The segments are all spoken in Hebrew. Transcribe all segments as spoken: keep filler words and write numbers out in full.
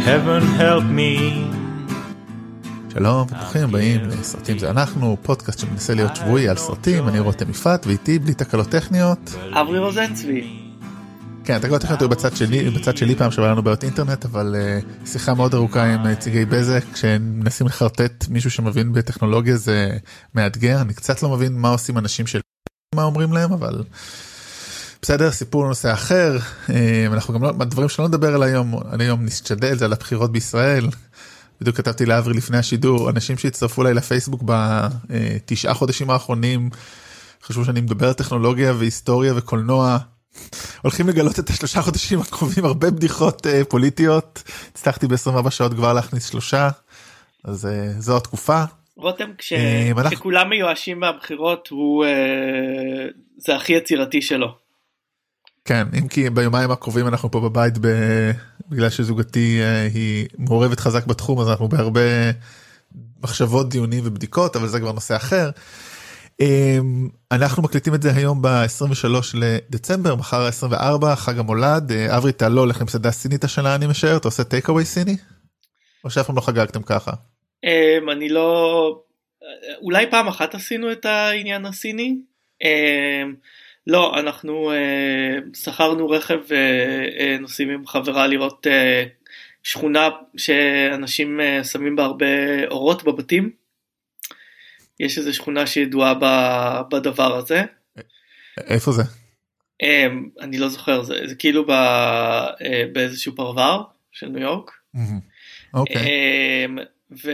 heaven help me. שלום וברוכים הבאים לסרטים זה אנחנו, פודקאסט שמנסה להיות שבועי על סרטים. אני רותם יפעת ואיתי בלי תקלות טכניות אברי רוזנצבי. כן, תקלות טכניות היו בצד שלי, בצד שלי פעם שבא לנו בעיות אינטרנט, אבל uh, שיחה מאוד ארוכה עם נציגי בזק, כשמנסים לחרטט מישהו שמבין בטכנולוגיה זה מאתגר. אני קצת לא מבין מה עושים אנשים של מה אומרים להם, אבל בסדר, סיפור לנושא אחר. אנחנו גם לא, הדברים שלא נדבר על היום, אני היום נשתדל, זה על הבחירות בישראל. בדיוק כתבתי לאברי לפני השידור, אנשים שהצטרפו אליי לפייסבוק בתשעה חודשים האחרונים, חשבו שאני מדבר על טכנולוגיה והיסטוריה וקולנוע, הולכים לגלות את השלושה חודשים הקרובים הרבה בדיחות פוליטיות. הצלחתי ב-עשרים וארבע שעות כבר להכניס שלושה, אז זו התקופה. רותם, כשכולם מיואשים מהבחירות, זה הכי יצירתי שלו. כן, אם כי ביומיים הקרובים אנחנו פה בבית, בגלל שזוגתי היא מעורבת חזק בתחום, אז אנחנו בהרבה מחשבות, דיונים ובדיקות, אבל זה כבר נושא אחר. אנחנו מקליטים את זה היום ב-עשרים ושלושה לדצמבר, מחר ה-עשרים וארבעה, חג המולד. אברי, אתה לא הולך למסעדה סינית השנה, אני משער, אתה עושה טייק אווי סיני? או שאף פעם לא חגגתם ככה? אני לא, אולי פעם אחת עשינו את העניין הסיני. לא, אנחנו שכרנו רכב ונוסעים עם חברה לראות שכונה שאנשים שמים בה הרבה אורות בבתים. יש איזו שכונה שידועה בדבר הזה. איפה זה? אני לא זוכר, זה, זה כאילו באיזשהו פרבר של ניו יורק. אוקיי. ו...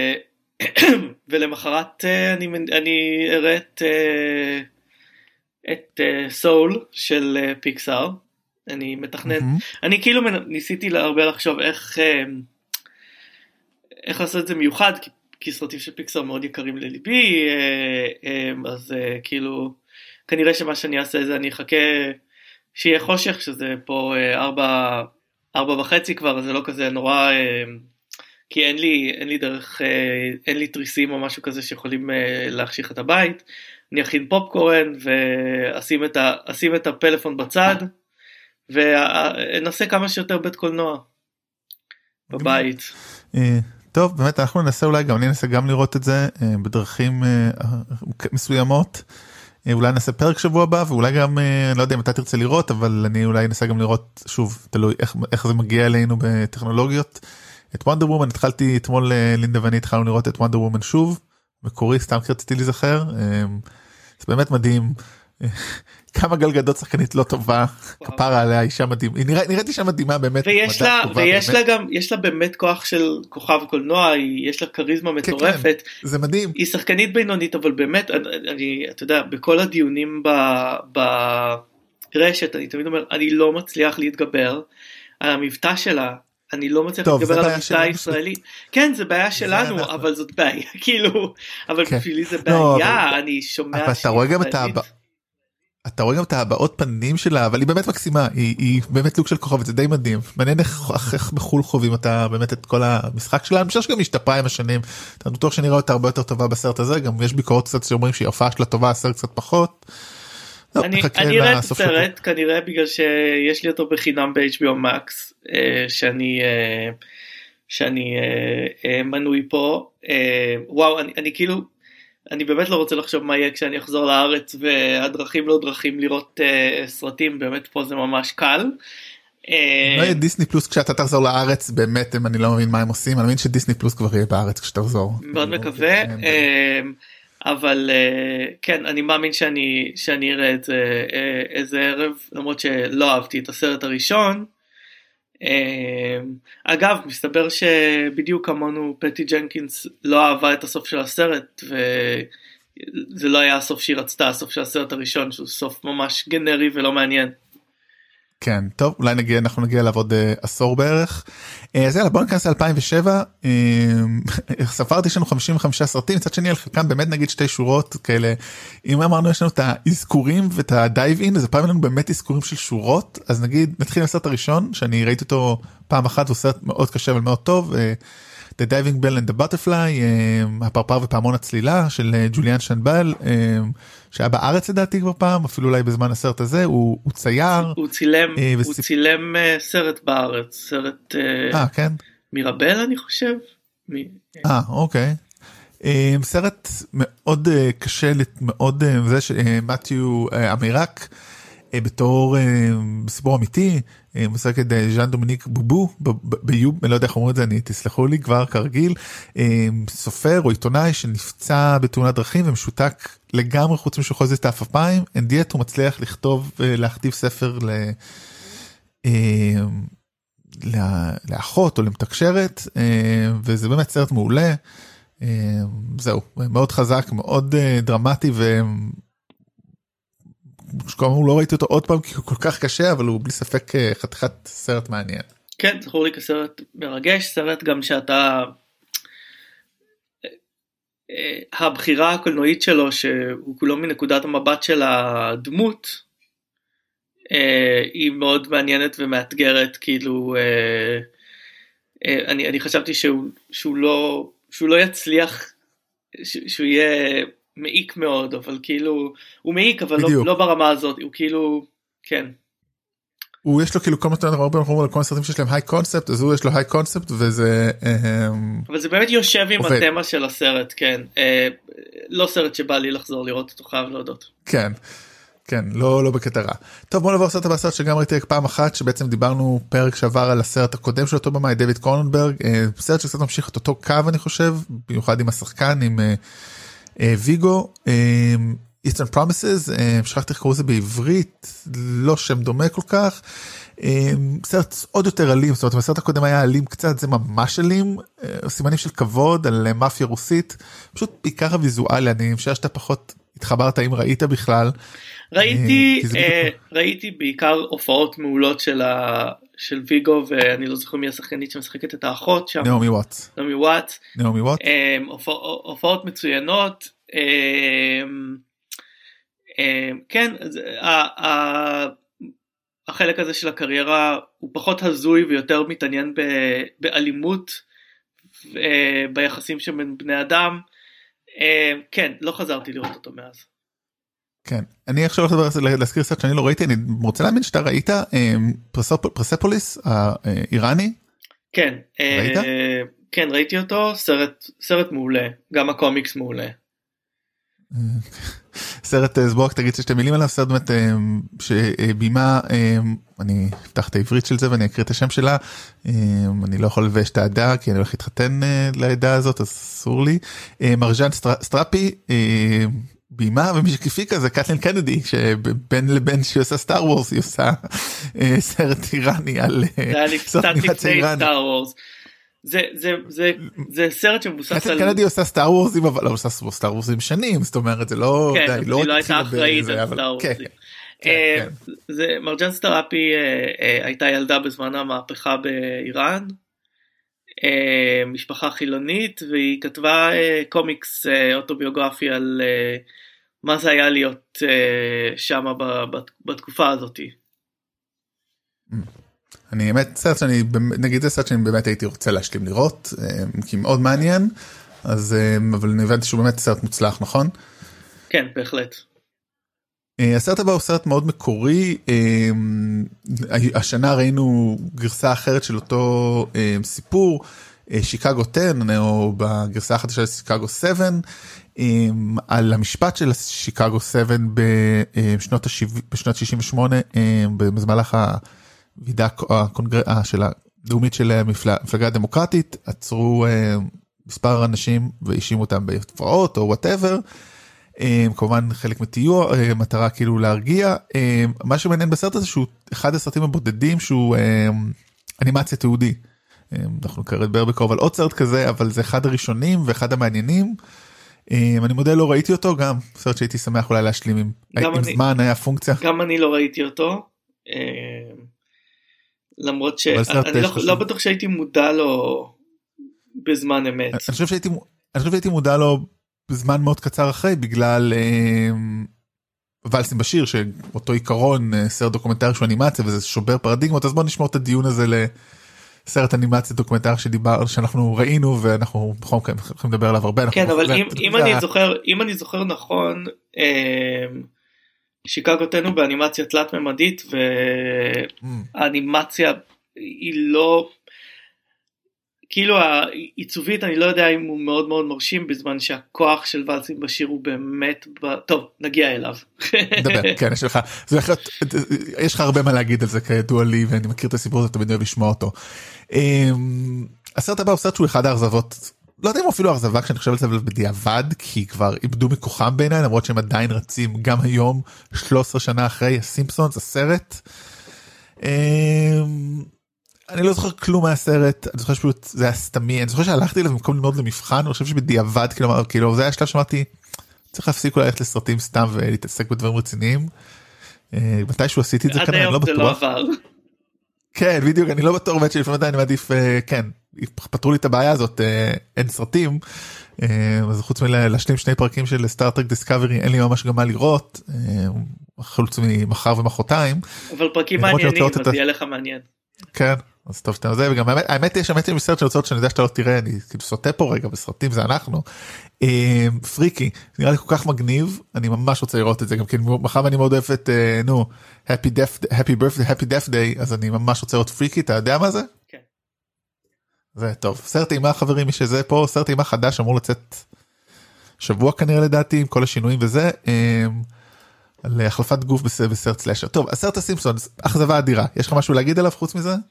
ולמחרת אני, אני אראה את, את סול של פיקסאר. אני מתכנן, mm-hmm. אני כאילו ניסיתי הרבה לחשוב איך, איך לעשות את זה מיוחד, כי, כי סרטים של פיקסאר מאוד יקרים לליבי, אז כאילו, כנראה שמה שאני אעשה זה אני אחכה שיהיה חושך, שזה פה ארבע, ארבע וחצי כבר, אז זה לא כזה נורא, כי אין לי, אין לי דרך, אין לי תריסים או משהו כזה שיכולים להחשיך את הבית. אני אכין פופקורן ואשים את ה, אשים את הפלאפון בצד, ונעשה כמה שיותר בית קולנוע בבית. טוב, באמת אנחנו ננסה אולי גם, אני אנסה גם לראות את זה בדרכים מסוימות. אולי נעשה פרק שבוע הבא, ואולי גם, אני לא יודע אם אתה תרצה לראות, אבל אני אולי אנסה גם לראות, שוב, תלוי איך, איך זה מגיע אלינו בטכנולוגיות. את וונדר וומן, התחלתי אתמול, לינדה ואני התחלנו לראות את וונדר וומן שוב, מקורי, סתם רציתי להיזכר. זה באמת מדהים. כמה גלגדות שחקנית לא טובה, כפרה עליה, אישה מדהים, היא נראית, נראית אישה מדהימה באמת, ויש לה, ויש לה גם, יש לה באמת כוח של כוכב קולנוע, יש לה כריזמה מטורפת, כן, זה מדהים, היא שחקנית בינונית, אבל באמת, אני, אתה יודע, בכל הדיונים ברשת, אני תמיד אומר, אני לא מצליח להתגבר על המבטא שלה, אני לא מצליח להתגבר על המבטא הישראלי, כן, זה בעיה שלנו, אבל זאת בעיה, כאילו, אבל בשבילי זה בעיה, אני שומע, אבל אתה רואה גם את אתה רואה גם את הבעות פנים שלה, אבל היא באמת מקסימה, היא, היא באמת לוק של כוכבת, זה די מדהים. מעניין איך, איך בחול חווים אותה באמת את כל המשחק שלה, אני חושב שגם השתפרה עם השנים, אתה בטוח שנראה אותה הרבה יותר טובה בסרט הזה, גם יש ביקורות קצת שאומרים שהיא הופעה שלה טובה, הסרט קצת פחות. לא, אני, אני אראה את הסרט, כנראה בגלל שיש לי אותו בחינם ב-אייץ' בי או Max, שאני, שאני מנוי פה, וואו, אני, אני כאילו, אני באמת לא רוצה לחשוב מה יהיה כשאני אחזור לארץ, והדרכים לא דרכים לראות uh, סרטים, באמת פה זה ממש קל. לא יהיה דיסני פלוס כשאתה תחזור לארץ, באמת, אני לא מבין מה הם עושים, אני מבין שדיסני פלוס כבר יהיה בארץ כשתחזור. מאוד מקווה, אבל כן, אני מאמין שאני, שאני אראה את זה איזה ערב, למרות שלא אהבתי את הסרט הראשון. אגב, מסתבר שבדיוק כמונו פטי ג'נקינס לא אהבה את הסוף של הסרט, וזה לא היה הסוף שהיא רצתה, הסוף של הסרט הראשון, שהוא סוף ממש גנרי ולא מעניין. כן, טוב, אולי נגיע, אנחנו נגיע לעבוד uh, עשור בערך. אז יאללה, בואו נכנס ל-אלפיים ושבע, uh, ספרתי יש לנו חמישים וחמישה סרטים, מצד שני על חלקם באמת נגיד שתי שורות כאלה, אם אמרנו יש לנו את האזכורים ואת הדייב אין, אז הפעם לנו באמת אזכורים של שורות, אז נגיד נתחיל לסרט הראשון, שאני ראיתי אותו פעם אחת, הוא סרט מאוד קשה אבל מאוד טוב, uh, The Diving Bell and the Butterfly, הפרפר ופעמון הצלילה של ג'וליאן שנבל, שהיה בארץ לדעתי כבר פעם, אפילו אולי בזמן הסרט הזה, הוא, הוא צייר. הוא צילם, הוא צילם סרט בארץ, סרט... אה, כן? מירבל אני חושב. אה, אוקיי. סרט מאוד קשה, מאוד זה שמתיו אמירק, בתור סיפור אמיתי, משחק את ז'אן דומיניק בובו, ביוב, אני לא יודע איך אומרים את זה, אני תסלחו לי כבר כרגיל, סופר או עיתונאי שנפצע בתאונת דרכים ומשותק לגמרי חוץ משוחוז את האפפיים, אנדיאט הוא מצליח לכתוב, להכתיב ספר ל... לאחות או למתקשרת, וזה באמת סרט מעולה, זהו, מאוד חזק, מאוד דרמטי, וכאמור לא ראיתי אותו עוד פעם כי הוא כל כך קשה, אבל הוא בלי ספק חתיכת סרט מעניין. כן, זכור לי כסרט מרגש, סרט גם שאתה, הבחירה הקולנועית שלו, שהוא כולו מנקודת המבט של הדמות, היא מאוד מעניינת ומאתגרת, כאילו, אני, אני חשבתי שהוא, שהוא לא, שהוא לא יצליח, שהוא יהיה מעיק מאוד, אבל כאילו, הוא מעיק, אבל לא, לא ברמה הזאת, הוא כאילו, כן. הוא יש לו כאילו כל מה שאתה הרבה אנחנו על כל הסרטים שיש להם היי קונספט, אז הוא יש לו היי קונספט, וזה... אבל זה באמת יושב עם עובד. התמה של הסרט, כן. לא סרט שבא לי לחזור לראות אותו, חייב להודות. כן. כן, לא, לא בקטע רע. טוב, בוא נעבור סרט הבא, סרט שגם ראיתי פעם אחת, שבעצם דיברנו פרק שעבר על הסרט הקודם של אותו במאי, דויד קרוננברג, סרט שקצת ממשיך את אותו קו, אני חושב, במיוחד עם השחקן, עם ויגו, Eastern Promises, שכחתי איך קראו זה בעברית, לא שם דומה כל כך, סרט עוד יותר אלים, זאת אומרת, הסרט הקודם היה אלים קצת, זה ממש אלים, סימנים של כבוד על מאפיה רוסית, פשוט בעיקר הוויזואלי, אני חושב שאתה פחות התחברת אם ראית בכלל, ראיתי, ראיתי בעיקר הופעות מעולות של של ויגו, ואני לא זוכר מי השחקנית שמשחקת את האחות שם. נעמי וואטס. נעמי וואטס. נעמי וואטס. הופעות מצוינות. כן, החלק הזה של הקריירה הוא פחות הזוי ויותר מתעניין באלימות ביחסים שבין בני אדם. כן, לא חזרתי לראות אותו מאז. כן, אני עכשיו הולך להזכיר סרט שאני לא ראיתי, אני רוצה להאמין שאתה ראית פרספוליס האיראני? כן, ראית? כן, ראיתי אותו, סרט, סרט מעולה, גם הקומיקס מעולה. סרט, אז בואו תגיד ששתי מילים עליו, סרט באמת שבימה, אני אפתח את העברית של זה ואני אקריא את השם שלה, אני לא יכול לבש את העדה כי אני הולך להתחתן לעדה הזאת, אז אסור לי. מרג'אן סטראפי, בימה, ומי שכפיקה זה קטלין קנדי, שבין לבין שהיא עושה סטאר וורס, היא עושה סרט איראני על סרט אנימציה איראני. זה, זה, זה, זה סרט שמבוסס על... קטלין קנדי עושה סטאר וורסים, אבל לא עושה סטאר וורסים שנים, זאת אומרת, זה לא... כן, היא לא הייתה אחראית על סטאר וורסים. מרג'אן סטראפי הייתה ילדה בזמן המהפכה באיראן, משפחה חילונית, והיא כתבה קומיקס אוטוביוגרפי על מה זה היה להיות שם בתקופה הזאת. אני באמת סרט שאני, נגיד זה סרט שאני באמת הייתי רוצה להשלים לראות, כי מאוד מעניין, אז, אבל אני הבנתי שהוא באמת סרט מוצלח, נכון? כן, בהחלט. הסרט הבא הוא סרט מאוד מקורי, השנה ראינו גרסה אחרת של אותו סיפור, שיקגו עשר, או בגרסה החדשה של שיקגו שבע, על המשפט של שיקגו שבע בשנות שישים ושמונה, במהלך הוועידה של הלאומית של המפלגה הדמוקרטית, עצרו מספר אנשים והאשימו אותם בפרעות או whatever, כמובן חלק מתיהו, מטרה כאילו להרגיע. מה שמעניין בסרט הזה שהוא אחד הסרטים הבודדים שהוא אנימציה תיעודי. אנחנו נדבר בקרוב על עוד סרט כזה, אבל זה אחד הראשונים ואחד המעניינים. אני מודה לא ראיתי אותו, גם סרט שהייתי שמח אולי להשלים עם, עם זמן היה פונקציה. גם אני לא ראיתי אותו, למרות שאני לא, לא בטוח שהייתי מודע לו בזמן אמת. אני חושב שהייתי, אני חושב שהייתי מודע לו בזמן מאוד קצר אחרי, בגלל ולסים בשיר, שאותו עיקרון, סרט דוקומנטרי שהוא אנימציה, וזה שובר פרדיגמות, אז בואו נשמור את הדיון הזה לסרט אנימציה דוקומנטרי שדיבר, שאנחנו ראינו, ואנחנו יכולים לדבר עליו הרבה. כן, אבל אם, אם אני זוכר, אם אני זוכר נכון, שיקגו עשר באנימציה תלת ממדית, והאנימציה היא לא... כאילו העיצובית אני לא יודע אם הוא מאוד מאוד מרשים, בזמן שהכוח של ולסים בשיר הוא באמת, ב... טוב נגיע אליו. נדבר, כן, יש לך, זה יכול להיות, יש לך הרבה מה להגיד על זה כידוע לי, ואני מכיר את הסיפור הזה, תמיד אוהב לשמוע אותו. הסרט הבא הוא סרט שהוא אחד האכזבות, לא יודע אם אפילו אכזבה כשאני חושב על זה בדיעבד, כי כבר איבדו מכוחם בעיניי, למרות שהם עדיין רצים גם היום, שלוש עשרה שנה אחרי הסימפסונס, הסרט. אני לא זוכר כלום מהסרט, אני זוכר שפשוט זה היה סתמי, אני זוכר שהלכתי אליו במקום ללמוד למבחן, אני חושב שבדיעבד, כאילו, כאילו זה היה שלב שאמרתי, צריך להפסיק אולי ללכת לסרטים סתם ולהתעסק בדברים רציניים. מתישהו עשיתי את זה כנראה, אני לא בטוח. כן, בדיוק, אני לא בטוח, באמת שלפעמים אני מעדיף, כן, פתרו לי את הבעיה הזאת, אין סרטים, אז חוץ מלהשלים שני פרקים של סטארטרק דיסקאברי, אין לי ממש גם מה לראות, חוץ ממחר ומחרתיים. אבל פרקים מעניינים, אז יהיה לך מעניין. כן, אז טוב שאתה זה, וגם האמת יש, האמת יש מסרט של הוצאות שאני יודע שאתה לא תראה, אני כאילו סוטה פה רגע, בסרטים זה אנחנו, פריקי, זה נראה לי כל כך מגניב, אני ממש רוצה לראות את זה, גם כן מחר אני מאוד אוהב את, נו, Happy Birthday, Happy Death Day, אז אני ממש רוצה לראות פריקי, אתה יודע מה זה? כן. זה טוב, סרט אימה חברים, מי שזה פה, סרט אימה חדש, אמור לצאת שבוע כנראה לדעתי, עם כל השינויים וזה, על החלפת גוף בסרט סלאשר. טוב, הסרט הסימפסונס, אכזבה אדירה. יש לך משהו להגיד עליו חוץ מזה?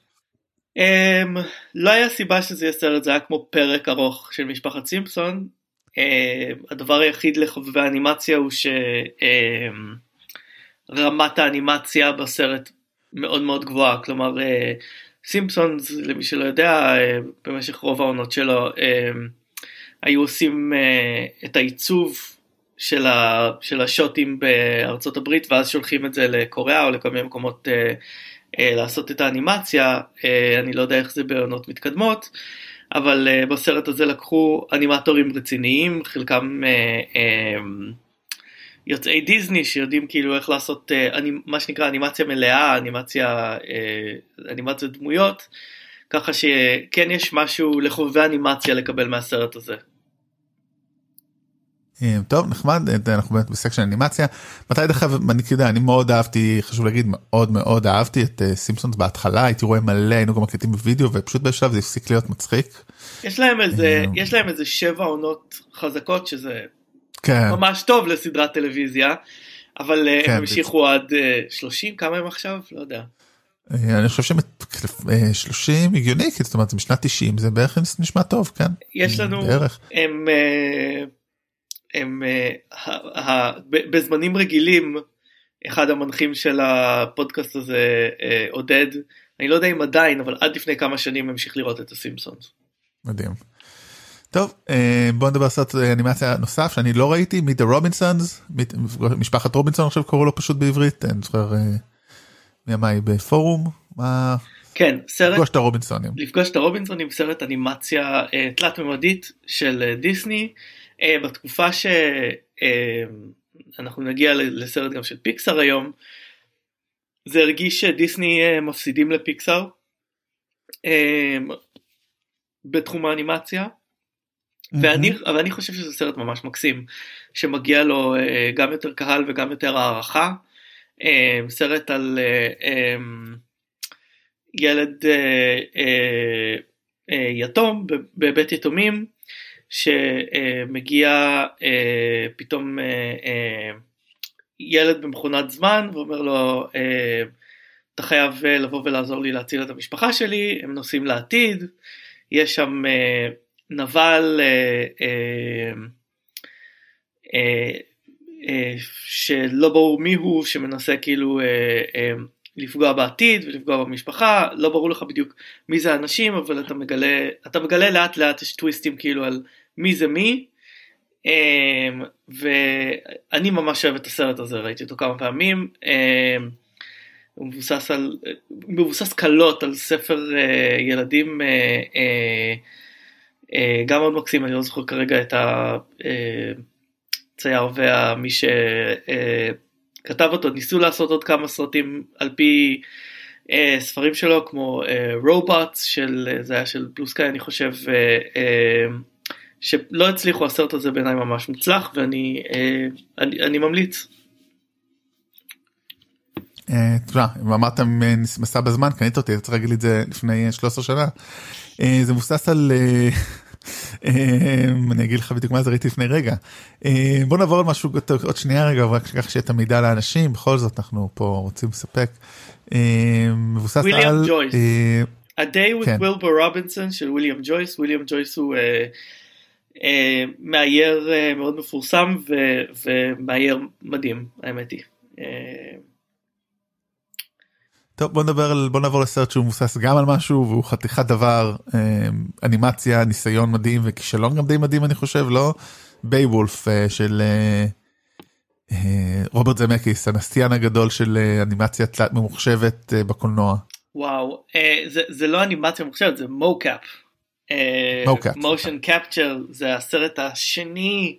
לא היה סיבה שזה יהיה סרט, זה היה כמו פרק ארוך של משפחת סימפסון. הדבר היחיד לחובבי האנימציה הוא שרמת האנימציה בסרט מאוד מאוד גבוהה. כלומר, סימפסונס, למי שלא יודע, במשך רוב העונות שלו, היו עושים את העיצוב של, ה, של השוטים בארצות הברית, ואז שולחים את זה לקוריאה או לכל מיני מקומות אה, אה, לעשות את האנימציה. אה, אני לא יודע איך זה בעונות מתקדמות, אבל אה, בסרט הזה לקחו אנימטורים רציניים, חלקם אה, אה, יוצאי דיזני שיודעים כאילו איך לעשות אה, אני, מה שנקרא אנימציה מלאה, אנימציה, אה, אנימציה דמויות, ככה שכן יש משהו לחובבי אנימציה לקבל מהסרט הזה. טוב, נחמד, אנחנו באמת בסקשן אנימציה. מתי דחב, אני יודע, אני מאוד אהבתי, חשוב להגיד, מאוד מאוד אהבתי את סימפסונס בהתחלה, הייתי רואה מלא, היינו גם מקליטים בווידאו, ופשוט בשלב זה הפסיק להיות מצחיק. יש להם איזה, יש להם איזה שבע עונות חזקות, שזה כן. ממש טוב לסדרת טלוויזיה, אבל כן, הם המשיכו עד שלושים, כמה הם עכשיו? לא יודע. אני חושב שהם שלושים הגיוני, זאת אומרת, זה משנת תשעים, זה בערך נשמע טוב, כן? יש לנו, בערך. הם... הם, בזמנים רגילים, אחד המנחים של הפודקאסט הזה, עודד, אני לא יודע אם עדיין, אבל עד לפני כמה שנים המשיך לראות את הסימפסונס. מדהים. טוב, בואו נדבר סרט אנימציה נוסף שאני לא ראיתי, Meet the Robinsons, משפחת רובינסון עכשיו קוראו לו פשוט בעברית, אני זוכר מימי בפורום, מה... כן, סרט... לפגוש את הרובינסונים. לפגוש את הרובינסונים, סרט אנימציה תלת ממדית של דיסני, בתקופה שאנחנו נגיע לסרט גם של פיקסאר היום, זה הרגיש שדיסני מפסידים לפיקסאר בתחום האנימציה, ואני, אבל אני חושב שזה סרט ממש מקסים, שמגיע לו גם יותר קהל וגם יותר הערכה. סרט על ילד יתום בבית יתומים, שמגיע פתאום ילד במכונת זמן ואומר לו, אתה חייב לבוא ולעזור לי להציל את המשפחה שלי. הם נוסעים לעתיד, יש שם נבל שלא ברור מי הוא, שמנסה כאילו לפגוע בעתיד ולפגוע במשפחה. לא ברור לך בדיוק מי זה האנשים, אבל אתה מגלה, אתה מגלה לאט לאט, יש טוויסטים כאילו על מי זה מי. ואני ממש אוהב את הסרט הזה, ראיתי אותו כמה פעמים. הוא מבוסס על, מבוסס קלות על ספר ילדים גם מאוד מקסים. אני לא זוכר כרגע את הצייר ומי שכתב אותו. ניסו לעשות עוד כמה סרטים על פי ספרים שלו, כמו רובוטס של, זה היה של בלוסקאי אני חושב, שלא הצליחו. הסרט הזה בעיניי ממש מוצלח, ואני אני, אני ממליץ. תודה, אם אמרתם מסע בזמן, קנית אותי, צריך להגיד לי את זה לפני שלוש עשרה שנה. זה מבוסס על, אני אגיד לך בדיוק מה זה ראיתי לפני רגע. בוא נעבור על משהו עוד שנייה רגע, רק כך שיהיה את המידע לאנשים, בכל זאת אנחנו פה רוצים לספק. מבוסס על... וויליאם ג'ויס. A Day with Wilbur Robinson של וויליאם ג'ויס. וויליאם ג'ויס הוא מאייר מאוד מפורסם ומאייר מדהים, האמת היא. טוב, בוא נדבר על, בוא נעבור לסרט שהוא מבוסס גם על משהו, והוא חתיכת דבר, אנימציה, ניסיון מדהים וכישלון גם די מדהים אני חושב, לא? בייוולף של רוברט זמקיס, הנסטיין הגדול של אנימציה תלת ממוחשבת בקולנוע. וואו, זה, זה לא אנימציה ממוחשבת, זה מוקאפ. מוקאפ. מושן קפצ'ר, זה הסרט השני,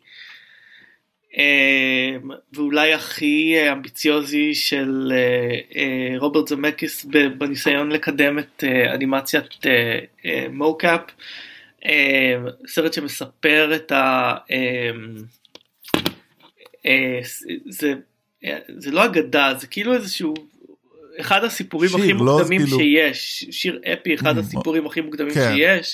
ואולי הכי אמביציוזי של רוברט זמקיס בניסיון לקדם את אנימציית מוקאפ. סרט שמספר את ה... זה, זה לא אגדה, זה כאילו איזשהו אחד הסיפורים שיר, הכי לא מוקדמים כאילו... שיש, שיר אפי, אחד הסיפורים הכי מוקדמים כן. שיש,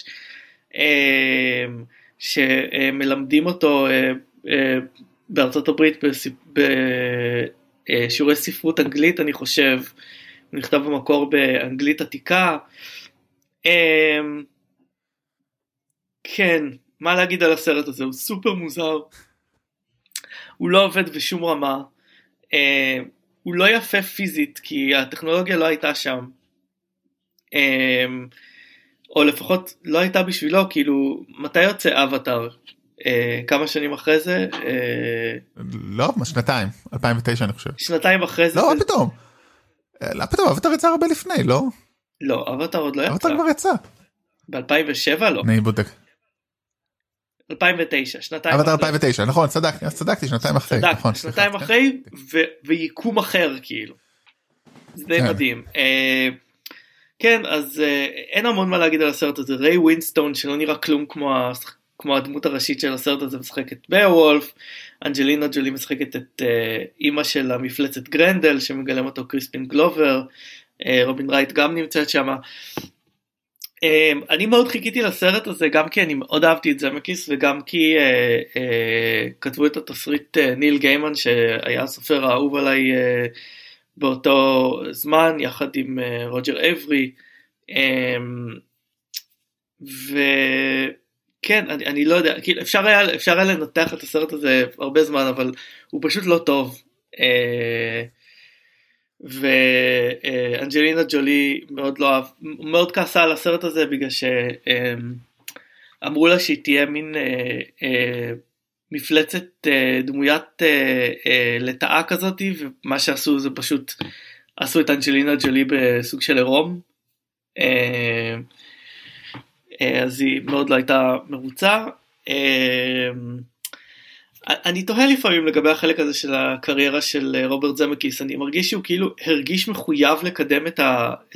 שמלמדים אותו בארצות הברית בשיעורי ספרות אנגלית, אני חושב, הוא נכתב במקור באנגלית עתיקה. כן, מה להגיד על הסרט הזה? הוא סופר מוזר, הוא לא עובד בשום רמה, הוא לא יפה פיזית, כי הטכנולוגיה לא הייתה שם, או לפחות לא הייתה בשבילו, כאילו, מתי יוצא אבטר? כמה שנים אחרי זה? לא, שנתיים, אלפיים ותשע אני חושב. שנתיים אחרי זה? לא, פתאום. לא, פתאום, אבטר יצא הרבה לפני, לא? לא, אבטר עוד לא יצא. אבטר כבר יצא. ב-אלפיים ושבע לא. אני בודק. אלפיים ותשע, שנתיים אחרי. אבטר אלפיים ותשע, נכון, צדקתי, צדקתי, שנתיים אחרי. צדקתי, שנתיים אחרי, ויקום אחר, כאילו. זה די מדהים. כן, אז אין המון מה להגיד על הסרט הזה. ריי ווינסטון, שלא נראה כלום כמו כמו הדמות הראשית של הסרט הזה, משחקת ביוולף. אנג'לינה ג'ולי משחקת את אימא של המפלצת גרנדל, שמגלם אותו קריספין גלובר. רובין רייט גם נמצאת שם. אני מאוד חיכיתי לסרט הזה, גם כי אני מאוד אהבתי את זמקיס, וגם כי כתבו את התסריט ניל גיימן, שהיה הסופר האהוב עליי באותו זמן, יחד עם רוג'ר אברי. וכן, אני, אני לא יודע, כאילו אפשר היה, אפשר היה לנתח את הסרט הזה הרבה זמן, אבל הוא פשוט לא טוב. ואנג'לינה ג'ולי מאוד לא אהב, מאוד כעסה על הסרט הזה, בגלל שאמרו לה שהיא תהיה מין מפלצת דמוית לטאה כזאת, ומה שעשו זה פשוט עשו את אנג'לינה ג'ולי בסוג של עירום, אז היא מאוד לא הייתה מרוצה. אני תוהה לפעמים לגבי החלק הזה של הקריירה של רוברט זמקיס, אני מרגיש שהוא כאילו הרגיש מחויב לקדם את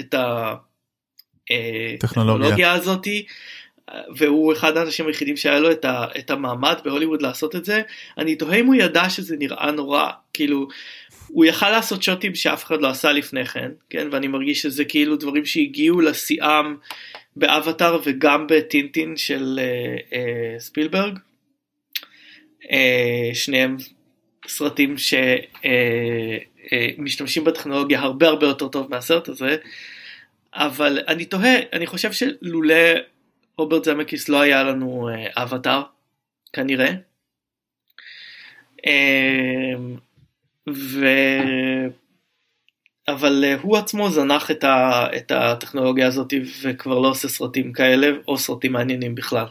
הטכנולוגיה הזאת, והוא אחד האנשים היחידים שהיה לו את המעמד בהוליווד לעשות את זה. אני תוהה אם הוא ידע שזה נראה נורא, כאילו הוא יכל לעשות שוטים שאף אחד לא עשה לפני כן, כן? ואני מרגיש שזה כאילו דברים שהגיעו לשיאם באבטר וגם בטינטין של ספילברג, שניהם סרטים שמשתמשים בטכנולוגיה הרבה הרבה יותר טוב מהסרט הזה. אבל אני תוהה, אני חושב שלולא רוברט זמקיס לא היה לנו אבטר כנראה, ו... אבל הוא עצמו זנח את, ה... את הטכנולוגיה הזאת וכבר לא עושה סרטים כאלה או סרטים מעניינים בכלל.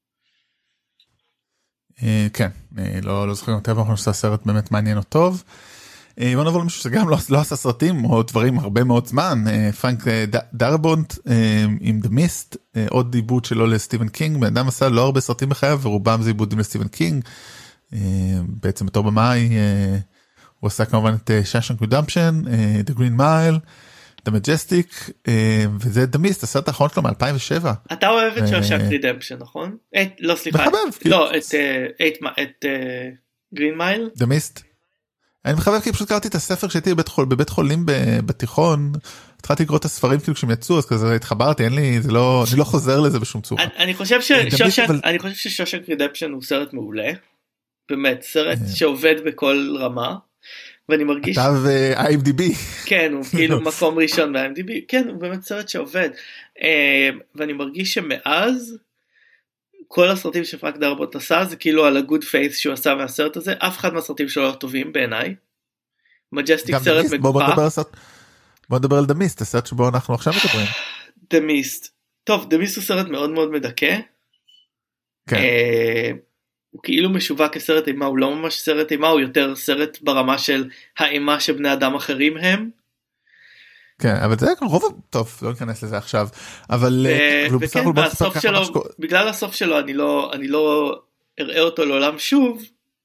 כן, לא, לא זוכרים יותר, אנחנו נעשה סרט באמת מעניין או טוב. בוא נעבור למישהו שגם לא, לא עשה סרטים או דברים הרבה מאוד זמן, פרנק דרבונט עם The Mist, עוד עיבוד שלו לסטיבן קינג. בן אדם עשה לא הרבה סרטים בחייו ורובם זה עיבודים לסטיבן קינג, בעצם בתור במאי הוא עשה כמובן את Shawshank Redemption, The Green Mile, The Majestic, וזה The Mist, הסרט האחרון שלו מ-אלפיים ושבע. אתה אוהב את Shawshank Redemption, נכון? לא, סליחה. מחבב. לא, את Green Mile? The Mist. אני מחבב כי פשוט קראתי את הספר כשהייתי בבית, חול, בבית חולים בתיכון, התחלתי לקרוא את הספרים כאילו כשהם יצאו, אז כזה התחברתי, אין לי, זה לא, אני לא חוזר לזה בשום צורה. אני, אני חושב ששושק, אבל... אני חושב ששושק רידפשן הוא סרט מעולה, באמת, סרט שעובד בכל רמה, ואני מרגיש... אתה ו-איי אם די בי. כן, הוא כאילו מקום ראשון ב-איי אם די בי, כן, הוא באמת סרט שעובד, ואני מרגיש שמאז, כל הסרטים שפרנק דרבוט עשה, זה כאילו על ה-good faith שהוא עשה מהסרט הזה, אף אחד מהסרטים שלו לא טובים בעיניי, מג'סטיק סרט מגוחך. בוא נדבר על The Mist, הסרט שבו אנחנו עכשיו מדברים. The Mist, טוב, The Mist הוא סרט מאוד מאוד מדכא, כן. הוא כאילו משווק כסרט אימה, הוא לא ממש סרט אימה, הוא יותר סרט ברמה של האימה שבני אדם אחרים הם. כן, אבל זה רוב, טוב, לא ניכנס לזה עכשיו, אבל... וכן, והסוף שלו, בגלל הסוף שלו, אני לא, אני לא אראה אותו לעולם שוב.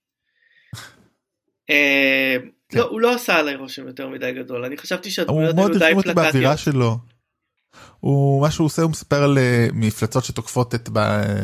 לא, הוא לא עשה עליי רושם יותר מדי גדול, אני חשבתי שהדמויות היו די פלקטיות. שלו. הוא, מה שהוא עושה, הוא מספר על מפלצות שתוקפות את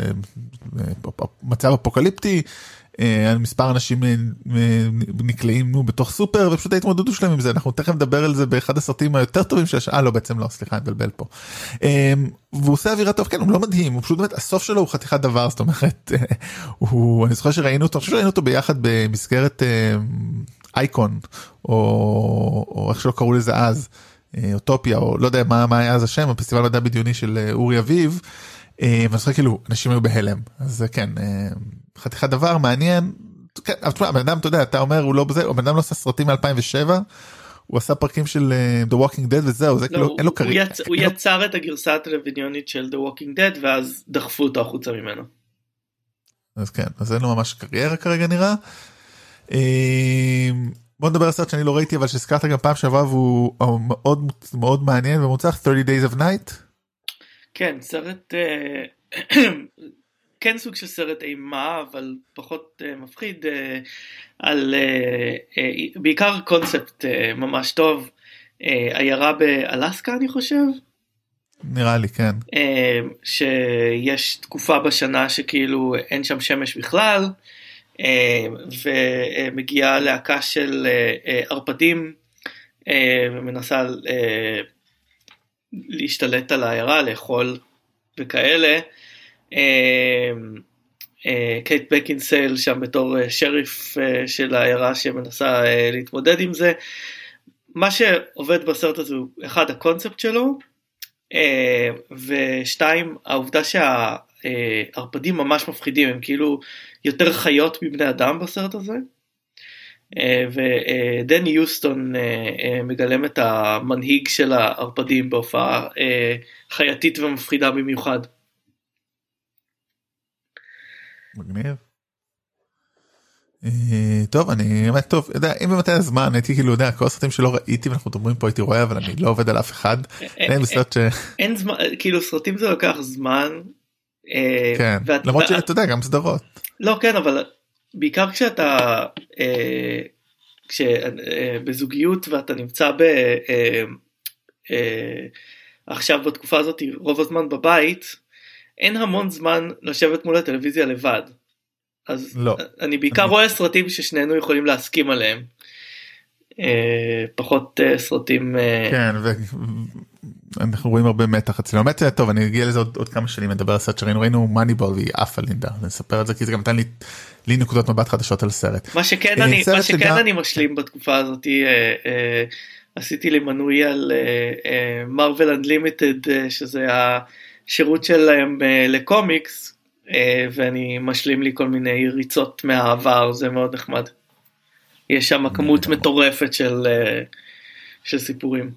מצב אפוקליפטי, על מספר אנשים נקלעים בתוך סופר, ופשוט ההתמודדות שלהם עם זה, אנחנו תכף נדבר על זה באחד הסרטים היותר טובים שיש, אה לא בעצם לא, סליחה, אני מבלבל פה. והוא עושה אווירה טוב, כן, הוא לא מדהים, הוא פשוט באמת, הסוף שלו הוא חתיכת דבר, זאת אומרת, אני זוכר שראינו אותו, אני חושב שראינו אותו ביחד במסגרת אייקון, או איך שלא קראו לזה אז, אוטופיה, או לא יודע מה היה אז השם, הפסטיבל מדע בדיוני של אורי אביב, ואני זוכר כאילו, אנשים היו בהלם, אז כן, חתיכת דבר מעניין, הבן אדם, אתה יודע, אתה אומר, הוא לא בזה, הבן אדם לא עשה סרטים מ-אלפיים ושבע, הוא עשה פרקים של The Walking Dead וזהו, זה כאילו, אין לו קריירה. הוא יצר את הגרסה הטלוויזיונית של The Walking Dead, ואז דחפו אותו החוצה ממנו. אז כן, אז אין לו ממש קריירה כרגע נראה. בוא נדבר על סרט שאני לא ראיתי, אבל שהזכרת גם פעם שעברה, והוא מאוד מאוד מעניין ומוצלח, thirty days of night. כן, סרט, כן סוג של סרט אימה, אבל פחות מפחיד, על, בעיקר קונספט ממש טוב, עיירה באלסקה אני חושב. נראה לי, כן. שיש תקופה בשנה שכאילו אין שם שמש בכלל, ומגיעה להקה של ערפדים, ומנסה להשתלט על העיירה, לאכול וכאלה. קייט בקינסייל שם בתור שריף של העיירה שמנסה להתמודד עם זה. מה שעובד בסרט הזה הוא אחד הקונספט שלו, ושתיים העובדה שהערפדים ממש מפחידים, הם כאילו יותר חיות מבני אדם בסרט הזה. ודני יוסטון מגלם את המנהיג של הערפדים בהופעה חייתית ומפחידה במיוחד. מגניב. טוב, אני באמת טוב, יודע, אם באמת היה זמן, הייתי כאילו, יודע, כל הסרטים שלא ראיתי ואנחנו מדברים פה הייתי רואה, אבל אני לא עובד על אף אחד. אין זמן, כאילו סרטים זה לוקח זמן. כן, למרות שאתה יודע, גם סדרות. לא, כן, אבל בעיקר כשאתה, בזוגיות ואתה נמצא ב, עכשיו בתקופה הזאת, רוב הזמן בבית, אין המון זמן לשבת מול הטלוויזיה לבד. אז לא. אני בעיקר אני... רואה סרטים ששנינו יכולים להסכים עליהם. אה, פחות אה, סרטים... אה... כן, ואנחנו רואים הרבה מתח אצלנו. באמת, טוב, אני אגיע לזה עוד, עוד כמה שנים, נדבר על סרט שראינו, ראינו מאניבול והיא עפה לינדה. נספר את זה, כי זה גם נתן לי, לי נקודות מבט חדשות על סרט. מה שכן, אני, מה שכן שגם... אני משלים בתקופה הזאת, אה, אה, עשיתי לי מנוי על מרוול אה, אנלימיטד, אה, שזה השירות שלהם אה, לקומיקס, ואני משלים לי כל מיני ריצות מהעבר, זה מאוד נחמד. יש שם כמות מטורפת של, של סיפורים.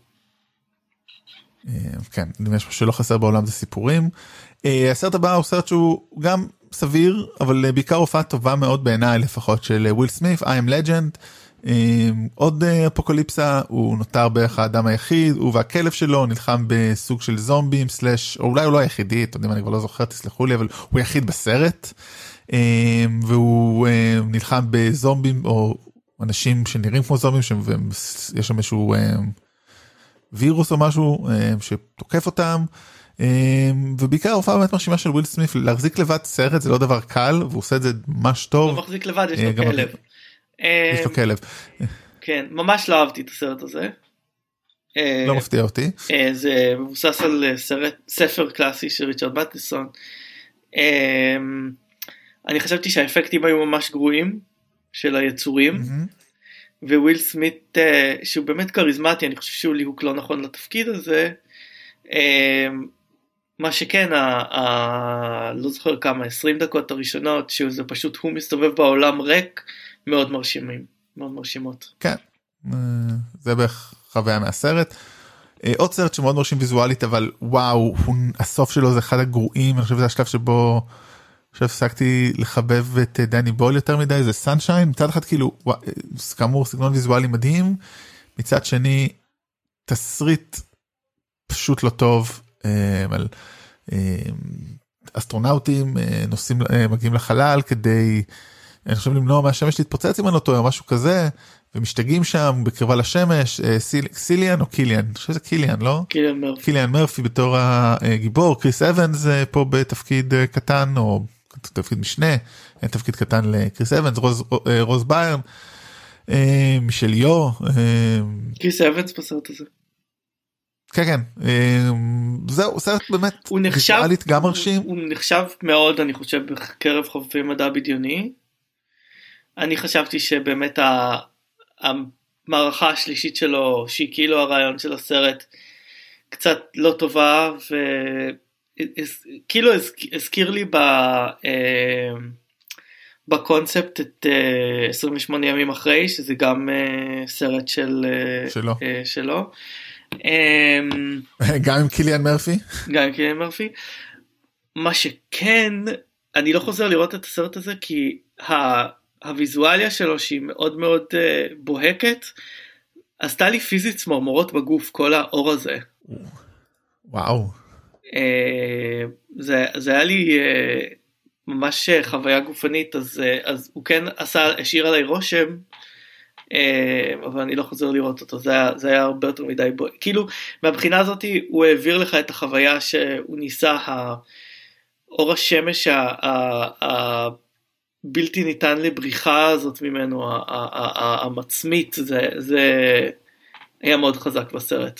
כן, יש משהו שלא חסר בעולם זה סיפורים. הסרט הבא הוא סרט שהוא גם סביר, אבל בעיקר הופעה טובה מאוד בעיניי לפחות, של וויל סמית, I am Legend. עוד אפוקליפסה, הוא נותר בערך האדם היחיד, הוא והכלב שלו נלחם בסוג של זומבים סלש, או אולי הוא לא היחידי, אתם יודעים, אני כבר לא זוכר, תסלחו לי, אבל הוא יחיד בסרט, והוא נלחם בזומבים או אנשים שנראים כמו זומבים, שיש שם איזשהו וירוס או משהו שתוקף אותם, ובעיקר ההופעה באמת מרשימה של וויל סמית, להחזיק לבד סרט זה לא דבר קל, והוא עושה את זה ממש טוב. הוא מחזיק לבד, יש לו כלב. יש לו כלב. כן, ממש לא אהבתי את הסרט הזה. לא מפתיע אותי. זה מבוסס על סרט, ספר קלאסי של ריצ'רד מאתיסון. אני חשבתי שהאפקטים היו ממש גרועים של היצורים, וויל סמית, שהוא באמת כריזמטי, אני חושב שהוא ליהוק לא נכון לתפקיד הזה. מה שכן, לא זוכר כמה, עשרים דקות הראשונות, שזה פשוט הוא מסתובב בעולם ריק, מאוד מרשימים, מאוד מרשימות. כן, זה בערך חוויה מהסרט. עוד סרט שמאוד מרשים ויזואלית, אבל וואו, הסוף שלו זה אחד הגרועים, אני חושב שזה השלב שבו, עכשיו הפסקתי לחבב את דני בויל יותר מדי, זה סנשיין, מצד אחד כאילו, כאמור, סגנון ויזואלי מדהים, מצד שני, תסריט פשוט לא טוב, על אסטרונאוטים נוסעים, מגיעים לחלל כדי, אני חושב למנוע מהשמש להתפוצץ אם אני לא טועה, או משהו כזה, ומשתגעים שם בקרבה לשמש, סיליאן או קיליאן, אני חושב שזה קיליאן, לא? קיליאן מרפי. קיליאן מרפי בתור הגיבור, קריס אבנס פה בתפקיד קטן, או תפקיד משנה, אין תפקיד קטן לקריס אבנס, רוז, רוז ביירן, מישל יו. קריס אבנס בסרט הזה. כן, כן, זהו, סרט באמת ויזואלית גם מרשים. הוא נחשב מאוד, אני חושב, בקרב חובבי מדע בדיוני. אני חשבתי שבאמת המערכה השלישית שלו, שהיא כאילו הרעיון של הסרט, קצת לא טובה, וכאילו הזכיר לי בקונספט את עשרים ושמונה ימים אחרי, שזה גם סרט שלו. שלו. גם עם קיליאן מרפי? גם עם קיליאן מרפי. מה שכן, אני לא חוזר לראות את הסרט הזה, כי הוויזואליה שלו, שהיא מאוד מאוד בוהקת, עשתה לי פיזית צמרמורות בגוף, כל האור הזה. וואו. זה, זה היה לי ממש חוויה גופנית, אז, אז הוא כן עשה, השאיר עליי רושם, אבל אני לא חוזר לראות אותו, זה היה, זה היה הרבה יותר מדי בו, כאילו מהבחינה הזאת הוא העביר לך את החוויה שהוא ניסה, האור השמש הבלתי ניתן לבריחה הזאת ממנו, המצמית, זה, זה היה מאוד חזק בסרט.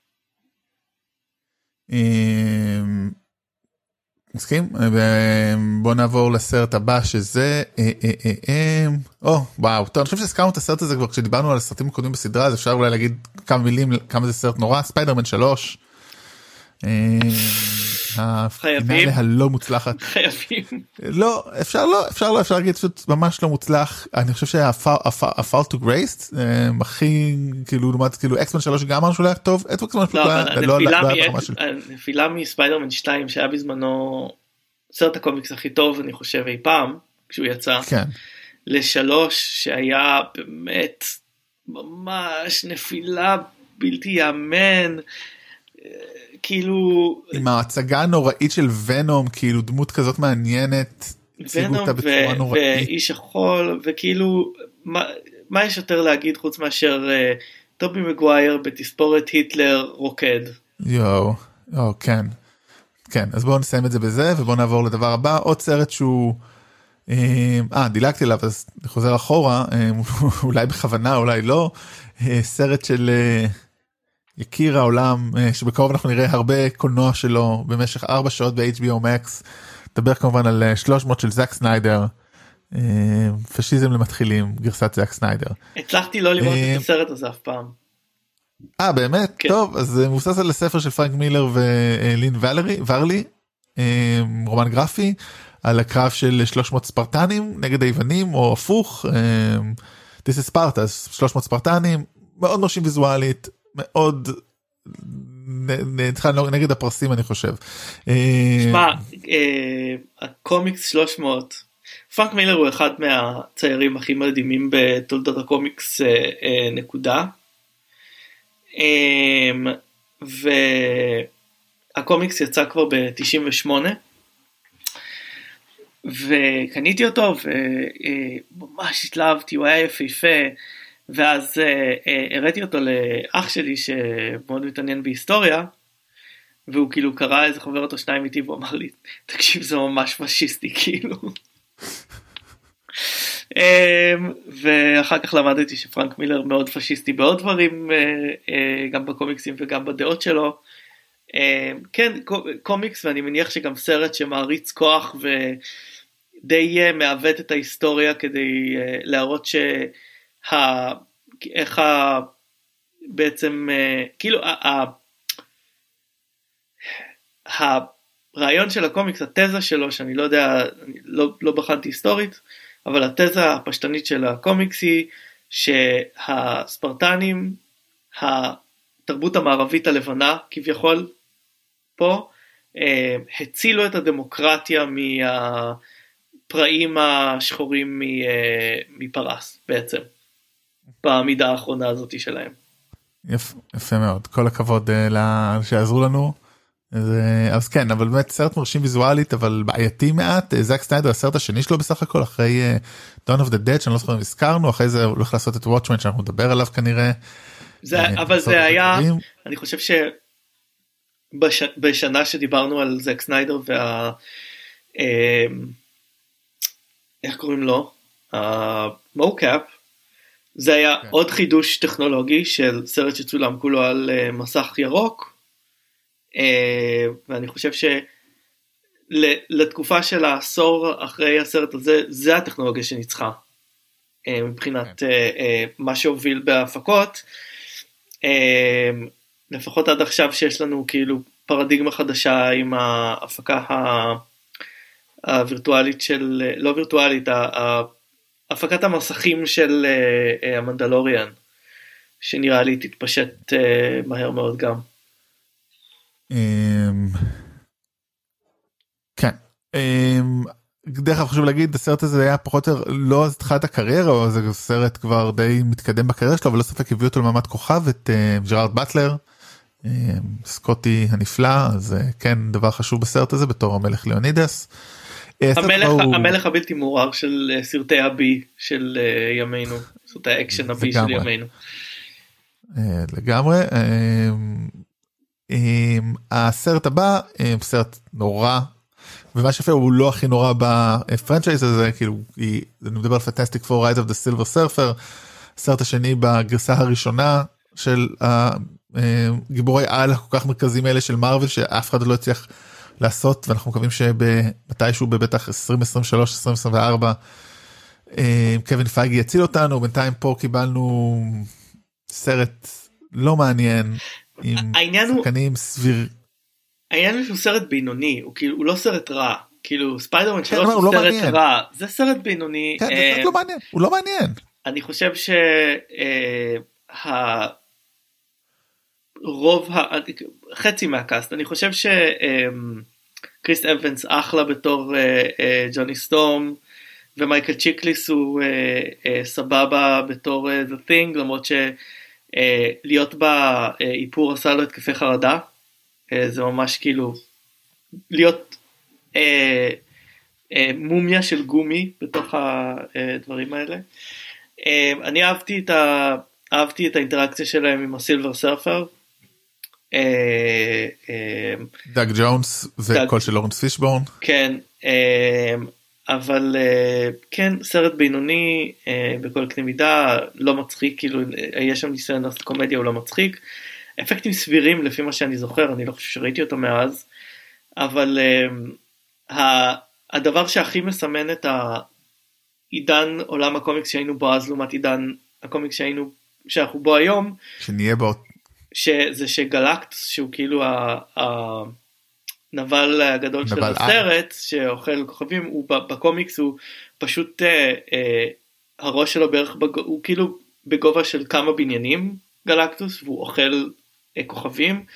מסכים? בוא נעבור לסרט הבא שזה או וואו, טוב, אני חושב שהזכרנו את הסרט הזה כבר כשדיברנו על הסרטים הקודמים בסדרה, אז אפשר אולי להגיד כמה מילים כמה זה סרט נורא. ספיידרמן שלוש, חייבים, הלא מוצלחת, חייבים, לא אפשר לא אפשר לא אפשר להגיד פשוט ממש לא מוצלח. אני חושב שה-Fall to Grace הכי כאילו לעומת כאילו אקסמן שלוש גם משהו היה טוב, הנפילה מספיידרמן שתיים שהיה בזמנו סרט הקומיקס הכי טוב אני חושב אי פעם כשהוא יצא, לשלוש שהיה באמת ממש נפילה בלתי יאמן, כאילו עם ההצגה הנוראית של ונום, כאילו דמות כזאת מעניינת, ונום ואיש החול, וכאילו מה, מה יש יותר להגיד חוץ מאשר uh, טובי מגווייר בתספורת היטלר רוקד. יואו, יואו, כן כן, אז בואו נסיים את זה בזה ובואו נעבור לדבר הבא. עוד סרט שהוא אה, דילגתי עליו אז אני חוזר אחורה, אה, אולי בכוונה אולי לא, אה, סרט של אה, יקיר העולם, שבקרוב אנחנו נראה הרבה קולנוע שלו במשך ארבע שעות ב-אייץ' בי או Max. נדבר כמובן על שלוש מאות של זאק סניידר, פשיזם למתחילים, גרסת זאק סניידר. הצלחתי לא לראות את הסרט הזה אף פעם. אה באמת? טוב, אז מבוסס על הספר של פרנק מילר ולין ורלי, רומן גרפי, על הקרב של שלוש מאות ספרטנים נגד היוונים, או הפוך, This is Sparta, שלוש מאות ספרטנים, מאוד מרשים ויזואלית, מאוד נגד הפרסים אני חושב. שמע, הקומיקס שלוש מאות, פרנק מילר הוא אחד מהציירים הכי מדהימים בתולדות הקומיקס נקודה, והקומיקס יצא כבר ב-תשעים ושמונה, וקניתי אותו וממש התלהבתי, הוא היה יפהפה, ואז הראיתי אותו לאח שלי שמאוד מתעניין בהיסטוריה, והוא כאילו קרא איזה חוברת או שניים איתי, והוא אמר לי, תקשיב זה ממש פשיסטי כאילו. ואחר כך למדתי שפרנק מילר מאוד פשיסטי בעוד דברים, גם בקומיקסים וגם בדעות שלו. כן, קומיקס, ואני מניח שגם סרט שמעריץ כוח ודי מעוות את ההיסטוריה כדי להראות שה... איך ה... בעצם, כאילו, הרעיון של הקומיקס, התזה שלו, שאני לא יודע, אני לא, לא בחנתי היסטורית, אבל התזה הפשטנית של הקומיקס היא שהספרטנים, התרבות המערבית הלבנה, כביכול, פה, הצילו את הדמוקרטיה מהפראים השחורים מפרס, בעצם, בעמידה האחרונה הזאת שלהם. יפה, יפה מאוד, כל הכבוד שעזרו לנו. אז כן, אבל באמת סרט מרשים ויזואלית, אבל בעייתי מעט. זאק סניידר, הסרט השני שלו בסך הכל, אחרי Dawn of the Dead, שאני לא זוכר אם הזכרנו, אחרי זה הוא הולך לעשות את Watchmen, שאנחנו נדבר עליו כנראה. אבל זה היה, אני חושב שבשנה שדיברנו על זאק סניידר, וה... איך קוראים לו? המוקאפ, זה היה עוד חידוש טכנולוגי של סרט שצולם כולו על מסך ירוק, ואני חושב שלתקופה של העשור אחרי הסרט הזה, זה הטכנולוגיה שניצחה, מבחינת מה שהוביל בהפקות, לפחות עד עכשיו שיש לנו כאילו פרדיגמה חדשה עם ההפקה הווירטואלית של, לא וירטואלית, הפקת המסכים של המנדלוריאן, שנראה לי תתפשט מהר מאוד גם. כן, דרך כלל חשוב להגיד, הסרט הזה היה פחות או יותר לא התחלת הקריירה, זה סרט כבר די מתקדם בקריירה שלו, אבל לא ספק הביא אותו למעמד כוכב, את ג'רארד באטלר, סקוטי הנפלא, אז כן, דבר חשוב בסרט הזה, בתור המלך ליאונידס. המלך הבלתי מעורר של סרטי הבי של ימינו, סרטי האקשן הבי של ימינו. לגמרי. הסרט הבא, סרט נורא, ומה שפה הוא לא הכי נורא בפרנצ'ייז הזה, כאילו, אני מדבר על Fantastic Four Rise of the Silver Surfer, הסרט השני בגרסה הראשונה של גיבורי על הכל כך מרכזיים האלה של מרוול, שאף אחד לא הצליח לעשות, ואנחנו מקווים שבמתישהו בבטח עשרים עשרים ושלוש עשרים עשרים וארבע קווין פייגי יציל אותנו. בינתיים פה קיבלנו סרט לא מעניין, עם שחקנים סביר. העניין הוא שהוא סרט בינוני, הוא כאילו, הוא לא סרט רע, כאילו ספיידרמן שלוש הוא סרט רע, זה סרט בינוני. כן, זה סרט לא מעניין, הוא לא מעניין. אני חושב שהרוב, חצי מהקאסט, אני חושב שקריס אבנס אחלה בתור ג'וני סטורם, ומייקל צ'יקליס הוא סבבה בתור The Thing, למרות שלהיות באיפור עשה לו התקפי חרדה, זה ממש כאילו להיות אה, אה, מומיה של גומי בתוך הדברים האלה. אה, אני אהבתי את, ה, אהבתי את האינטראקציה שלהם עם הסילבר סרפר. אה, אה, דאג ג'ונס וקול של לורנס פישבורן. כן, אה, אבל אה, כן, סרט בינוני אה, בכל קנה מידה, לא מצחיק, כאילו יש שם ניסיון לעשות קומדיה, הוא לא מצחיק. אפקטים סבירים לפי מה שאני זוכר, אני לא חושב שראיתי אותו מאז, אבל uh, הדבר שהכי מסמן את העידן עולם הקומיקס שהיינו בו אז, לעומת עידן הקומיקס שהיינו, שאנחנו בו היום, שנהיה בו, שזה שגלקטוס, שהוא כאילו הנבל הגדול של הסרט, שאוכל כוכבים, הוא בקומיקס הוא פשוט, uh, uh, הראש שלו בערך, בג... הוא כאילו בגובה של כמה בניינים, גלקטוס, והוא אוכל כוכבים,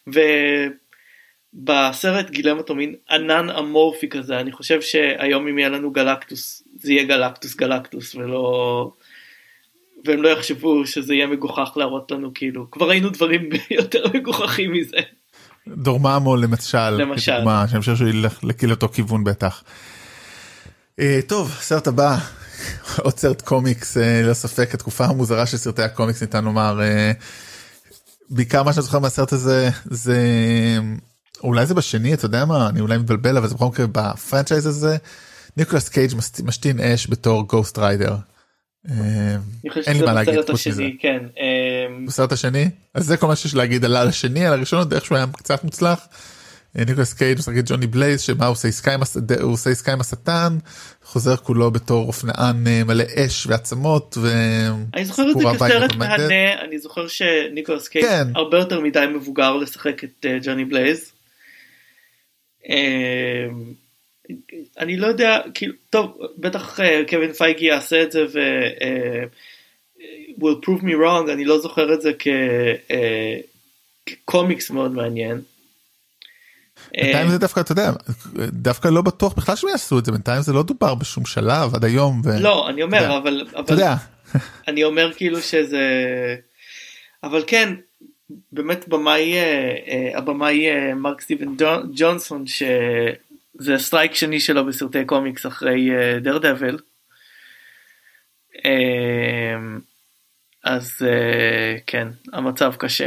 ובסרט גילם אותו מין ענן אמורפי כזה. אני חושב שהיום אם יהיה לנו גלקטוס, זה יהיה גלקטוס גלקטוס, ולא, והם לא יחשבו שזה יהיה מגוחך להראות לנו, כאילו, כבר ראינו דברים יותר מגוחכים מזה. דורממו למשל, למשל. כדוגמה, שאני חושב שהוא ילך לקיל אותו כיוון בטח. טוב, סרט הבא, עוד סרט קומיקס, לא ספק, התקופה המוזרה של סרטי הקומיקס, ניתן לומר, בעיקר מה שאני זוכר מהסרט הזה, זה, אולי זה בשני, אתה יודע מה, אני אולי מתבלבל, אבל זה בכל מקרה בפרנצ'ייז הזה, ניקולס קייג' משתין אש בתור גוסט ריידר. אין לי מה להגיד חוץ מזה. בסרט השני? אז זה כל מה שיש להגיד על השני, על הראשון עוד איכשהו היה קצת מוצלח. ניקולס קייג' משחק את ג'וני בלייז, שמה הוא עושה עסקה עם השטן, חוזר כולו בתור אופנען מלא אש ועצמות. אני זוכר את זה כסרט מהנה, אני זוכר שניקולס קייג' הרבה יותר מדי מבוגר לשחק את ג'וני בלייז. אני לא יודע, כאילו, טוב, בטח קווין פייגי יעשה את זה ו... will prove me wrong, אני לא זוכר את זה כקומיקס מאוד מעניין. בינתיים זה דווקא, אתה יודע, דווקא לא בטוח בכלל שהם יעשו את זה, בינתיים זה לא דובר בשום שלב עד היום. לא, אני אומר, אבל... אתה יודע. אני אומר כאילו שזה... אבל כן, באמת במאי, הבמאי מרק סטיבן ג'ונסון, שזה סטרייק שני שלו בסרטי קומיקס אחרי דר דבל. אז כן, המצב קשה.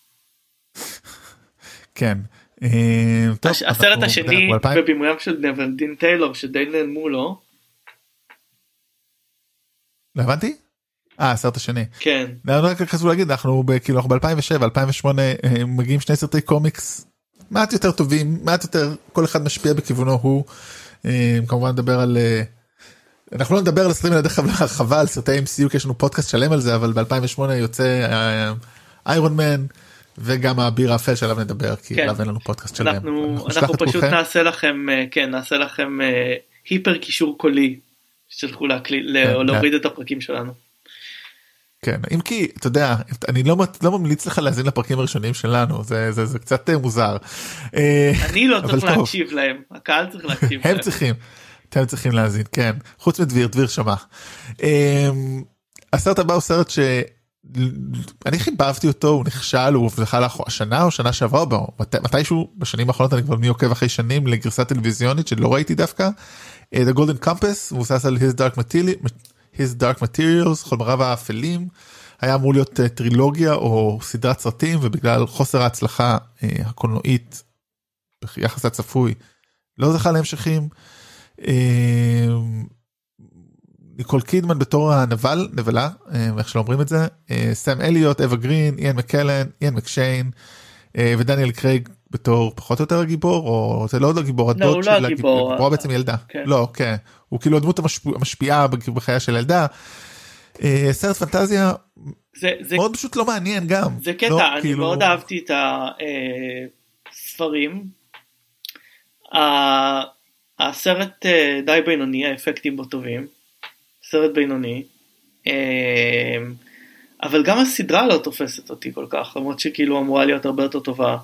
כן. הסרט השני בבימוים של נברדין טיילור שדי נעלמו לו. לא הבנתי? אה, הסרט השני. כן. רק חשוב להגיד, אנחנו כאילו ב-אלפיים ושבע אלפיים ושמונה מגיעים שני סרטי קומיקס מעט יותר טובים, מעט יותר, כל אחד משפיע בכיוונו הוא. כמובן נדבר על, אנחנו לא נדבר על הסרטים על ידי הרחבה על סרטי אם סי יו, כי יש לנו פודקאסט שלם על זה, אבל ב-אלפיים ושמונה יוצא איירון מן, וגם האביר האפל שעליו נדבר, כי עליו אין לנו פודקאסט שלם. אנחנו פשוט נעשה לכם, כן, נעשה לכם היפר קישור קולי, שתלכו להוריד את הפרקים שלנו. כן, אם כי, אתה יודע, אני לא, לא ממליץ לך להזין לפרקים הראשונים שלנו, זה, זה, זה קצת מוזר. אני לא צריך להקשיב להם, הקהל צריך להקשיב להם. הם צריכים, אתם צריכים להזין, כן. חוץ מדביר, דביר שמע. הסרט הבא הוא סרט ש... אני חיבבתי אותו, הוא נכשל, הוא זכה השנה או שנה שעברה בו, מתישהו בשנים האחרונות אני כבר מי עוקב אחרי שנים לגרסה טלוויזיונית שלא ראיתי דווקא, The Golden Compass, הוא מבוסס על His Dark Materials, His Dark Materials, חומריו האפלים, היה אמור להיות טרילוגיה או סדרת סרטים, ובגלל חוסר ההצלחה הקולנועית, ביחס הצפוי, לא זכה להמשכים. ניקול קידמן בתור הנבל, נבלה, איך שלא אומרים את זה, סם אליוט, אווה גרין, איין מקלן, איין מקשיין, ודניאל קרייג בתור פחות או יותר הגיבור, או זה לא עוד הגיבור, לא, הוא לא הגיבור. הוא בעצם ילדה. לא, כן. הוא כאילו הדמות המשפיעה בחייה של ילדה. סרט פנטזיה מאוד פשוט לא מעניין גם. זה קטע, אני מאוד אהבתי את הספרים. הסרט די בינוני, האפקטים בו טובים. סרט בינוני, אבל גם הסדרה לא תופסת אותי כל כך, למרות שכאילו אמורה להיות הרבה יותר טובה.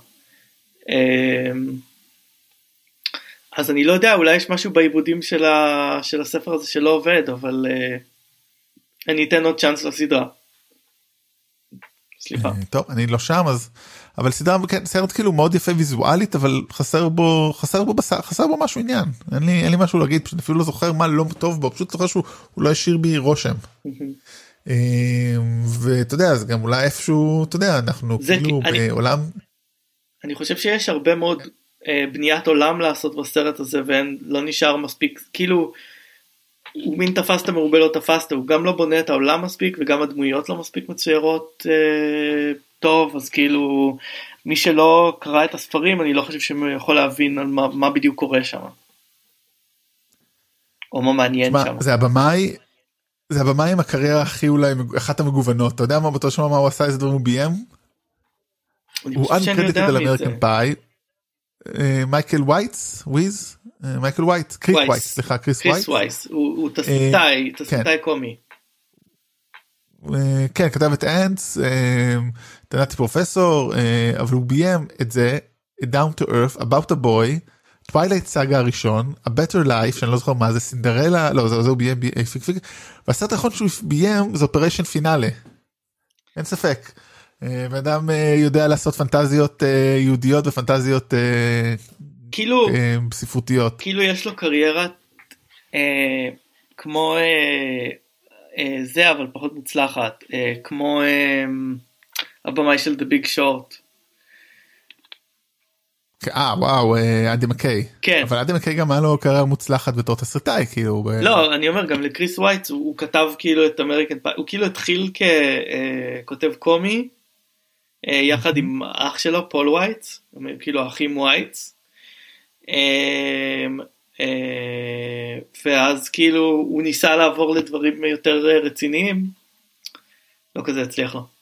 אז אני לא יודע, אולי יש משהו בעיבודים של, ה... של הספר הזה שלא עובד, אבל אני אתן עוד צ'אנס לסדרה. סליחה. טוב, אני לא שם, אז... אבל סדרה, כן, סרט כאילו מאוד יפה ויזואלית, אבל חסר בו, חסר בו, חסר בו משהו עניין. אין לי, אין לי משהו להגיד, פשוט אפילו לא זוכר מה לא טוב בו, פשוט זוכר שהוא לא השאיר בי רושם. ואתה יודע, אז גם אולי איפשהו, אתה יודע, אנחנו כאילו בעולם... אני חושב שיש הרבה מאוד בניית עולם לעשות בסרט הזה, ולא נשאר מספיק, כאילו, הוא מין תפסת מרובה לא תפסת, הוא גם לא בונה את העולם מספיק, וגם הדמויות לא מספיק מצוירות טוב, אז כאילו, מי שלא קרא את הספרים, אני לא חושב שהוא יכול להבין על מה, מה בדיוק קורה שם. או מה מעניין שם. זה הבמאי, זה הבמאי עם הקריירה הכי אולי, אחת המגוונות. אתה יודע מה באותו שמה מה הוא עשה, איזה דברים הוא ביים? הוא uncredited על אמריקן פאי. מייקל וייטס, וויז? מייקל וייט, קריס וייט, סליחה, קריס וייט. קריס וייט, הוא תסריטאי, תסריטאי קומי. כן, כתב את אנטס, תנתי פרופסור, אבל הוא ביים את זה, Down to Earth, About a Boy, Twilight Saga הראשון, A Better Life, שאני לא זוכר מה זה, סינדרלה, לא, זה הוא ביים, והסרט האחרון שהוא ביים, זה אופריישן פינאלה. אין ספק. ואדם יודע לעשות פנטזיות יהודיות ופנטזיות כאילו, ספרותיות. כאילו יש לו קריירה כמו... זה אבל פחות מוצלחת, כמו הבמאי של The Big Short. אה וואו, אדי מקיי. כן. אבל אדי מקיי גם היה לו קריירה מוצלחת בתור תסריטאי, כאילו. לא, אני אומר, גם לקריס וייטס, הוא כתב כאילו את אמריקן פאי, הוא כאילו התחיל ככותב קומי, יחד עם אח שלו, פול וייטס, כאילו האחים וייטס, ואז כאילו הוא ניסה לעבור לדברים יותר רציניים, לא כזה הצליח לו.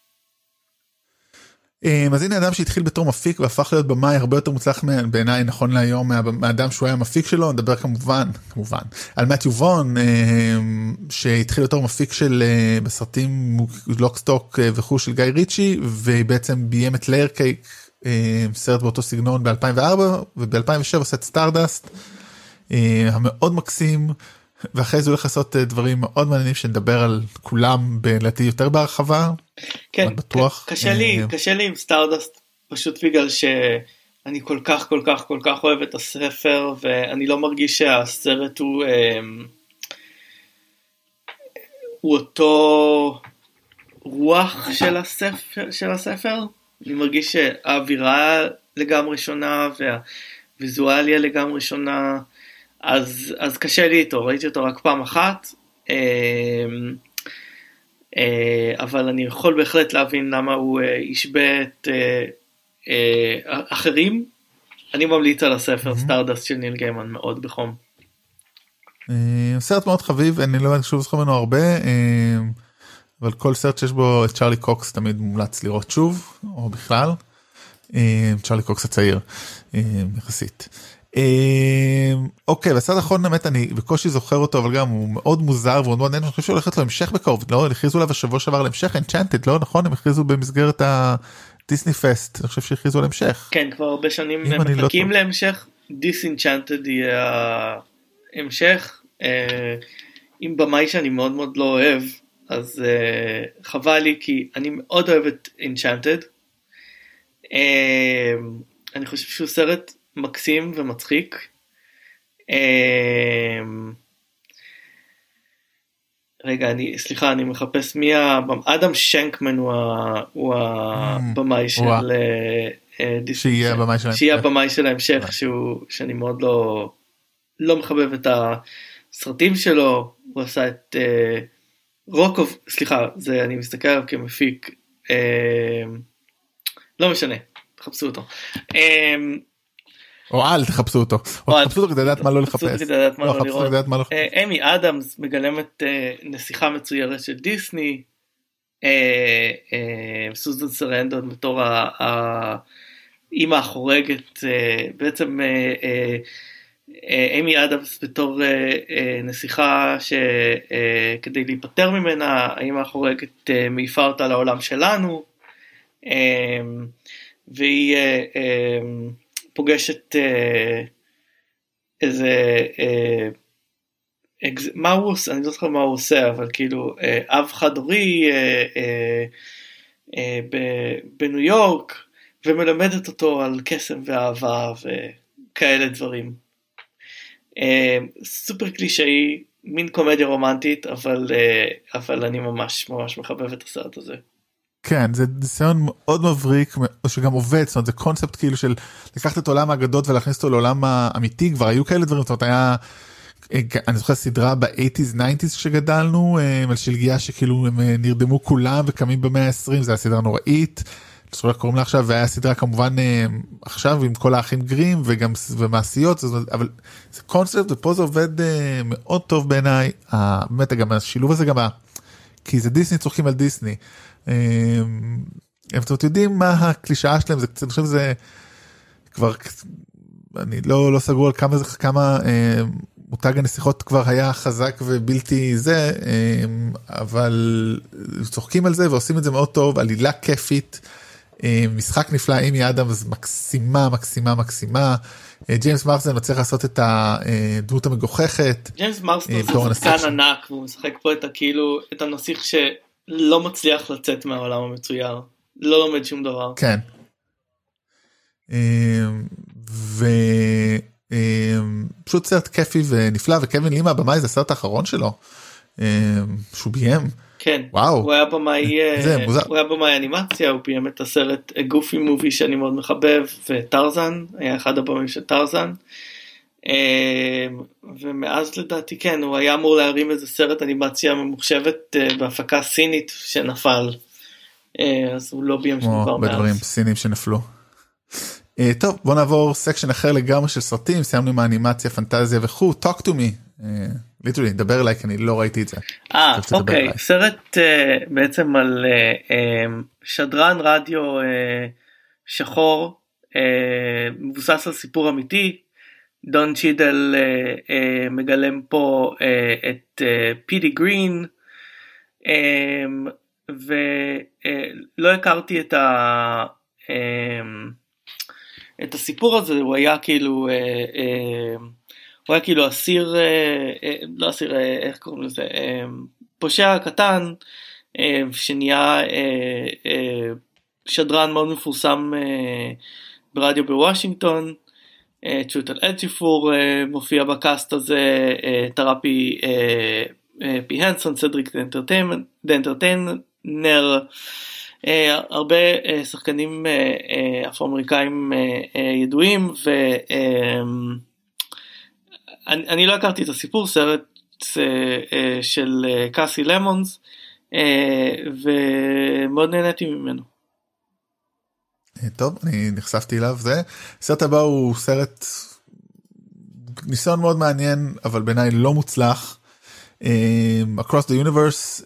אז הנה אדם שהתחיל בתור מפיק והפך להיות במאי הרבה יותר מוצלח בעיניי נכון להיום מהאדם שהוא היה מפיק שלו. נדבר כמובן כמובן על מתיו וון שהתחיל בתור מפיק של בסרטים לוקסטוק וכו' של גיא ריצ'י, ובעצם ביים את לייר קייק, סרט באותו סגנון ב-אלפיים וארבע, וב-אלפיים ושבע עושה את סטארדסט המאוד מקסים, ואחרי זה הולך לעשות דברים מאוד מעניינים שנדבר על כולם בלעתי יותר בהרחבה. כן, בטוח. קשה לי, קשה לי עם סטארדסט, פשוט בגלל שאני כל כך כל כך כל כך אוהב את הספר, ואני לא מרגיש שהסרט הוא הוא אותו רוח של הספר, של הספר. אני מרגיש שהאווירה לגמרי שונה, והוויזואליה לגמרי שונה, אז, אז קשה לי איתו, ראיתי אותו רק פעם אחת, אבל אני יכול בהחלט להבין למה הוא ישבה את אחרים. אני ממליץ על הספר סטארדסט של ניל גיימן מאוד בחום. סרט מאוד חביב, אני לא יודע שוב זוכר ממנו הרבה, אבל כל סרט שיש בו את צ'רלי קוקס תמיד מומלץ לראות שוב, או בכלל. צ'רלי קוקס הצעיר, יחסית. אוקיי, בסרט האחרון באמת אני בקושי זוכר אותו, אבל גם הוא מאוד מוזר והוא מאוד נהנה. אני חושב שהוא הולכת לו המשך בקרוב, לא? הכריזו עליו השבוע שעבר להמשך, אנצ'נטד, לא? נכון? הם הכריזו במסגרת הדיסני פסט, אני חושב שהכריזו על המשך. כן, כבר הרבה שנים מחכים להמשך, דיסנצ'נטד יהיה ההמשך, עם במאי שאני מאוד מאוד לא אוהב, אז חבל לי, כי אני מאוד אוהב את אנצ'נטד. אני חושב שהוא סרט מקסים ומצחיק. רגע, אני, סליחה, אני מחפש מי אדם שנקמן הוא הבמאי של דיסני, שיהיה הבמאי של ההמשך, שאני מאוד לא לא מחבב את הסרטים שלו. הוא עשה את רוקוב, סליחה, זה אני מסתכל עליו כמפיק, לא משנה, תחפשו אותו. או אל תחפשו אותו, או תחפשו אותו כדי לדעת מה לא לחפש. אמי אדמס מגלמת נסיכה מצוירת של דיסני, סוזן סרנדון בתור האמא החורגת, בעצם אמי אדמס בתור נסיכה שכדי להיפטר ממנה האמא החורגת מעיפה אותה לעולם שלנו, והיא פוגשת איזה, מה הוא עושה, אני לא זוכר מה הוא עושה, אבל כאילו אב חד הורי בניו יורק, ומלמדת אותו על קסם ואהבה וכאלה דברים. סופר קלישאי, מין קומדיה רומנטית, אבל, אבל אני ממש ממש מחבב את הסרט הזה. כן, זה ניסיון מאוד מבריק, שגם עובד, זאת אומרת, זה קונספט כאילו של לקחת את עולם האגדות ולהכניס אותו לעולם האמיתי, כבר היו כאלה דברים, זאת אומרת, היה, אני זוכר סדרה ב-שמונים, תשעים שגדלנו, על שלגיה שכאילו הם נרדמו כולם וקמים במאה ה-עשרים, זו הסדרה נוראית, שזוכר קוראים לה עכשיו, והיה סדרה כמובן עכשיו עם כל האחים גרים וגם ומעשיות, אבל זה קונספט, ופה זה עובד מאוד טוב בעיניי, באמת גם השילוב הזה גם, כי זה דיסני, צוחקים על דיסני, אתם יודעים מה הקלישאה שלהם, זה קצת, אני חושב שזה כבר, אני לא, לא סגור על כמה, כמה מותג הנסיכות כבר היה חזק ובלתי זה, אבל צוחקים על זה ועושים את זה מאוד טוב, עלילה כיפית, משחק נפלא, אמי אדמס מקסימה, מקסימה, מקסימה, ג'יימס מרסדן מצליח לעשות את הדמות המגוחכת. ג'יימס מרסדן זה שחקן ענק, והוא משחק פה את כאילו, את הנסיך ש... לא מצליח לצאת מהעולם המצויר, לא לומד שום דבר. כן. ופשוט סרט כיפי ונפלא, וקווין לימה הבמאי זה הסרט האחרון שלו, שהוא ביים, כן, וואו. הוא היה במאי, זה מוזר. הוא היה במאי אנימציה, הוא ביים את הסרט גופי מובי שאני מאוד מחבב, וטרזן, היה אחד הבמים של טרזן, ומאז לדעתי כן, הוא היה אמור להרים איזה סרט אנימציה ממוחשבת בהפקה סינית שנפל, אז הוא לא ביים שום דבר מאז. בדברים סינים שנפלו. טוב, בוא נעבור סקשן אחר לגמרי של סרטים, סיימנו עם האנימציה, פנטזיה וכו', talk to me, ליטרלי, דבר אליי, כי אני לא ראיתי את זה. אה, אוקיי, סרט בעצם על שדרן רדיו שחור, מבוסס על סיפור אמיתי, דון צ'ידל מגלם פה את פידי גרין, ולא הכרתי את ה... את הסיפור הזה, הוא היה כאילו, הוא היה כאילו אסיר, לא אסיר, איך קוראים לזה, פושע קטן, שנהיה שדרן מאוד מפורסם ברדיו בוושינגטון, צ'וטל אג'יפור מופיע בקאסט הזה, תרפי פי הנסון, סדריק דנטרטיינר, הרבה שחקנים אפרו-אמריקאים ידועים, ואני לא הכרתי את הסיפור, סרט של קאסי למונס, ומאוד נהניתי ממנו. טוב, אני נחשפתי אליו. זה הסרט הבא הוא סרט ניסיון מאוד מעניין, אבל בעיניי לא מוצלח, Across the Universe,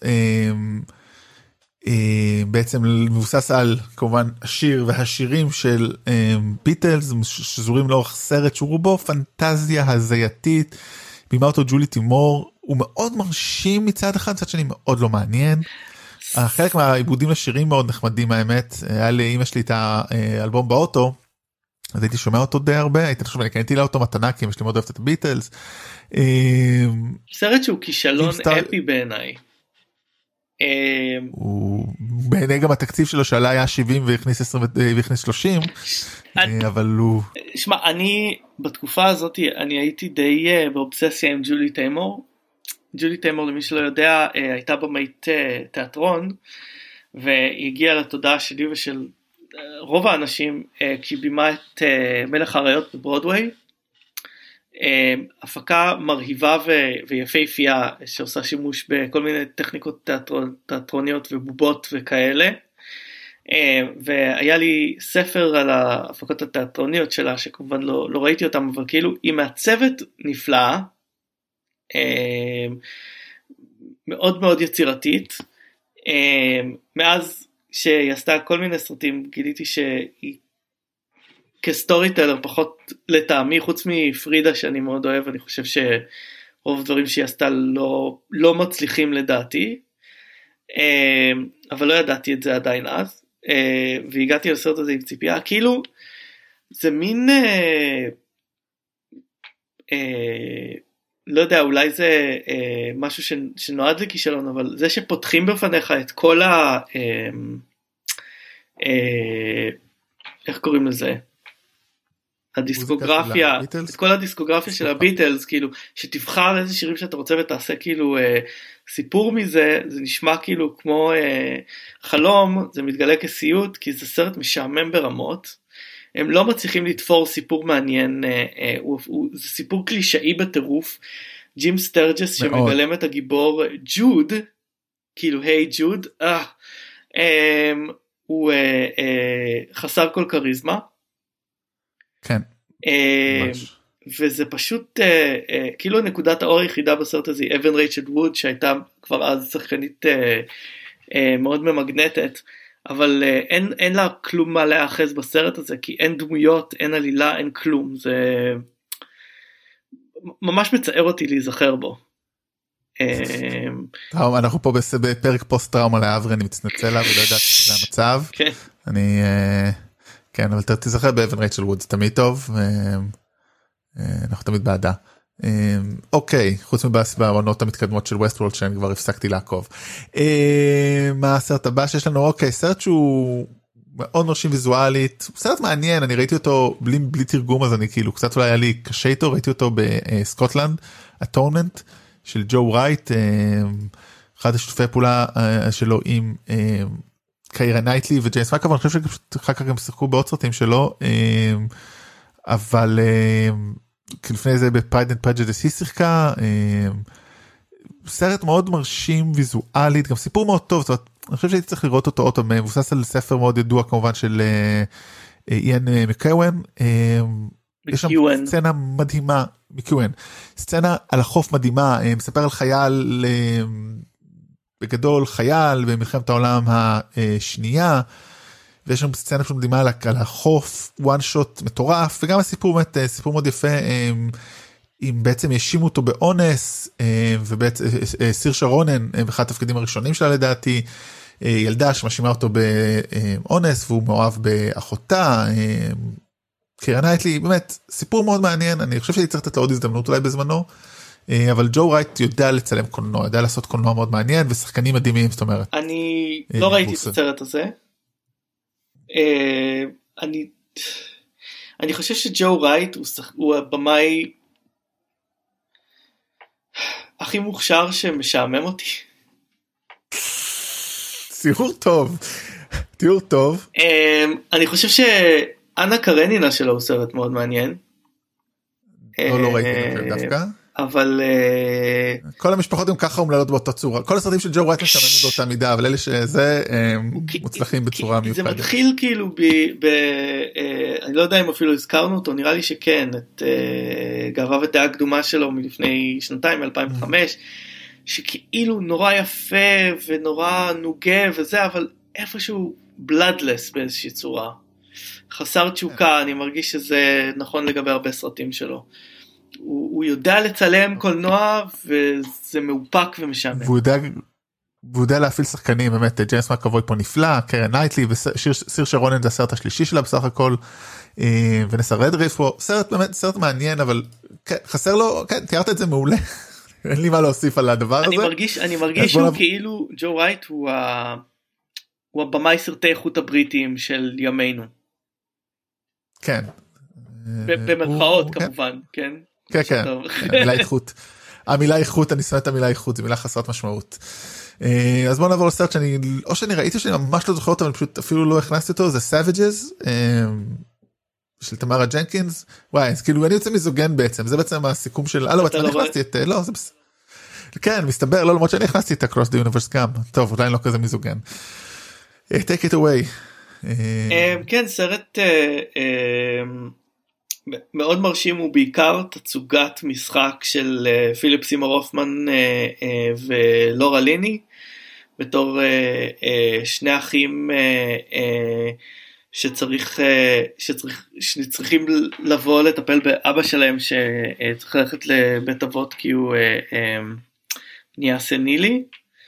בעצם מבוסס על כמובן השיר והשירים של ביטלס, שזורים לאורך סרט שהוא רובו פנטזיה הזייתית, בימה אותו ג'ולי טימור, הוא מאוד מרשים מצד אחד, מצד שני מאוד לא מעניין. חלק מהעיבודים לשירים מאוד נחמדים האמת, היה לאמא שלי את האלבום באוטו, אז הייתי שומע אותו די הרבה, הייתי חושב, אני קניתי לה אותו מתנה, כי אמא שלי מאוד אוהבת את הביטלס. סרט שהוא כישלון אפי בעיניי. הוא בעיני גם התקציב שלו שעלה היה שבעים והכניס שלושים, אבל הוא... שמע, אני בתקופה הזאת, אני הייתי די באובססיה עם ג'ולי טיימור. ג'ולי טיימור, למי שלא יודע, הייתה במאית תיאטרון, והיא הגיעה לתודעה שלי ושל רוב האנשים, כשהיא בימה את מלך האריות בברודוויי, הפקה מרהיבה ויפהפייה, שעושה שימוש בכל מיני טכניקות תיאטרוניות ובובות וכאלה, והיה לי ספר על ההפקות התיאטרוניות שלה, שכמובן לא, לא ראיתי אותם, אבל כאילו היא מעצבת נפלאה, מאוד מאוד יצירתית. מאז שהיא עשתה כל מיני סרטים, גיליתי שהיא כסטורי טלר פחות לטעמי, חוץ מפרידה שאני מאוד אוהב, אני חושב שרוב הדברים שהיא עשתה לא, לא מצליחים לדעתי, אבל לא ידעתי את זה עדיין אז, והגעתי לסרט הזה עם ציפייה, כאילו זה מין לא יודע, אולי זה אה, משהו ש, שנועד לכישלון, אבל זה שפותחים בפניך את כל ה... אה, אה, איך קוראים לזה? הדיסקוגרפיה, את כל הדיסקוגרפיה של הביטלס, כאילו, שתבחר איזה שירים שאתה רוצה ותעשה כאילו אה, סיפור מזה, זה נשמע כאילו כמו אה, חלום, זה מתגלה כסיוט, כי זה סרט משעמם ברמות, הם לא מצליחים לתפור סיפור מעניין, אה, אה, הוא, הוא, זה סיפור קלישאי בטירוף, ג'ים סטרג'ס שמגלם את הגיבור ג'וד, כאילו היי ג'וד, אה, אה, הוא אה, אה, חסר כל קריזמה, כן, אה, וזה פשוט אה, אה, כאילו נקודת האור היחידה בסרט הזה, אבן רייצ'ל ווד שהייתה כבר אז שחקנית אה, אה, מאוד ממגנטת, אבל אה, אין, אין לה כלום מה להאחז בסרט הזה, כי אין דמויות, אין עלילה, אין כלום, זה ממש מצער אותי להיזכר בו. טוב, אנחנו פה בפרק פוסט טראומה לאברי, אני מצנצל לה ולא ידעתי שזה המצב. כן. אני, כן, אבל תזכר באבן רייצ'ל ווד, זה תמיד טוב, אנחנו תמיד בעדה. אוקיי, חוץ מבעונות המתקדמות של ווסטוורלד שאני כבר הפסקתי לעקוב. מה הסרט הבא שיש לנו? אוקיי, סרט שהוא מאוד מרשים ויזואלית, הוא סרט מעניין, אני ראיתי אותו בלי, בלי תרגום, אז אני כאילו קצת אולי היה לי קשה איתו, ראיתי אותו בסקוטלנד, אטורנמנט של ג'ו רייט, אחד השיתופי פעולה שלו עם קיירה נייטלי וג'יימס מקאבוי, אני חושב שאחר כך גם שיחקו בעוד סרטים שלו, אבל לפני זה בפרייד אנד פרג'דיס היא שיחקה, סרט מאוד מרשים ויזואלית, גם סיפור מאוד טוב, זאת אומרת, אני חושב שהייתי צריך לראות אותו עוד פעם, מבוסס על ספר מאוד ידוע כמובן של איאן מקוון, יש שם סצנה מדהימה, מקוון, סצנה על החוף מדהימה, מספר על חייל, בגדול חייל במלחמת העולם השנייה, ויש שם סצנה פשוט מדהימה על החוף, וואן שוט מטורף, וגם הסיפור באמת, סיפור מאוד יפה, אם בעצם ישימו אותו באונס, ובעצם סיר שרונן, באחד התפקידים הראשונים שלה לדעתי, ילדה שמשימה אותו באונס, והוא מאוהב באחותה, קיירה נייטלי, באמת, סיפור מאוד מעניין, אני חושב שאני צריך לתת לו עוד הזדמנות אולי בזמנו, אבל ג'ו רייט יודע לצלם קולנוע, יודע לעשות קולנוע מאוד מעניין, ושחקנים מדהימים, זאת אומרת. אני לא ראיתי את הסרט הזה, אני אני חושב שג'ו רייט הוא הבמאי הכי מוכשר שמשעמם אותי. ציור טוב, תיאור טוב. אני חושב שאנה קרנינה שלו הוא סרט מאוד מעניין. לא, לא ראיתי דווקא. אבל כל המשפחות גם ככה אומללות באותה צורה, כל הסרטים של ג'ו רייט משעממים באותה מידה, אבל אלה שזה מוצלחים בצורה מיוחדת. זה מתחיל כאילו ב... אני לא יודע אם אפילו הזכרנו אותו, נראה לי שכן, את גאווה ודעה קדומה שלו מלפני שנתיים, אלפיים וחמש, שכאילו נורא יפה ונורא נוגה וזה, אבל איפשהו bloodless באיזושהי צורה. חסר תשוקה, אני מרגיש שזה נכון לגבי הרבה סרטים שלו. הוא, הוא יודע לצלם קולנוע וזה מאופק ומשעמם. והוא יודע, והוא יודע להפעיל שחקנים, באמת, ג'יימס מקאבוי פה נפלא, קיירה נייטלי וסיר שרונן זה הסרט השלישי שלה בסך הכל, ונסה רדריף פה, סרט באמת, סרט מעניין, אבל חסר לו, כן, תיארת את זה מעולה, אין לי מה להוסיף על הדבר הזה. אני מרגיש, אני מרגיש שהוא נב... כאילו, ג'ו רייט הוא, ה... הוא הבמאי סרטי איכות הבריטים של ימינו. כן. במרכאות כמובן, כן. כן, כן, המילה איכות. המילה איכות, אני שונא את המילה איכות, זו מילה חסרת משמעות. אז בואו נעבור לסרט שאני, או שאני ראיתי שאני ממש לא זוכר אותו, אבל פשוט אפילו לא הכנסתי אותו, זה Savages, של תמרה ג'נקינס. וואי, אז כאילו אני יוצא מזוגן בעצם, זה בעצם הסיכום של, אה לא, אני הכנסתי את, לא, זה בסדר. כן, מסתבר, לא, למרות שאני הכנסתי את ה-Cross the Universe גם, טוב, אולי לא כזה מזוגן. Take it away. כן, סרט מאוד מרשים, הוא בעיקר תצוגת משחק של פיליפ סימור הופמן ולורה ליני, בתור שני אחים שצריך, שצריך, שצריכים לבוא לטפל באבא שלהם שצריך ללכת לבית אבות כי הוא נהיה סנילי.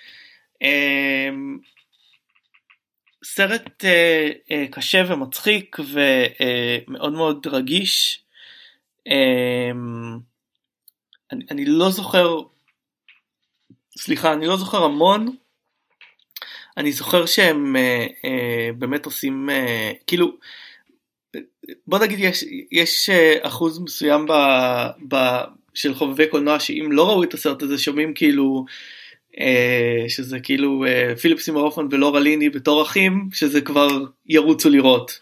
סרט אה, אה, קשה ומצחיק ומאוד אה, מאוד רגיש. אה, אני, אני לא זוכר, סליחה, אני לא זוכר המון. אני זוכר שהם אה, אה, באמת עושים, אה, כאילו, בוא נגיד יש, יש אחוז מסוים ב, ב, של חובבי קולנוע שאם לא ראו את הסרט הזה שומעים כאילו, שזה כאילו פיליפ סימור הופמן ולורה ליני בתור אחים, שזה כבר ירוצו לראות.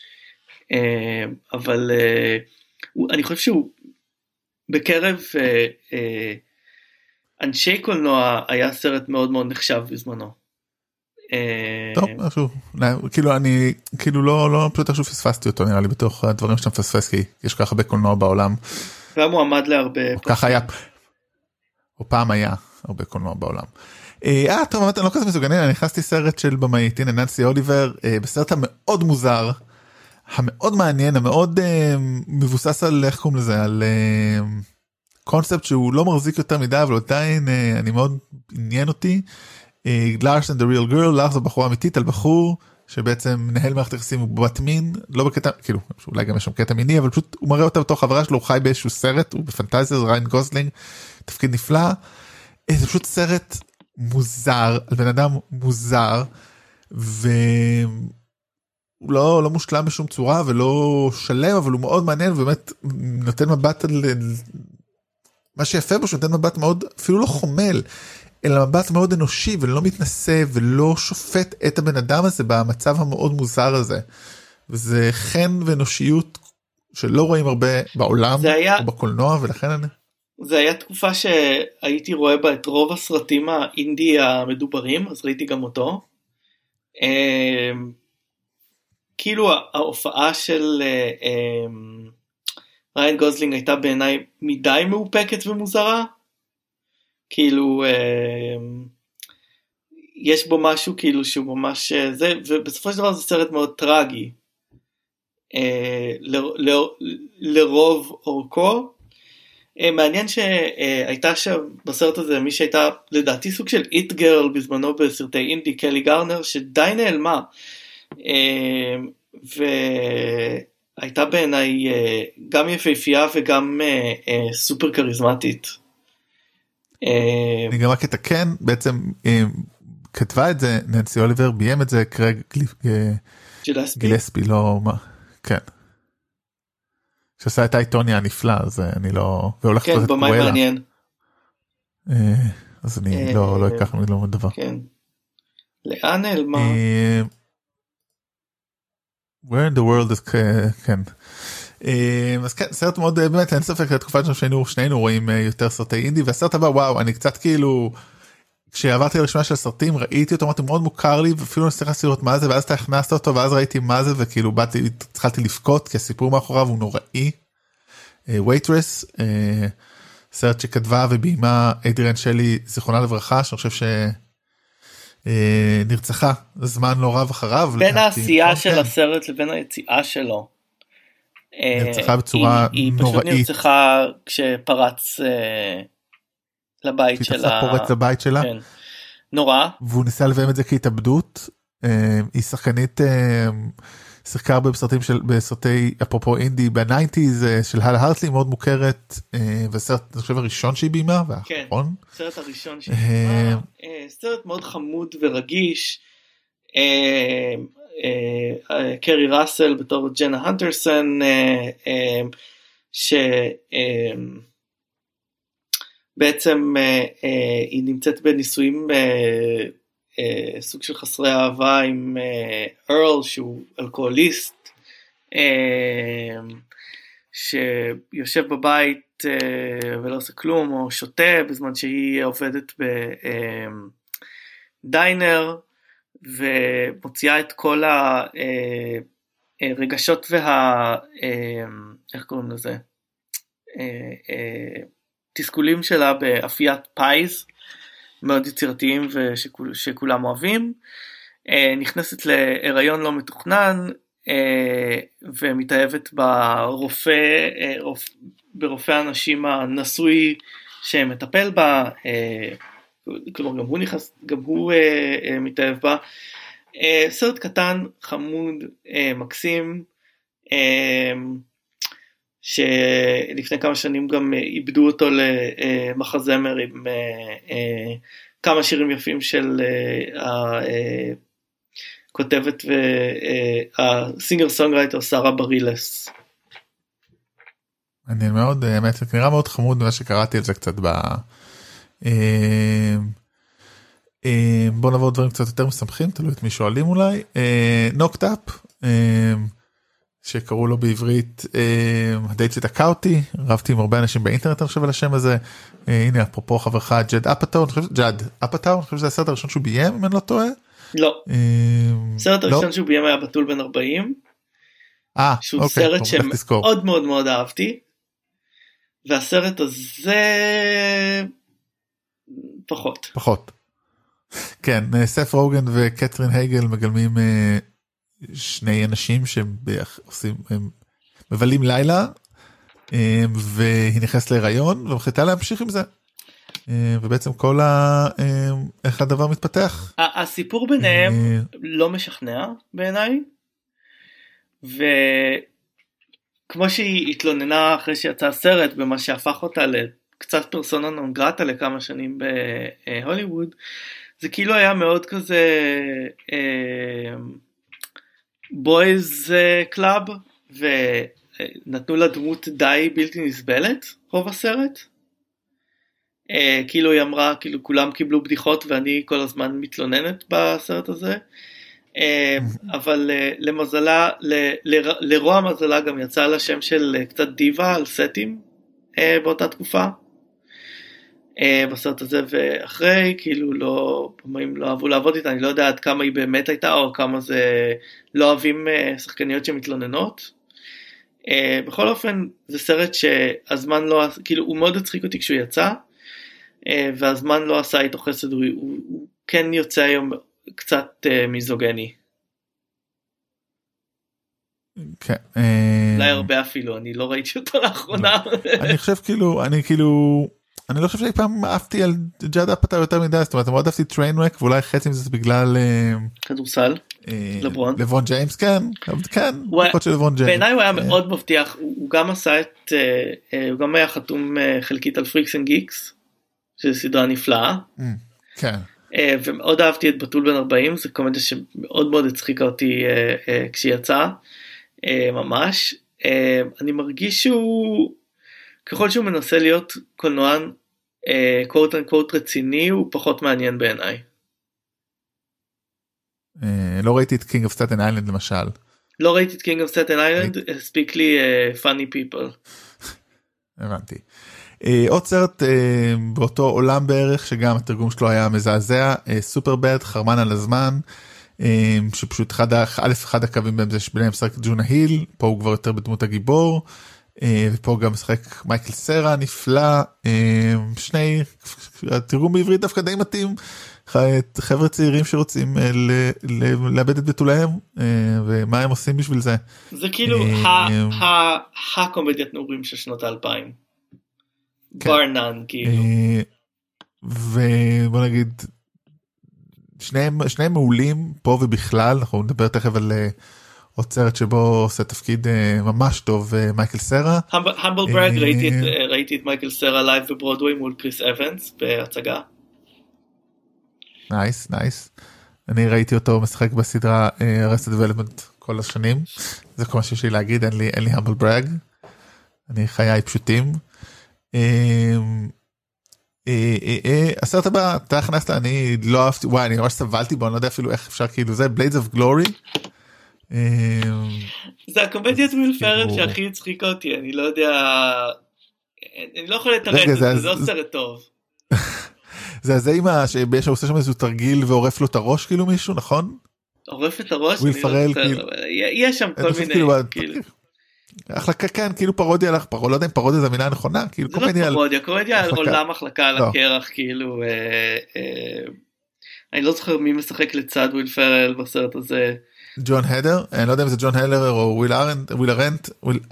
אבל אני חושב שהוא בקרב אנשי קולנוע היה סרט מאוד מאוד נחשב בזמנו. טוב, משהו, כאילו אני, כאילו לא, לא, פשוט עכשיו פספסתי אותו נראה לי בתוך הדברים שאתה מפספס, כי יש ככה הרבה קולנוע בעולם. והיה מועמד להרבה. ככה היה, או פעם היה. הרבה קולנוע בעולם. אה, טוב, אני לא כזה מזוגנן, אני נכנסתי סרט של במאית, הנה ננסי אוליבר, בסרט המאוד מוזר, המאוד מעניין, המאוד מבוסס על, איך קוראים לזה, על קונספט שהוא לא מחזיק יותר מדי, אבל עדיין אני מאוד עניין אותי, Lars and the Real Girl, לארס זו בחורה אמיתית על בחור, שבעצם מנהל מערכת יחסים הוא בת מין, לא בקטע, כאילו, אולי גם יש שם קטע מיני, אבל פשוט הוא מראה אותה בתור חברה שלו, הוא חי באיזשהו סרט, הוא בפנטזיה, זה ריין גוסלינג, תפקיד נפלא, זה פשוט סרט מוזר, על בן אדם מוזר, והוא לא, לא מושלם בשום צורה, ולא שלם, אבל הוא מאוד מעניין, ובאמת נותן מבט על, מה שיפה בו, שנותן מבט מאוד, אפילו לא חומל, אלא מבט מאוד אנושי ולא מתנשא ולא שופט את הבן אדם הזה במצב המאוד מוזר הזה. וזה חן ואנושיות שלא רואים הרבה בעולם היה... או בקולנוע, ולכן אני... זה היה תקופה שהייתי רואה בה את רוב הסרטים האינדי המדוברים, אז ראיתי גם אותו. כאילו ההופעה של ריין גוזלינג הייתה בעיניי מדי מאופקת ומוזרה. כאילו יש בו משהו כאילו שהוא ממש זה, ובסופו של דבר זה סרט מאוד טרגי. לרוב אורכו. מעניין שהייתה שם בסרט הזה מי שהייתה לדעתי סוג של איט גרל בזמנו בסרטי אינדי, קלי גארנר, שדי נעלמה והייתה בעיניי גם יפהפייה וגם סופר קריזמטית. אני גם רק אתקן, בעצם כתבה את זה ננסי אוליבר, ביים את זה קרג גילספי, לא מה, כן. שעשה את האיטוניה הנפלא, אז אני לא... כן, במאי מעניין. אז אני לא אקח מלא דבר. כן. לאן נעלמה? Where in the world is... כן. אז כן, סרט מאוד, באמת, אין ספק, לתקופה שהיינו שנינו רואים יותר סרטי אינדי, והסרט הבא, וואו, אני קצת כאילו... כשעברתי לרשימה של הסרטים, ראיתי אותו, אמרתי, מאוד מוכר לי, ואפילו נצטרך לראות מה זה, ואז אתה הכנסת אותו, ואז ראיתי מה זה, וכאילו באתי, התחלתי לבכות, כי הסיפור מאחוריו הוא נוראי. וייטרס, סרט שכתבה וביימה אדריאן שלי, זיכרונה לברכה, שאני חושב שנרצחה זמן לא רב אחריו. בין העשייה של הסרט לבין היציאה שלו. נרצחה בצורה היא נוראית. היא פשוט נרצחה כשפרץ... לבית שלה. פורץ לבית שלה. כן. נורא. והוא ניסה לביים את זה כהתאבדות. היא שחקנית, שיחקה הרבה בסרטים של, בסרטי, אפרופו אינדי, בניינטיז של הלה הרטלי, מאוד מוכרת, והסרט, אני חושב, הראשון שהיא ביימה, והאחרון. כן, סרט הראשון שהיא ביימה. סרט מאוד חמוד ורגיש. קרי ראסל בתור ג'נה הנטרסון, ש... בעצם אה, אה, היא נמצאת בניסויים אה, אה, סוג של חסרי אהבה עם אה, ארל שהוא אלכוהוליסט אה, שיושב בבית אה, ולא עושה כלום או שותה בזמן שהיא עובדת בדיינר אה, ומוציאה את כל הרגשות וה... אה, איך קוראים לזה? אה, אה, תסכולים שלה באפיית פייז, מאוד יצירתיים ושכולם אוהבים, נכנסת להיריון לא מתוכנן, ומתאהבת ברופא, ברופא האנשים הנשוי שמטפל בה, כלומר גם הוא נכנס, גם הוא מתאהב בה, סרט קטן, חמוד, מקסים, שלפני כמה שנים גם איבדו אותו למחזמר עם כמה שירים יפים של הכותבת והסינגר סונגרייטר שרה ברילס. אני מאוד, האמת, זה נראה מאוד חמוד מה שקראתי על זה קצת ב... בוא נעבור דברים קצת יותר משמחים, תלוי את מי שואלים אולי. נוקט אפ, שקראו לו בעברית הדייט שתקע אותי, רבתי עם הרבה אנשים באינטרנט אני חושב על השם הזה, הנה אפרופו חברך ג'ד אפאטאו, ג'ד אפאטאו, אני חושב שזה הסרט הראשון שהוא ביים אם אני לא טועה. לא, הסרט הראשון שהוא ביים היה בתול בן ארבעים, שהוא סרט שמאוד מאוד מאוד אהבתי, והסרט הזה פחות. פחות. כן, סף רוגן וקטרין הייגל מגלמים שני אנשים שעושים, הם מבלים לילה, והיא נכנסת להיריון, ומחליטה להמשיך עם זה. ובעצם כל ה... איך הדבר מתפתח. הסיפור ביניהם לא משכנע בעיניי, וכמו שהיא התלוננה אחרי שיצא הסרט, במה שהפך אותה לקצת פרסונה נון גרטה לכמה שנים בהוליווד, זה כאילו היה מאוד כזה... בויז קלאב, ונתנו לה דמות די בלתי נסבלת רוב הסרט, כאילו היא אמרה, כאילו כולם קיבלו בדיחות ואני כל הזמן מתלוננת בסרט הזה, אבל למזלה, לרוע מזלה גם יצא לה שם של קצת דיבה על סטים באותה תקופה, בסרט הזה, ואחרי כאילו לא, פעמים לא אהבו לעבוד איתה, אני לא יודע עד כמה היא באמת הייתה, או כמה זה לא אוהבים שחקניות שמתלוננות. בכל אופן זה סרט שהזמן לא, כאילו הוא מאוד הצחיק אותי כשהוא יצא, והזמן לא עשה איתו חסד, הוא, הוא, הוא כן יוצא היום קצת מיזוגני. כן. אולי הרבה אפילו, אני לא ראיתי אותו לאחרונה. אני חושב כאילו, אני כאילו, אני לא חושב שאי פעם אהבתי על ג'אד אפאטאו יותר מדי, זאת אומרת, אני מאוד אהבתי טריינרק, ואולי חצי מזה בגלל כדורסל, לברון. לברון ג'יימס, כן, כן, דקות של לברון ג'יימס. בעיניי הוא היה מאוד מבטיח, הוא גם עשה את, הוא גם היה חתום חלקית על פריקס אנד גיקס, שזו סדרה נפלאה. כן. ומאוד אהבתי את בתול בן ארבעים, זו קומדיה שמאוד מאוד הצחיקה אותי כשהיא יצאה, ממש. אני מרגיש שהוא, ככל שהוא מנסה להיות קולנוען קוט אנד קוט רציני, הוא פחות מעניין בעיניי. לא ראיתי את King of Staten Island למשל. לא ראיתי את King of Staten Island, speak לי funny people. הבנתי. עוד סרט באותו עולם בערך, שגם התרגום שלו היה מזעזע, סופרבד, חרמן על הזמן, שפשוט אחד, א' אחד הקווים בהם זה שביניהם משחק ג'ונה היל, פה הוא כבר יותר בדמות הגיבור, ופה גם משחק מייקל סרה נפלא, שני, התרגום בעברית דווקא די מתאים, חבר'ה צעירים שרוצים לאבד את בתוליהם, ומה הם עושים בשביל זה. זה כאילו הקומדיית נעורים של שנות האלפיים. בר נאן, כאילו. ובוא נגיד, שניהם, שניהם מעולים פה ובכלל, אנחנו נדבר תכף על עוד סרט שבו עושה תפקיד ממש טוב מייקל סרה. המבל ברג, ראיתי את מייקל סרה לייב בברודווי מול קריס אבנס בהצגה. נייס, נייס. אני ראיתי אותו משחק בסדרה Arrested Development כל השנים, זה כל מה שיש לי להגיד, אין לי, אין לי המבל ברג, אני חיי פשוטים. הסרט הבא, אתה הכנסת, אני לא אהבתי, וואי, אני ממש סבלתי בו, אני לא יודע אפילו איך אפשר, כאילו זה, Blades of Glory. זה הקומדיית וויל פרל שהכי הצחיקה אותי, אני לא יודע, אני לא יכול לתרץ, זה לא סרט טוב. זה הזה עם ה... שיש עושה שם איזו תרגיל ועורף לו את הראש כאילו מישהו, נכון? עורף את הראש? וויל פרל, כאילו... יש שם כל מיני... אחלה, כן, כאילו פרודיה עליך, לא יודע אם פרודיה זה המילה הנכונה, כאילו קומדיה על... קומדיה, קומדיה על עולם מחלקה על הקרח, כאילו... אני לא זוכר מי משחק לצד וויל פרל בסרט הזה. ג'ון הדר? אני לא יודע אם זה ג'ון הדר או וויל ארנט, וויל ארנט,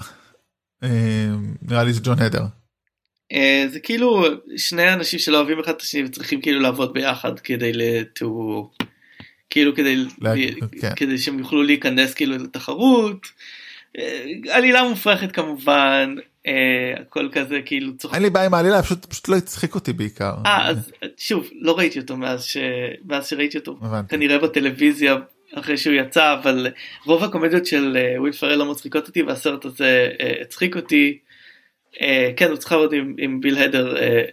נראה לי זה ג'ון הדר. זה כאילו שני אנשים שלא אוהבים אחד את השני וצריכים כאילו לעבוד ביחד כדי לטו, כאילו כדי, כדי שהם יוכלו להיכנס כאילו לתחרות. עלילה מופרכת כמובן, הכל כזה כאילו צוחק. אין לי בעיה עם העלילה, פשוט, פשוט לא הצחיק אותי בעיקר. אה, אז שוב, לא ראיתי אותו מאז, ש... מאז שראיתי אותו, כנראה בטלוויזיה אחרי שהוא יצא, אבל רוב הקומדיות של וויל פרל לא מצחיקות אותי, והסרט הזה הצחיק אותי. כן, הוא צריך לעבוד עם ביל הדר,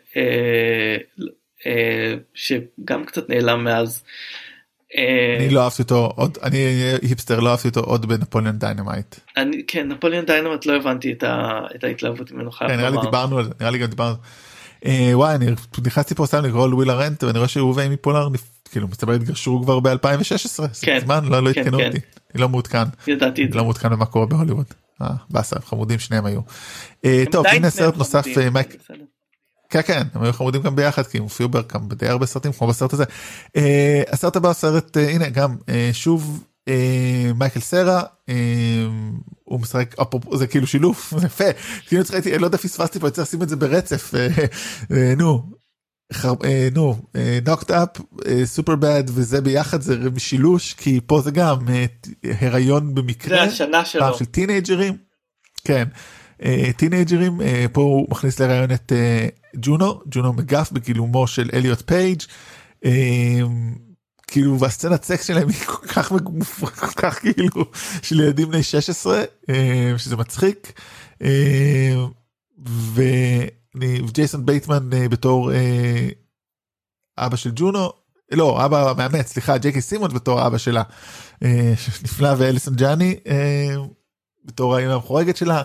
שגם קצת נעלם מאז. אני לא אהבתי אותו עוד, אני היפסטר, לא אהבתי אותו עוד בנפוליאן דיינמייט. כן, נפוליאן דיינמייט לא הבנתי את ההתלהבות ממנו. נראה לי דיברנו על זה, נראה לי גם דיברנו. וואי, אני נכנסתי פה סתם לקרוא לוויל ארנט, ואני רואה שהוא ואימי פולר, כאילו, מסתבר התגשרו כבר ב-אלפיים ושש עשרה, זה זמן, לא התקנו אותי, אני לא מעודכן. ידעתי את זה. לא מעודכן במה קורה בהוליווד. אה, בסדר, חמודים שניהם היו. טוב, הנה סרט נוסף, כן, כן, הם היו חמודים גם ביחד, כי הם הופיעו גם בדי הרבה סרטים, כמו בסרט הזה. הסרט הבא, סרט, הנה, גם, שוב, מייקל סרה, הוא משחק, זה כאילו שילוב, זה יפה, כאילו צריכתי, לא יודע, פספסתי פה, צריך לשים את זה ברצף, נו, נו, נוקט אפ, סופר בד, וזה ביחד, זה שילוש, כי פה זה גם הריון במקרה, זה השנה שלו. פעם של טינאג'רים, כן, טינאג'רים, פה הוא מכניס לרעיון את ג'ונו, ג'ונו מגף בגילומו של אליוט פייג', כאילו, והסצנת סקס שלהם היא כל כך, כל כך כאילו, של ילדים בני שש עשרה, שזה מצחיק, ו... ג'ייסון בייטמן בתור אבא של ג'ונו, לא, אבא מאמץ, סליחה, ג'קי סימונס בתור אבא שלה, נפלא, ואליסון ג'אני בתור האמא המחורגת שלה,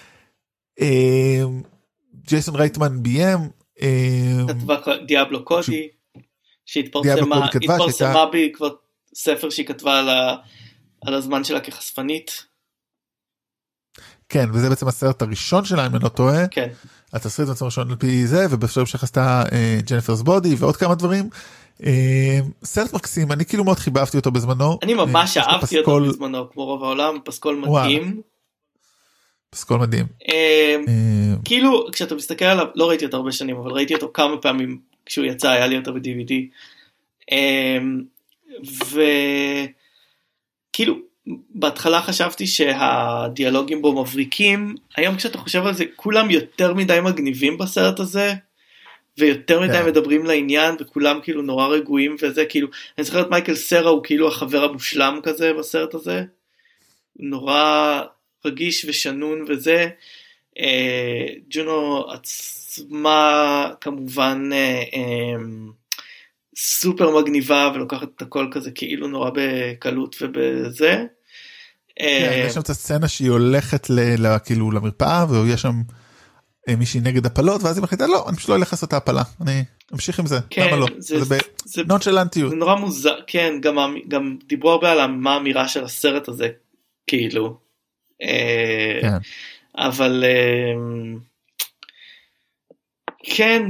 ג'ייסון רייטמן ביים, כתבה דיאבלו קודי, שהתפרסמה בעקבות ספר שהיא כתבה על הזמן שלה כחשפנית. כן, וזה בעצם הסרט הראשון שלה, אם אני לא טועה. כן. התסריט בעצם הראשון על פי זה, ובשלב שחסתה ג'ניפרס בודי ועוד כמה דברים. סרט מקסים, אני כאילו מאוד חיבבתי אותו בזמנו. אני ממש אהבתי אותו בזמנו, כמו רוב העולם, פסקול מדהים. פסקול מדהים. כאילו, כשאתה מסתכל עליו, לא ראיתי אותו הרבה שנים, אבל ראיתי אותו כמה פעמים כשהוא יצא, היה לי אותו ב-די וי די. וכאילו, בהתחלה חשבתי שהדיאלוגים בו מבריקים, היום כשאתה חושב על זה, כולם יותר מדי מגניבים בסרט הזה, ויותר מדי yeah. מדברים לעניין, וכולם כאילו נורא רגועים וזה, כאילו, אני זוכר את מייקל סרה, הוא כאילו החבר המושלם כזה בסרט הזה, נורא רגיש ושנון וזה, אה, ג'ונו עצמה כמובן אה, אה, סופר מגניבה, ולוקחת את הכל כזה כאילו נורא בקלות ובזה. כן, יש שם את הסצנה שהיא הולכת ל, כאילו למרפאה, ויש שם מישהי נגד הפלות, ואז היא מחליטה, לא, אני פשוט לא אלך לעשות את ההפלה, אני אמשיך עם זה, כן, למה לא? זה, זה, זה בנונשלנטיות. זה נורא מוזר, כן, גם, גם דיברו הרבה על מה האמירה של הסרט הזה, כאילו. כן. אבל כן,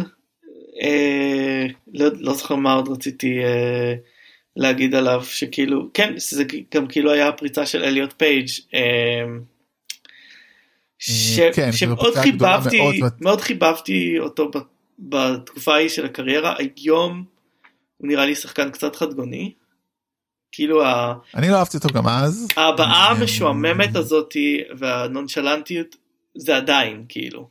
לא, לא זוכר מה עוד רציתי להגיד עליו, שכאילו, כן, זה גם כאילו היה הפריצה של אליוט פייג' שמאוד חיבבתי, מאוד חיבבתי אותו בתקופה ההיא של הקריירה. היום הוא נראה לי שחקן קצת חדגוני, כאילו אני לא אהבתי אותו גם אז, הבאה המשועממת הזאת והנונשלנטיות זה עדיין כאילו.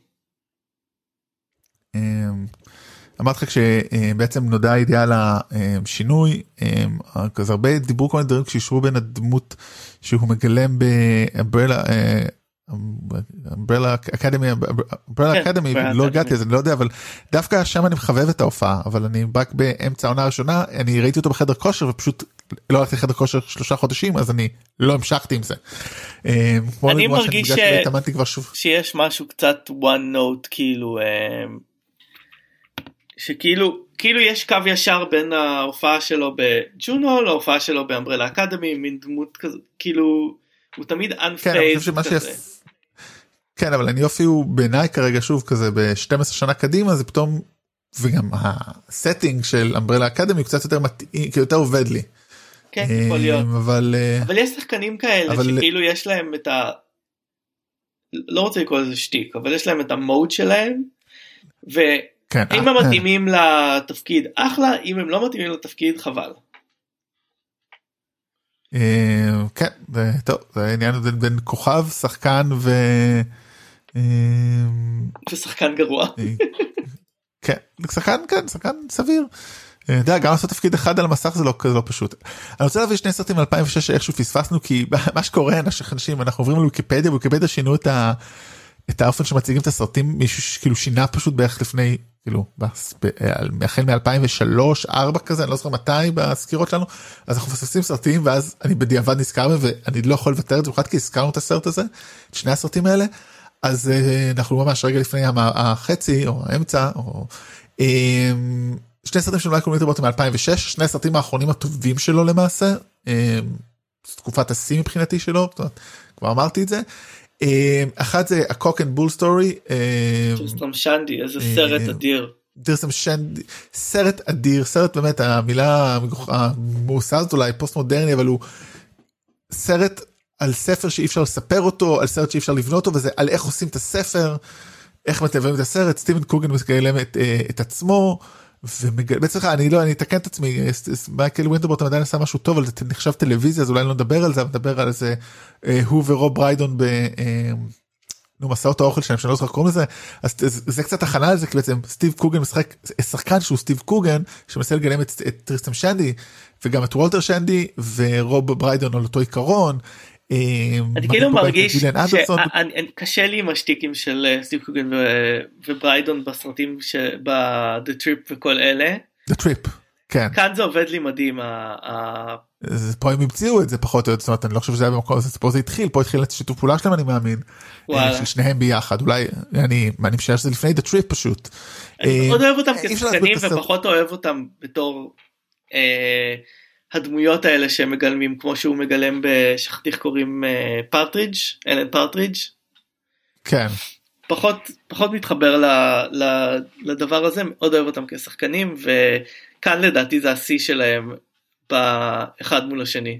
אמרתי לך כשבעצם נודע הידיעה על השינוי, אז הרבה דיברו כל מיני דברים כשישרו בין הדמות שהוא מגלם באמברלה אמברלה אקדמי, אמברלה אקדמי, לא הגעתי לזה, אני לא יודע, אבל דווקא שם אני מחבב את ההופעה, אבל אני רק באמצע העונה הראשונה, אני ראיתי אותו בחדר כושר, ופשוט לא הלכתי לחדר כושר שלושה חודשים, אז אני לא המשכתי עם זה. אני מרגיש שיש משהו קצת one note, כאילו, שכאילו, כאילו יש קו ישר בין ההופעה שלו בג'ונו, להופעה שלו באמברלה אקדמי, מין דמות כזה, כאילו, הוא תמיד unfazed כזה. כן, אבל אני יופי הוא בעיניי כרגע שוב כזה ב-שתים עשרה שנה קדימה, זה פתאום, וגם הסטינג של אמברלה אקדמי קצת יותר מתאים, יותר עובד לי. כן, יכול להיות. אבל, אבל יש שחקנים כאלה אבל... שכאילו יש להם את ה... לא רוצה לקרוא לזה שטיק, אבל יש להם את המוד שלהם, ואם כן, הם אה, מתאימים אה. לתפקיד, אחלה, אם הם לא מתאימים לתפקיד, חבל. כן, טוב, זה העניין בין כוכב, שחקן ו... ושחקן גרוע. כן, שחקן, כן, שחקן סביר. אתה יודע, גם לעשות תפקיד אחד על המסך זה לא כזה לא פשוט. אני רוצה להביא שני סרטים מ-אלפיים ושש שאיכשהו פספסנו, כי מה שקורה, אנשים, אנחנו עוברים לוויקיפדיה, וויקיפדיה שינו את ה... את האופן שמציגים את הסרטים, מישהו כאילו שינה פשוט בערך לפני, כאילו, החל מ-אלפיים ושלוש, ארבע כזה, אני לא זוכר מתי בסקירות שלנו, אז אנחנו מפספסים סרטים, ואז אני בדיעבד נזכר, ואני לא יכול לוותר את זה, במיוחד כי הזכרנו את הסרט הזה, את שני הסרטים האלה, אז אנחנו ממש רגע לפני החצי, או האמצע, או... שני סרטים שלנו יכולים להתרבות מ-אלפיים ושש, שני הסרטים האחרונים הטובים שלו למעשה, תקופת השיא מבחינתי שלו, כבר אמרתי את זה, אחד זה A Cock and Bull Story, דירסם שנדי, איזה סרט אדיר. דירסם שנדי, סרט אדיר, סרט באמת, המילה המאוסרת אולי פוסט מודרני, אבל הוא סרט על ספר שאי אפשר לספר אותו, על סרט שאי אפשר לבנות אותו, וזה על איך עושים את הספר, איך מטבעים את הסרט, סטיבן קוגן מגלם את, את עצמו, ובעצם אני לא, אני אתקן את עצמי, מייקל ווינטרבורט עדיין עשה משהו טוב, אבל זה נחשב טלוויזיה, אז אולי לא נדבר על זה, נדבר על זה, הוא ורוב בריידון במסעות האוכל שלהם, שאני לא זוכר קוראים לזה, אז זה קצת הכנה על זה, כי בעצם סטיב קוגן משחק, שחקן שהוא סטיב קוגן, שמנסה לגלם את טריסטם שנדי, וגם את וולטר שנדי, ורוב בריידון על אותו עיקרון, אני כאילו מרגיש שקשה לי עם השטיקים של סטיב קוגן ובריידון בסרטים ב-The Trip וכל אלה. The Trip, כן. כאן זה עובד לי מדהים. פה הם המציאו את זה פחות או יותר, זאת אומרת, אני לא חושב שזה היה במקום, פה זה התחיל, פה התחיל את שיתוף פעולה שלהם, אני מאמין, של שניהם ביחד, אולי, אני משער שזה לפני The Trip פשוט. אני מאוד אוהב אותם כשחקנים, ופחות אוהב אותם בתור הדמויות האלה שהם מגלמים, כמו שהוא מגלם בשחתיך קוראים פרטריג', אלן פרטריג'. כן. פחות, פחות מתחבר ל, ל, לדבר הזה, מאוד אוהב אותם כשחקנים, וכאן לדעתי זה השיא שלהם, באחד מול השני.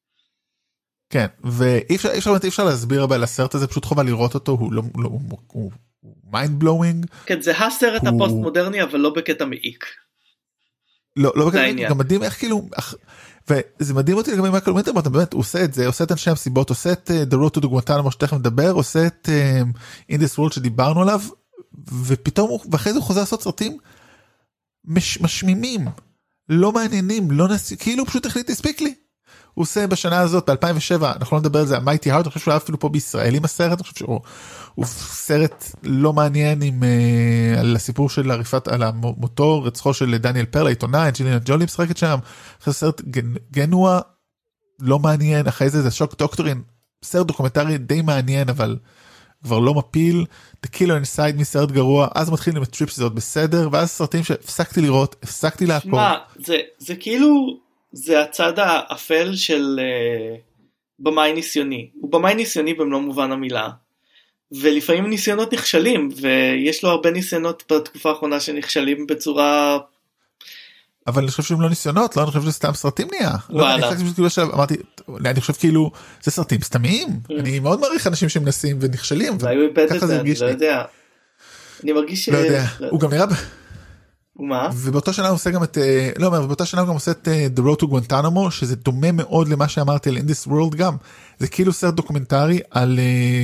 כן, ואי אפשר, אי אפשר, אי אפשר להסביר אבל הסרט הזה, פשוט חובה לראות אותו, הוא לא, לא, הוא mind blowing. כן, זה הסרט הוא... הפוסט מודרני, אבל לא בקטע מעיק. לא, לא בקטע מעיק, גם מדהים איך כאילו, וזה מדהים אותי לגבי מייקל מינטר, אתה באמת, הוא עושה את זה, עושה את אנשי המסיבות, עושה את The Road to the Guantanamo שתכף מדבר, עושה את In This World שדיברנו עליו, ופתאום, ואחרי זה הוא חוזר לעשות סרטים מש, משמימים, לא מעניינים, לא נס... כאילו פשוט החליט להספיק לי. הוא עושה בשנה הזאת, ב-אלפיים ושבע, אנחנו לא נדבר על זה, Mighty Heart, אני חושב שהוא היה אפילו פה בישראל עם הסרט, אני חושב שהוא הוא סרט לא מעניין עם, uh, על הסיפור של עריפת, על המוטור, רצחו של דניאל פרל, העיתונאי, ג'ילינה ג'ולי משחקת שם, אחרי סרט גנ... גנוע, לא מעניין, אחרי זה זה שוק דוקטורין, סרט דוקומנטרי די מעניין, אבל כבר לא מפיל, The Killer Inside מסרט גרוע, אז מתחילים עם הטריפ שזה עוד בסדר, ואז סרטים שהפסקתי לראות, הפסקתי לעקוב. מה, זה, זה כאילו, זה הצד האפל של uh, במאי ניסיוני, הוא במאי ניסיוני במלוא מובן המילה, ולפעמים ניסיונות נכשלים, ויש לו הרבה ניסיונות בתקופה האחרונה שנכשלים בצורה... אבל אני חושב שהם לא ניסיונות, לא, אני חושב שזה סתם סרטים נהיה. לא, אני חושב שכאילו, אמרתי, אני חושב כאילו, זה סרטים סתמיים, אני מאוד מעריך אנשים שמנסים ונכשלים, וככה זה הרגיש לי. אני לא יודע, אני מרגיש ש... לא יודע, הוא גם נראה... ומה? ובאותה שנה הוא עושה גם את, לא אומר, ובאותה שנה הוא גם עושה את The Road to Guantanamo, שזה דומה מאוד למה שאמרתי על In This World גם, זה כאילו סרט דוקומנטרי על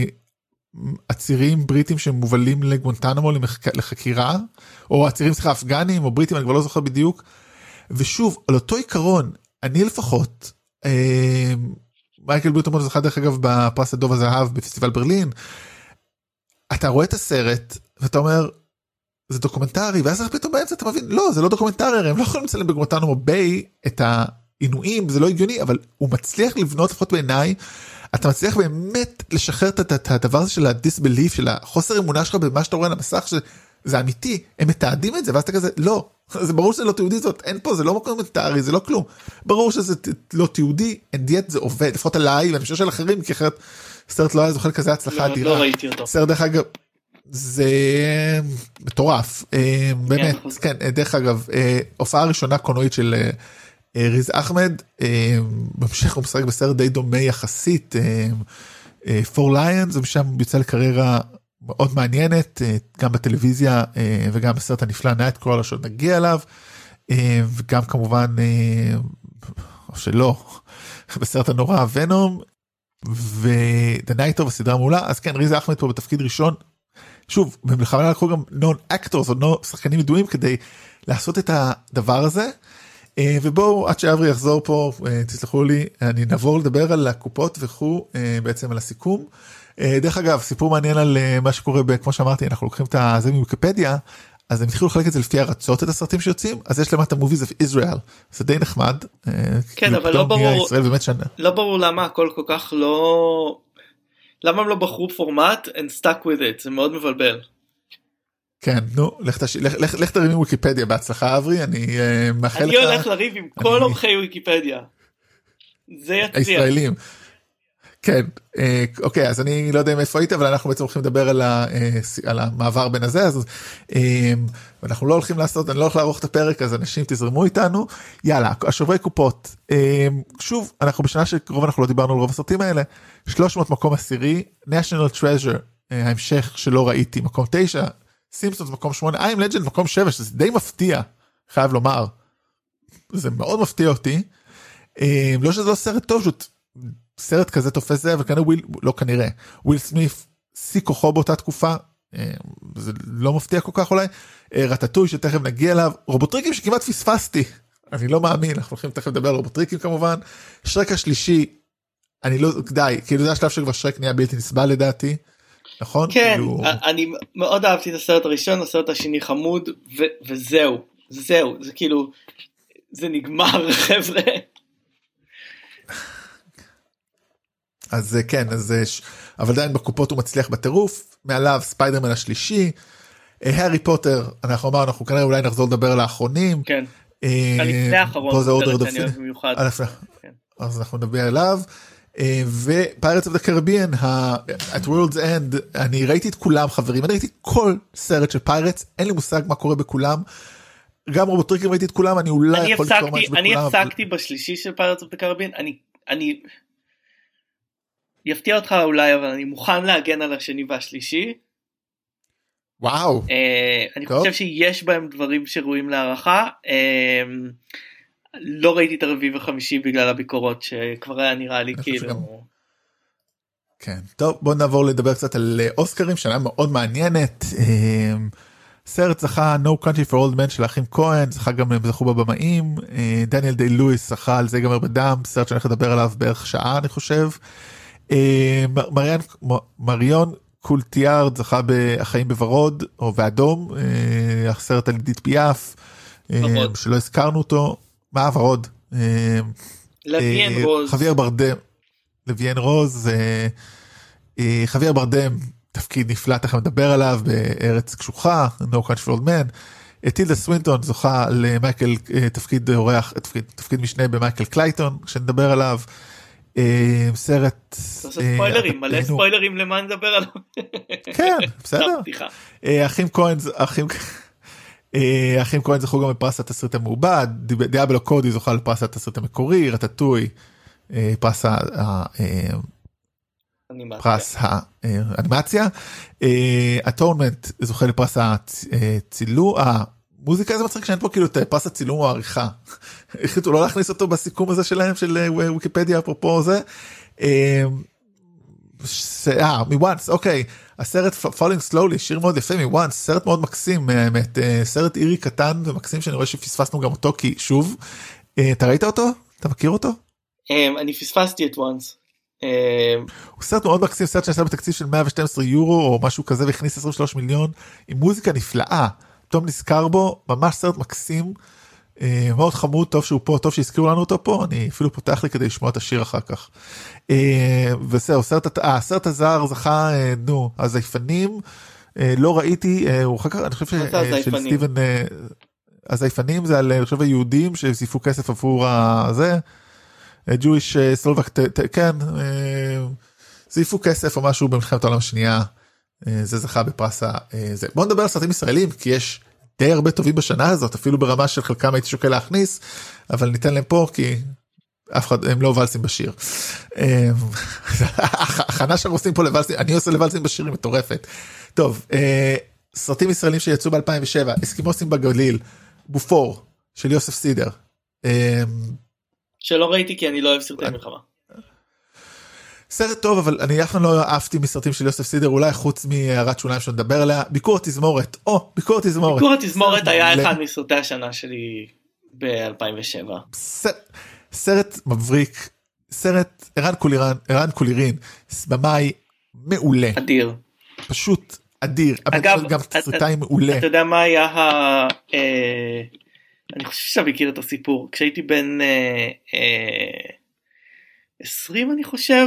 עצירים בריטים שמובלים לגואנטנמו לחקירה, או עצירים סליחה אפגנים או בריטים, אני כבר לא זוכר בדיוק, ושוב, על אותו עיקרון, אני לפחות, אה, מייקל ביוטמון זכה דרך אגב בפרס הדוב הזהב בפסטיבל ברלין, אתה רואה את הסרט, ואתה אומר, זה דוקומנטרי, ואז פתאום באמצע אתה מבין, לא, זה לא דוקומנטרי, הם לא יכולים לצלם בגואנטנמו ביי את העינויים, זה לא הגיוני, אבל הוא מצליח לבנות, לפחות בעיניי, אתה מצליח באמת לשחרר את הדבר הזה של הדיסבליף, של החוסר אמונה שלך במה שאתה רואה על המסך, שזה אמיתי, הם מתעדים את זה, ואז אתה כזה, לא, זה ברור שזה לא תיעודי, זאת, אין פה, זה לא מקום מתארי, זה לא כלום, ברור שזה לא תיעודי, אין דיאט, זה עובד, לפחות עליי, ואני חושב של אחרים, כי אחרת סרט לא היה זוכל כזה הצלחה אדירה. לא ראיתי אותו. סרט דרך אגב, זה מטורף, באמת, כן, דרך אגב, הופעה ראשונה קולנועית של ריז אחמד, בהמשך הוא משחק בסרט די דומה יחסית, Four Lions, ומשם יוצא לקריירה מאוד מעניינת, גם בטלוויזיה וגם בסרט הנפלא Night Crawler שעוד נגיע אליו, וגם כמובן, או שלא, בסרט הנורא ונום, ו-The Nighter בסדרה מעולה, אז כן, ריז אחמד פה בתפקיד ראשון, שוב, במלחמה לקחו גם non-actors או שחקנים ידועים כדי לעשות את הדבר הזה, ובואו עד שאברי יחזור פה, תסלחו לי, אני נעבור לדבר על הקופות וכו', בעצם על הסיכום. דרך אגב, סיפור מעניין על מה שקורה, כמו שאמרתי, אנחנו לוקחים את זה מוויקיפדיה, אז הם התחילו לחלק את זה לפי הרצות את הסרטים שיוצאים, אז יש למטה movies of Israel, זה די נחמד. כן, אבל לא ברור, לא ברור למה הכל כל כך לא, למה הם לא בחרו פורמט and stuck with it, זה מאוד מבלבל. כן, נו, לך תריב עם ויקיפדיה, בהצלחה אברי, אני מאחל לך... אני הולך לריב עם כל עורכי ויקיפדיה, זה יצליח. הישראלים. כן, אוקיי, אז אני לא יודע אם איפה היית, אבל אנחנו בעצם הולכים לדבר על המעבר בין הזה, אז אנחנו לא הולכים לעשות, אני לא הולך לערוך את הפרק, אז אנשים תזרמו איתנו, יאללה, השוברי קופות, שוב, אנחנו בשנה שקרוב אנחנו לא דיברנו על רוב הסרטים האלה, שלוש מאות מקום עשירי, National Treasure, ההמשך שלא ראיתי, מקום תשע, סימפסונס מקום שמונה, I'm Legend מקום שבע, שזה די מפתיע, חייב לומר, זה מאוד מפתיע אותי, לא שזה לא סרט טוב, שוט, סרט כזה תופס זה, אבל כנראה וויל, לא כנראה, וויל סמיף, שיא כוחו באותה תקופה, זה לא מפתיע כל כך אולי, רטטוי שתכף נגיע אליו, רובוטריקים שכמעט פספסתי, אני לא מאמין, אנחנו הולכים תכף לדבר על רובוטריקים כמובן, שרק השלישי, אני לא, די, כאילו זה השלב שכבר שרק נהיה בלתי נסבל לדעתי, נכון? כן, כאילו... אני מאוד אהבתי את הסרט הראשון, הסרט השני חמוד, ו- וזהו, זהו, זה כאילו, זה נגמר חבר'ה. אז כן, אז, אבל עדיין בקופות הוא מצליח בטירוף, מעליו ספיידרמן השלישי, הארי פוטר, אנחנו אמרנו, אנחנו כנראה אולי נחזור לדבר על האחרונים. כן, לפני האחרון, אז אנחנו נדבר עליו, ופיירטס אוף דה קריביאן, at World's End, אני ראיתי את כולם חברים, אני ראיתי כל סרט של פיירטס, אין לי מושג מה קורה בכולם, גם רובוטריקים ראיתי את כולם, אני אולי יכול לקרוא משהו בכולם. אני הפסקתי בשלישי של פיירטס אוף דה קריביאן, אני, אני, יפתיע אותך אולי, אבל אני מוכן להגן על השני והשלישי. וואו. אני חושב שיש בהם דברים שראויים להערכה, לא ראיתי את הרביעי וחמישי בגלל הביקורות שכבר היה נראה לי כאילו. כן, טוב, בוא נעבור לדבר קצת על אוסקרים, שנה מאוד מעניינת. סרט זכה No Country for Old Men של האחים כהן, זכה גם הם זכו בבמאים, דניאל די לואיס זכה על זה גמר בדם, סרט שאני הולך לדבר עליו בערך שעה אני חושב. מריאן, מריון קולטיארד זכה בחיים בוורוד או באדום, הסרט על עידית פיאף שלא הזכרנו אותו. מה ורוד? לוויין רוז. חוויאר ברדם. לוויין רוז, חוויאר ברדם, תפקיד נפלא, תכף מדבר עליו בארץ קשוחה, No Country for Old Men. טילדה סווינטון זוכה למייקל, תפקיד אורח, תפקיד, תפקיד משנה במייקל קלייטון, שנדבר עליו. סרט... ספוילרים, מלא ספוילרים למה נדבר עליו. כן, בסדר. אחים כהן, אחים... האחים כהן זכו גם בפרס התסריט המעובד, דיאבלו קודי זוכה לפרס התסריט המקורי, רטטוי, פרס האנימציה, הטורנמנט זוכה לפרס הצילום, המוזיקה זה מצחיק שאין פה כאילו את פרס הצילום או העריכה, החליטו לא להכניס אותו בסיכום הזה שלהם של ויקיפדיה אפרופו זה, אה, מוואנס, אוקיי, הסרט Falling Slowly, שיר מאוד יפה מוואנס, סרט מאוד מקסים, האמת, סרט אירי קטן ומקסים שאני רואה שפספסנו גם אותו, כי שוב, אתה ראית אותו? אתה מכיר אותו? אני פספסתי את וואנס. הוא סרט מאוד מקסים, סרט שנעשה בתקציב של מאה ושתים עשרה יורו או משהו כזה, והכניס עשרים ושלושה מיליון, עם מוזיקה נפלאה, פתאום נזכר בו, ממש סרט מקסים, מאוד חמוד, טוב שהוא פה, טוב שהזכירו לנו אותו פה, אני אפילו פותח לי כדי לשמוע את השיר אחר כך. וזהו, הסרט הזר זכה, נו, הזייפנים, לא ראיתי, הוא אחר כך, אני חושב של סטיבן, הזייפנים זה על, אני חושב, היהודים שזיפו כסף עבור הזה, ג'ויש סלובק, כן, זיפו כסף או משהו במלחמת העולם השנייה, זה זכה בפרס הזה. בואו נדבר על סרטים ישראלים, כי יש די הרבה טובים בשנה הזאת, אפילו ברמה של חלקם הייתי שוקל להכניס, אבל ניתן להם פה, כי אף אחד, הם לא ולסים בשיר. הכנה שאנחנו עושים פה לוולסים, אני עושה לוולסים בשירים מטורפת. טוב, סרטים ישראלים שיצאו ב-אלפיים ושבע, אסקימוסים בגליל, בופור, של יוסף סידר. שלא ראיתי כי אני לא אוהב סרטי מלחמה. סרט טוב, אבל אני אף פעם לא אהבתי מסרטים של יוסף סידר, אולי חוץ מהערת שוליים שנדבר עליה. ביקור התזמורת, או, ביקור התזמורת. ביקור התזמורת היה אחד מסרטי השנה שלי ב-אלפיים ושבע. סרט מבריק, סרט ערן קולירן, ערן קולירין, במאי מעולה. אדיר. פשוט אדיר. אגב, גם תסריטאי מעולה. אתה יודע מה היה ה... אני חושב שאתה מכיר את הסיפור. כשהייתי בן עשרים, אני חושב,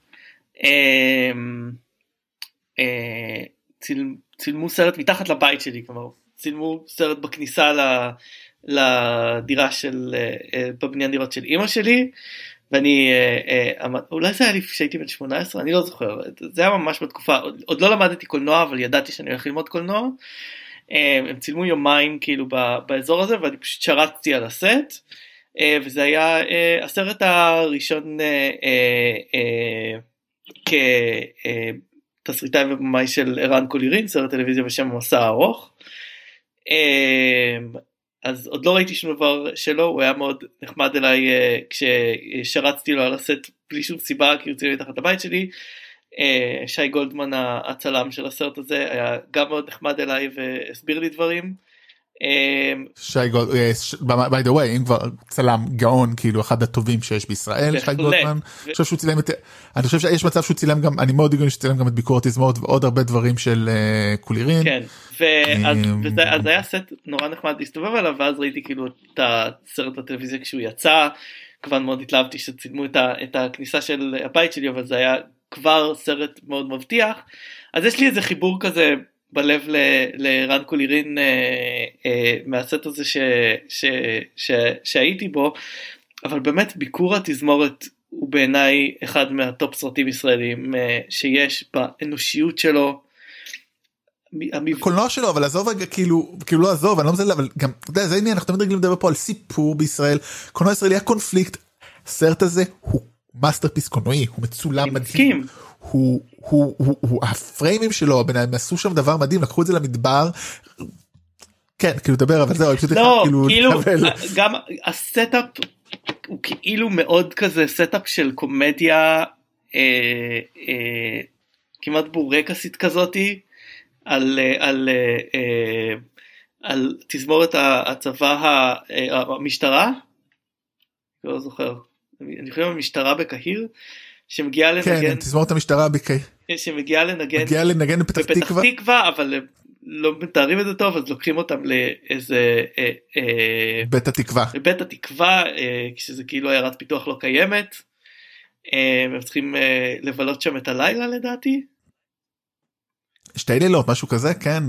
צילמו סרט מתחת לבית שלי, כלומר, צילמו סרט בכניסה לדירה של, בבניין דירות של אמא שלי, ואני, אולי זה היה לי כשהייתי בן שמונה עשרה, אני לא זוכר, זה היה ממש בתקופה, עוד לא למדתי קולנוע, אבל ידעתי שאני הולך ללמוד קולנוע, הם צילמו יומיים כאילו באזור הזה, ואני פשוט שרצתי על הסט, וזה היה הסרט הראשון כתסריטאי ובמאי של ערן קולירין, סרט טלוויזיה בשם המסע הארוך, אז עוד לא ראיתי שום דבר שלו, הוא היה מאוד נחמד אליי כששרצתי לו על הסט בלי שום סיבה, כי הוא צייר מתחת לבית שלי. שי גולדמן הצלם של הסרט הזה היה גם מאוד נחמד אליי והסביר לי דברים, שי גולדמן, by the way, אם כבר צלם גאון, כאילו אחד הטובים שיש בישראל, שי גולדמן, אני חושב שהוא צילם את, אני חושב שיש מצב שהוא צילם גם, אני מאוד הגיוני שצילם גם את ביקור התזמורת ועוד הרבה דברים של קולירין. כן, ואז היה סט נורא נחמד להסתובב עליו, ואז ראיתי כאילו את הסרט בטלוויזיה כשהוא יצא, כבר מאוד התלהבתי שצילמו את הכניסה של הבית שלי, אבל זה היה כבר סרט מאוד מבטיח, אז יש לי איזה חיבור כזה, בלב לרן קולירין מהסט הזה שהייתי בו, אבל באמת ביקור התזמורת הוא בעיניי אחד מהטופ סרטים ישראלים שיש באנושיות שלו. הקולנוע שלו, אבל עזוב רגע, כאילו, כאילו לא עזוב, אני לא מזל, אבל גם, אתה יודע, זה עניין, אנחנו תמיד רגילים לדבר פה על סיפור בישראל, קולנוע ישראלי היה קונפליקט, הסרט הזה הוא מאסטרפיס קולנועי, הוא מצולם מדהים. הוא, הוא, הוא, הוא, הפריימים שלו, הם עשו שם דבר מדהים, לקחו את זה למדבר, כן, כאילו דבר, אבל זהו, פשוט לא, כאילו, גם הסטאפ, הוא כאילו מאוד כזה סטאפ של קומדיה, אה, אה, כמעט בורקסית כזאתי, על, על, אה, על תזמורת הצבא, המשטרה, לא זוכר, אני חושב המשטרה בקהיר, שמגיעה לנגן, כן, תזמורת המשטרה בקהיר, שמגיעה לנגן, מגיעה לנגן בפתח תקווה, תקווה, אבל לא מתארים את זה טוב, אז לוקחים אותם לאיזה, בית התקווה, בית התקווה, כשזה כאילו עיירת פיתוח לא קיימת, הם צריכים לבלות שם את הלילה לדעתי, שתי לילות, משהו כזה, כן,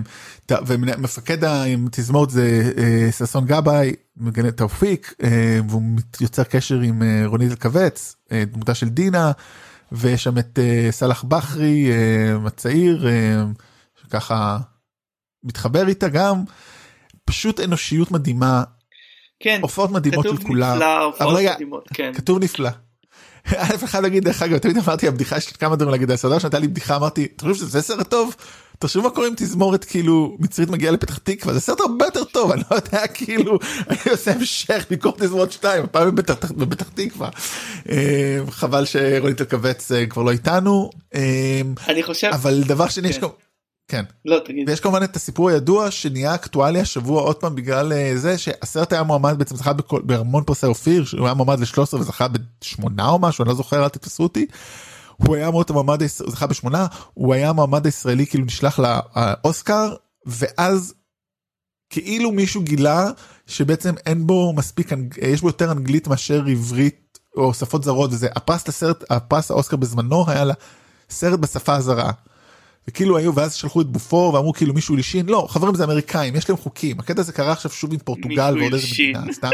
ומפקד התזמורת זה ששון גבאי, מגן תאופיק, והוא יוצר קשר עם רונית אלקבץ, דמותה של דינה, ויש שם את סלח בחרי, הצעיר, שככה מתחבר איתה גם, פשוט אנושיות מדהימה, כן, הופעות מדהימות של כולם, כתוב נפלא, הופעות מדהימות, כן. כתוב נפלא. א' אחד להגיד, דרך אגב, תמיד אמרתי, הבדיחה, יש כמה דברים להגיד, הסדר שנתה לי בדיחה, אמרתי, אתה חושב שזה סרט טוב? תחשבו מה קורה עם תזמורת, כאילו, מצרית מגיעה לפתח תקווה, זה סרט הרבה יותר טוב, אני לא יודע, כאילו, אני עושה המשך, ביקור תזמורת שתיים, הפעם בפתח תקווה. חבל שרונית אלקבץ כבר לא איתנו. אני חושב... אבל דבר שני, יש גם... כן. לא, תגיד. ויש כמובן את הסיפור הידוע שנהיה אקטואלי השבוע עוד פעם בגלל זה שהסרט היה מועמד בעצם זכה בהמון פרסי אופיר, שהוא היה מועמד ל-שלוש עשרה וזכה בשמונה או משהו, אני לא זוכר, אל תתפסו אותי. הוא היה מאוד מועמד, זכה בשמונה, הוא היה מועמד הישראלי כאילו נשלח לאוסקר, ואז כאילו מישהו גילה שבעצם אין בו מספיק, יש בו יותר אנגלית מאשר עברית או שפות זרות, וזה הפרס לסרט, הפרס האוסקר בזמנו היה לסרט בשפה הזרה. וכאילו היו, ואז שלחו את בופור, ואמרו כאילו מישהו לישין, לא, חברים זה אמריקאים, יש להם חוקים, הקטע הזה קרה עכשיו שוב עם פורטוגל, ועוד איזה מדינה, סתם.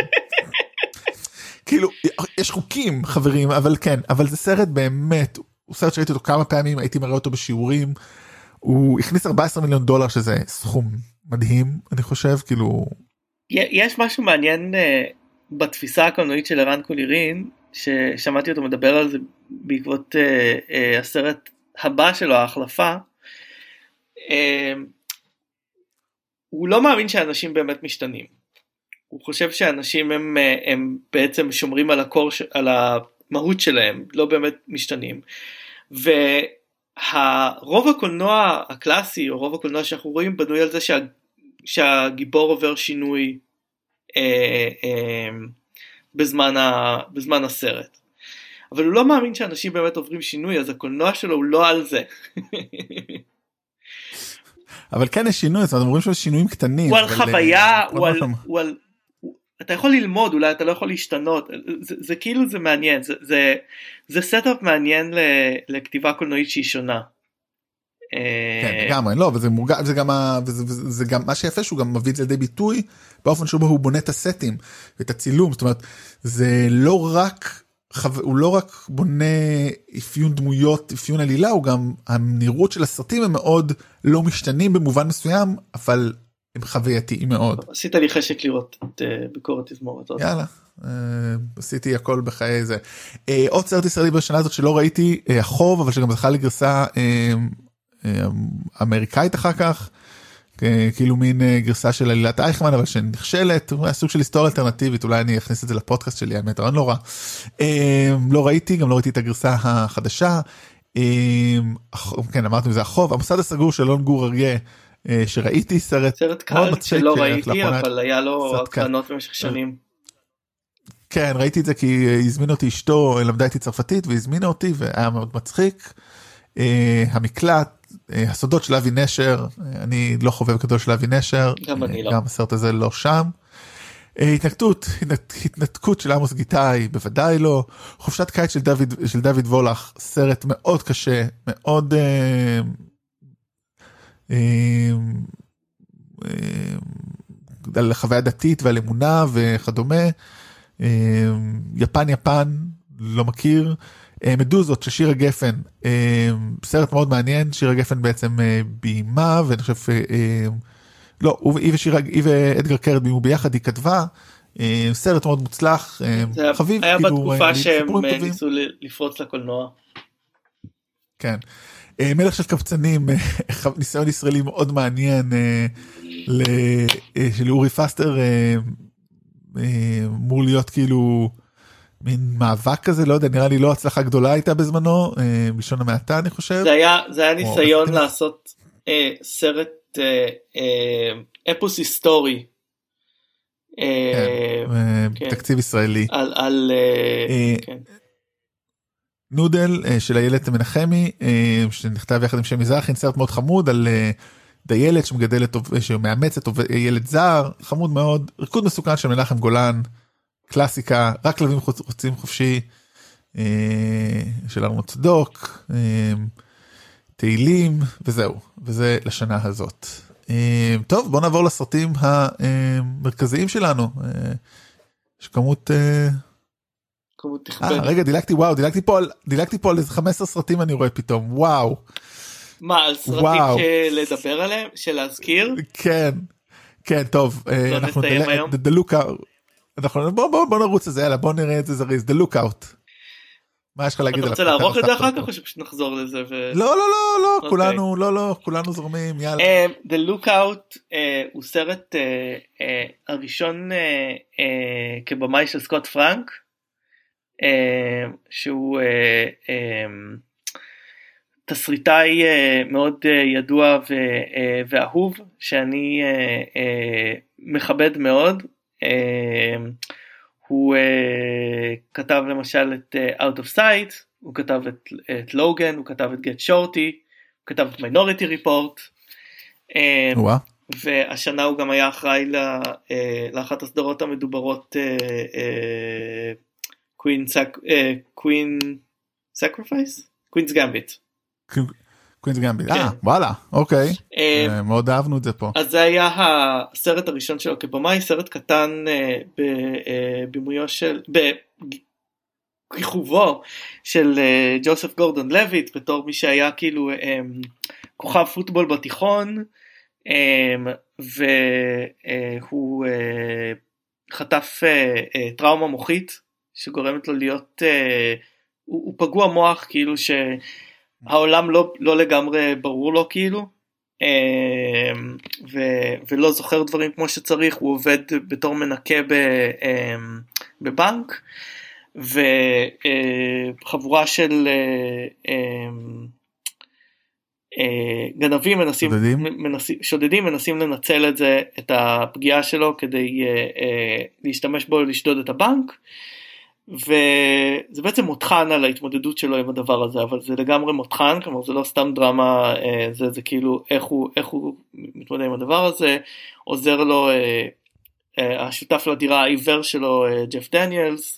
כאילו, יש חוקים, חברים, אבל כן, אבל זה סרט באמת, הוא סרט שראיתי אותו כמה פעמים, הייתי מראה אותו בשיעורים, הוא הכניס ארבעה עשר מיליון דולר, שזה סכום מדהים, אני חושב, כאילו... יש משהו מעניין בתפיסה הקולנועית של ערן קולירין, ששמעתי אותו מדבר על זה בעקבות הסרט הבא שלו, ההחלפה, הוא לא מאמין שאנשים באמת משתנים. הוא חושב שאנשים הם, הם בעצם שומרים על הקור, על המהות שלהם, לא באמת משתנים. והרוב הקולנוע הקלאסי, או רוב הקולנוע שאנחנו רואים, בנוי על זה שה, שהגיבור עובר שינוי אה, אה, בזמן, ה, בזמן הסרט. אבל הוא לא מאמין שאנשים באמת עוברים שינוי, אז הקולנוע שלו הוא לא על זה. אבל כן יש שינוי, זאת אומרת, אומרים שיש שינויים קטנים. הוא על חוויה, הוא על, הוא על, אתה יכול ללמוד, אולי אתה לא יכול להשתנות, זה, זה כאילו זה מעניין, זה, זה, זה סטאפ מעניין לכתיבה קולנועית שהיא שונה. כן, גם, לא, וזה מורגש, זה גם, וזה, זה גם, מה שיפה שהוא גם מביא את זה לידי ביטוי, באופן שבו הוא בונה את הסטים, ואת הצילום, זאת אומרת, זה לא רק, הוא לא רק בונה אפיון דמויות, אפיון עלילה, הוא גם, הנראות של הסרטים הם מאוד לא משתנים במובן מסוים, אבל הם חווייתיים מאוד. עשית לי חשק לראות את ביקורת תזמורת. יאללה, עשיתי הכל בחיי זה. עוד סרט ישראלי בשנה הזאת שלא ראיתי, החוב, אבל שגם זכה לגרסה אמריקאית אחר כך, כאילו מין גרסה של עלילת אייכמן, אבל שנכשלת, סוג של היסטוריה אלטרנטיבית, אולי אני אכניס את זה לפודקאסט שלי, האמת, אבל לא רע. לא ראיתי, גם לא ראיתי את הגרסה החדשה, כן, אמרתם, זה החוב, המוסד הסגור של אלון גור אריה, שראיתי סרט סרט קל שלא ראיתי, אבל היה לו הקרנות במשך שנים. כן, ראיתי את זה כי הזמין אותי אשתו, למדה איתי צרפתית והזמינה אותי והיה מאוד מצחיק. המקלט, הסודות של אבי נשר, אני לא חובב גדול של אבי נשר, גם אני לא. גם הסרט הזה לא שם. התנתקות, התנתקות של עמוס גיטאי, בוודאי לא. חופשת קיץ של דוד, של דוד וולך, סרט מאוד קשה, מאוד אה, אה, אה, על חוויה דתית ועל אמונה וכדומה. אה, יפן יפן, לא מכיר. אה, מדוזות של שירה גפן, אה, סרט מאוד מעניין, שירה גפן בעצם אה, בימה, ואני חושב... אה, לא, היא ושירה, היא ואדגר קרת בימו ביחד, היא כתבה, סרט מאוד מוצלח, חביב. היה בתקופה שהם ניסו לפרוץ לקולנוע. כן. מלך של קבצנים, ניסיון ישראלי מאוד מעניין, של אורי פסטר, אמור להיות כאילו, מין מאבק כזה, לא יודע, נראה לי לא הצלחה גדולה הייתה בזמנו, בלשון המעטה אני חושב. זה היה ניסיון לעשות סרט, אפוס היסטורי, תקציב ישראלי, על נודל של איילת מנחמי, שנכתב יחד עם שם מזרחי, סרט מאוד חמוד על דיילת שמגדלת, שמאמצת ילד זר, חמוד מאוד, ריקוד מסוכן של מנחם גולן, קלאסיקה, רק כלבים רוצים חופשי, של ארמון צדוק, תהילים, וזהו, וזה לשנה הזאת. טוב, בואו נעבור לסרטים המרכזיים שלנו. יש כמות... כמות תכבד. רגע, דילגתי, וואו, דילגתי פה על, דילגתי פה על איזה חמישה עשר סרטים אני רואה פתאום, וואו. מה, על סרטים שלדבר עליהם, של להזכיר? כן, כן, טוב. לא נסיים היום? The Lookout. בואו נרוץ לזה, יאללה, בואו נראה את זה זריז, The Lookout. מה יש לך להגיד? אתה רוצה לערוך את זה אחר כך או שפשוט נחזור לזה? לא, לא, לא, לא, כולנו, לא, לא, כולנו זורמים, יאללה. The Lookout הוא סרט הראשון כבמאי של סקוט פרנק, שהוא תסריטאי מאוד ידוע ואהוב, שאני מכבד מאוד. הוא uh, כתב למשל את uh, Out of Sight, הוא כתב את, את לוגן, הוא כתב את Get Shorty, הוא כתב את Minority Report, uh, והשנה הוא גם היה אחראי לה, uh, לאחת הסדרות המדוברות uh, uh, Queen, Sac- uh, Queen Sacrifice? Queen's Gambit. קווינס גמביט, אה, וואלה, אוקיי, מאוד אהבנו את זה פה. אז זה היה הסרט הראשון שלו כבמאי, סרט קטן בבימויו של, בכיכובו של ג'וסף גורדון לויט, בתור מי שהיה כאילו כוכב פוטבול בתיכון, והוא חטף טראומה מוחית, שגורמת לו להיות, הוא פגוע מוח כאילו ש... העולם לא, לא לגמרי ברור לו כאילו, ו, ולא זוכר דברים כמו שצריך, הוא עובד בתור מנקה ב, בבנק, וחבורה של גנבים מנסים, שודדים? מנסים, שודדים מנסים לנצל את זה, את הפגיעה שלו כדי להשתמש בו לשדוד את הבנק, וזה בעצם מותחן על ההתמודדות שלו עם הדבר הזה, אבל זה לגמרי מותחן, כלומר זה לא סתם דרמה, זה, זה כאילו איך הוא, איך הוא מתמודד עם הדבר הזה, עוזר לו השותף לדירה העיוור שלו, ג'ף דניאלס,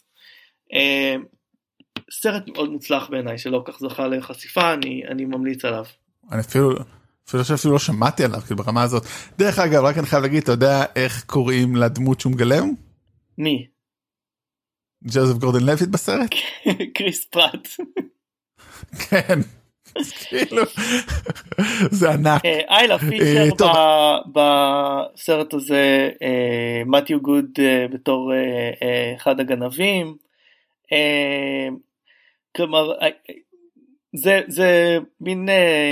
סרט מאוד מוצלח בעיניי, שלא כך זכה לחשיפה, אני, אני ממליץ עליו. אני אפילו, אפילו שאפילו לא שמעתי עליו, כאילו ברמה הזאת. דרך אגב, רק אני חייב להגיד, אתה יודע איך קוראים לדמות שהוא מגלם? מי? ג'וזף גורדון לויט בסרט? קריס פראט. כן, כאילו, זה ענק. איילה פישר בסרט הזה, מתיו גוד בתור אחד הגנבים, כלומר, זה מין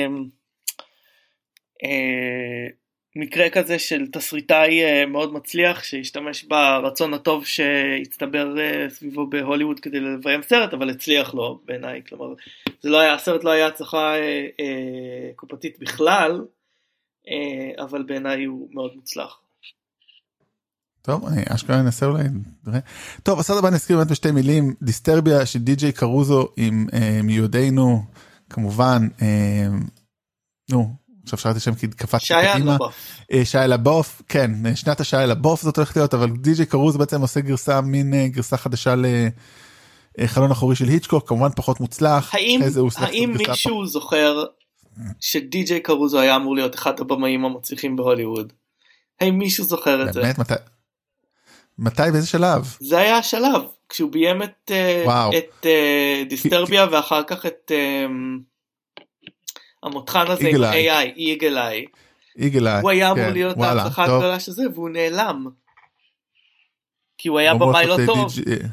מקרה כזה של תסריטאי מאוד מצליח שהשתמש ברצון הטוב שהצטבר סביבו בהוליווד כדי לביים סרט, אבל הצליח לו בעיניי. כלומר, זה לא היה, הסרט לא היה הצלחה קופתית בכלל, אבל בעיניי הוא מאוד מוצלח. טוב, אני אשכרה אנסה אולי, טוב, הסרט הבא נזכיר באמת בשתי מילים, דיסטרביה של די-ג'יי קרוזו עם מיודענו, כמובן, נו, עכשיו שרתי שם כי קפצתי שיה לבוף. שיה לבוף, כן, שנת השיה לבוף זאת הולכת להיות, אבל די-ג'יי קרוזו בעצם עושה גרסה, מין גרסה חדשה לחלון אחורי של היצ'קוק, כמובן פחות מוצלח. האם, האם מישהו זוכר שדי-ג'יי קרוזו היה אמור להיות אחד הבמאים המצליחים בהוליווד? האם מישהו זוכר את זה? באמת, מתי? מתי באיזה שלב? זה היה השלב, כשהוא ביים את, את דיסטרביה ואחר כך את המותחן הזה עם איי איי, איגל איי. איגל איי. הוא היה אמור להיות ההצלחה הגדולה של זה, והוא נעלם. כי הוא היה במאי לא טוב.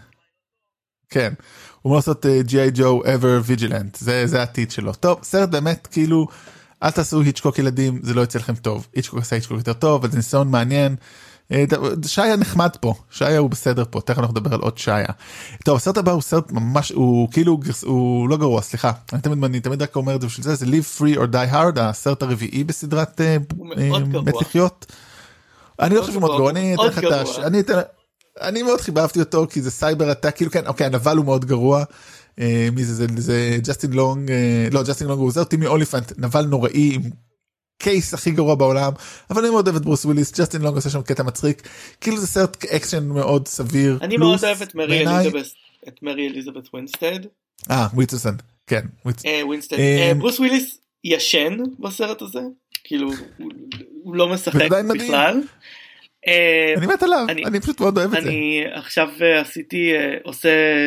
כן, הוא אמור לעשות ג'י איי ג'ו ever vigilant, זה העתיד שלו. טוב, סרט באמת כאילו, אל תעשו היצ'קוק ילדים, זה לא יצא לכם טוב. היצ'קוק עשה היצ'קוק יותר טוב, אבל זה ניסיון מעניין. שיה נחמד פה, שיה הוא בסדר פה, תכף אנחנו נדבר על עוד שיה. טוב, הסרט הבא הוא סרט ממש, הוא כאילו, הוא לא גרוע, סליחה, אני תמיד, אני תמיד רק אומר את זה בשביל זה, זה Live Free or Die Hard, הסרט הרביעי בסדרת מת לחיות. אני לא חושב מאוד גרוע, אני אתן לך את הש... אני מאוד חיבבתי אותו, כי זה סייבר אטאק, כאילו כן, אוקיי, הנבל הוא מאוד גרוע, מי זה, זה ג'סטין לונג, לא, ג'סטין לונג הוא זה, טימי אוליפנט, נבל נוראי עם קייס הכי גרוע בעולם, אבל אני מאוד אוהב את ברוס וויליס, ג'סטין לונג עושה שם קטע מצחיק, כאילו זה סרט אקשן מאוד סביר. אני מאוד אוהב את מרי אליזבת, את מרי אליזבת ווינסטד. אה, וויטסון, כן. ווינסטד. ברוס וויליס ישן בסרט הזה, כאילו הוא לא משחק בכלל. אני מת עליו, אני פשוט מאוד אוהב את זה. אני עכשיו עשיתי, עושה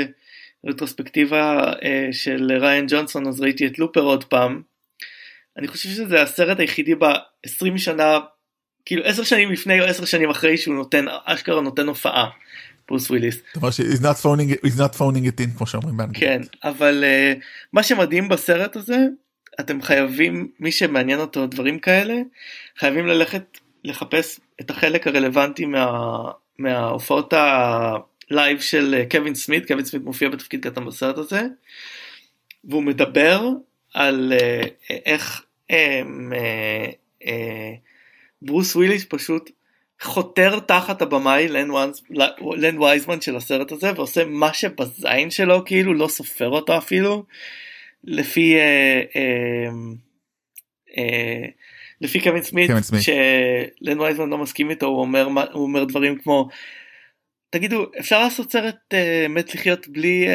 רטרוספקטיבה של ריין ג'ונסון, אז ראיתי את לופר עוד פעם. אני חושב שזה הסרט היחידי ב-עשרים שנה, כאילו עשר שנים לפני או עשר שנים אחרי שהוא נותן, אשכרה נותן הופעה, ברוס וויליס. זאת אומרת ש- he's not phoning, he's not phoning it in, כמו שאומרים באנגלית. כן, אבל uh, מה שמדהים בסרט הזה, אתם חייבים, מי שמעניין אותו דברים כאלה, חייבים ללכת לחפש את החלק הרלוונטי מה, מההופעות הלייב של קווין סמית, קווין סמית מופיע בתפקיד קטן בסרט הזה, והוא מדבר על uh, איך um, uh, uh, ברוס וויליס פשוט חותר תחת הבמאי לן, וייז, לן וייזמן של הסרט הזה, ועושה מה שבזין שלו, כאילו לא סופר אותו אפילו, לפי uh, uh, uh, לפי קווין סמית, שלן וייזמן לא מסכים איתו, הוא אומר, הוא אומר דברים כמו, תגידו, אפשר לעשות סרט uh, מת לחיות בלי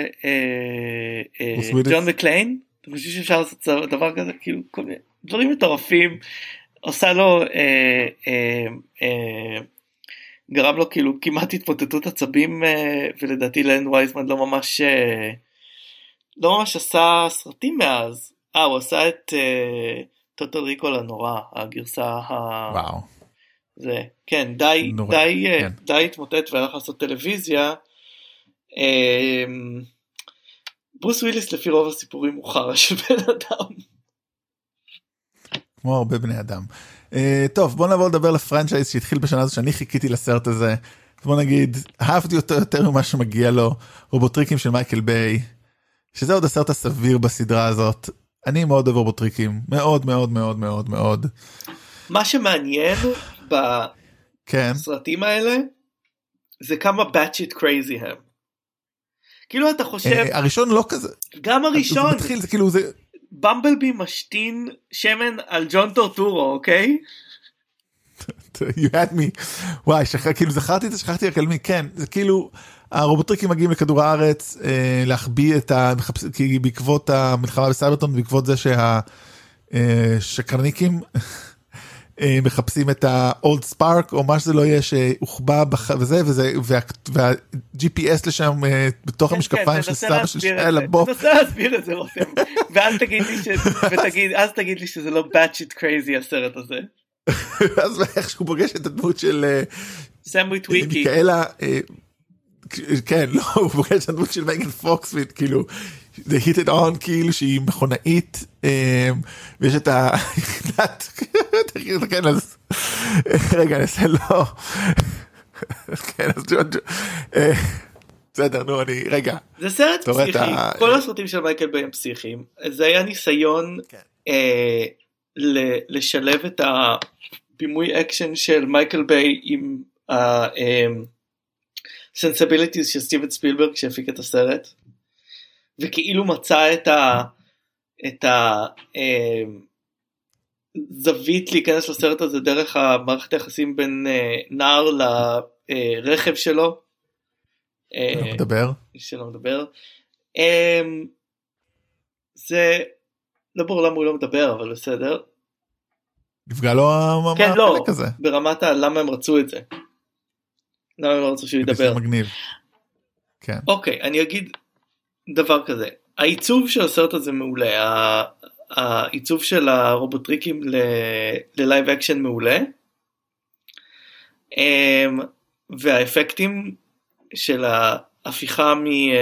ג'ון מקליין? אתם חושבים שאפשר לעשות דבר כזה? כאילו, כל מיני דברים מטורפים, עושה לו, אה, אה, אה, גרם לו כאילו כמעט התמוטטות עצבים, אה, ולדעתי לן וייזמן לא ממש, אה, לא ממש עשה סרטים מאז. אה, הוא עשה את אה, טוטל ריקול הנורא, הגרסה ה... וואו. זה, כן, די, נורא, די, כן. די התמוטט והלך לעשות טלוויזיה. אה, ברוס וויליס לפי רוב הסיפורים הוא חרא של בן אדם. כמו הרבה בני אדם. Uh, טוב, בוא נעבור לדבר לפרנצ'ייז שהתחיל בשנה הזו שאני חיכיתי לסרט הזה. בוא נגיד, אהבתי אותו יותר ממה שמגיע לו, רובוטריקים של מייקל ביי, שזה עוד הסרט הסביר בסדרה הזאת. אני מאוד אוהב רובוטריקים, מאוד מאוד מאוד מאוד מאוד. מה שמעניין בסרטים האלה, זה כמה batshit crazy הם. כאילו אתה חושב... Uh, הראשון לא כזה. גם הראשון. זה מתחיל, זה כאילו זה... במבלבי משתין שמן על ג'ון טורטורו, אוקיי? You had me. וואי, שכ... כאילו זכרתי את זה, שכחתי רק על מי, כן, זה כאילו, הרובוטריקים מגיעים לכדור הארץ, אה, להחביא את ה... כי בעקבות המלחמה בסייברטון, בעקבות זה שהשקרניקים אה, מחפשים את ה-old spark, או מה שזה לא יהיה, שהוחבא בח... וזה, וזה, וה-ג'י פי אס לשם, אה, בתוך המשקפיים של סבא של שעה לבוף. תנסה להסביר את זה, רותם. ואז תגיד לי, ש... ותגיד, אז תגיד לי שזה לא batshit crazy הסרט הזה. אז איך שהוא פוגש את הדמות של סם וויטוויקי, מיקאלה, כן, לא, הוא פוגש את הדמות של מייגן פוקס, כאילו, they hit it on, כאילו שהיא מכונאית, ויש את היחידת, כן, אז, רגע, נעשה לא, כן, אז ג'ון, בסדר, נו, אני, רגע. זה סרט פסיכי, כל הסרטים של מייקל ביי הם פסיכיים, זה היה ניסיון, לשלב את הבימוי אקשן של מייקל ביי עם הסנסיביליטיז של סטיבן ספילברג שהפיק את הסרט, וכאילו מצא את ה... את הזווית להיכנס לסרט הזה דרך המערכת היחסים בין נער לרכב שלו. לא מדבר. שלא מדבר. זה לא ברור למה הוא לא מדבר, אבל בסדר. נפגע לו כן, לא, ברמת למה הם רצו את זה. למה הם לא רצו שהוא ידבר. מגניב. כן. אוקיי, אני אגיד דבר כזה. העיצוב של הסרט הזה מעולה, העיצוב של הרובוטריקים ללייב אקשן מעולה, והאפקטים של ההפיכה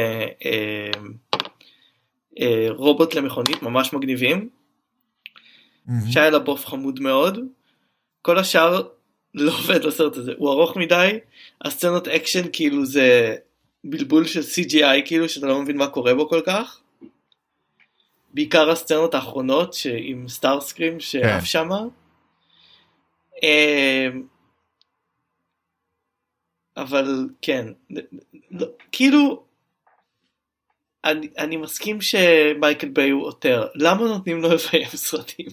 מרובוט למכונית ממש מגניבים, שהיה לבוף חמוד מאוד, כל השאר לא עובד לסרט הזה, הוא ארוך מדי, הסצנות אקשן כאילו זה בלבול של סי ג'י איי, כאילו שאתה לא מבין מה קורה בו כל כך, בעיקר הסצנות האחרונות עם סטארסקרים שאף שמה, אבל כן, כאילו אני, אני מסכים שמייקל ביי הוא עותר, למה נותנים לו לביים סרטים?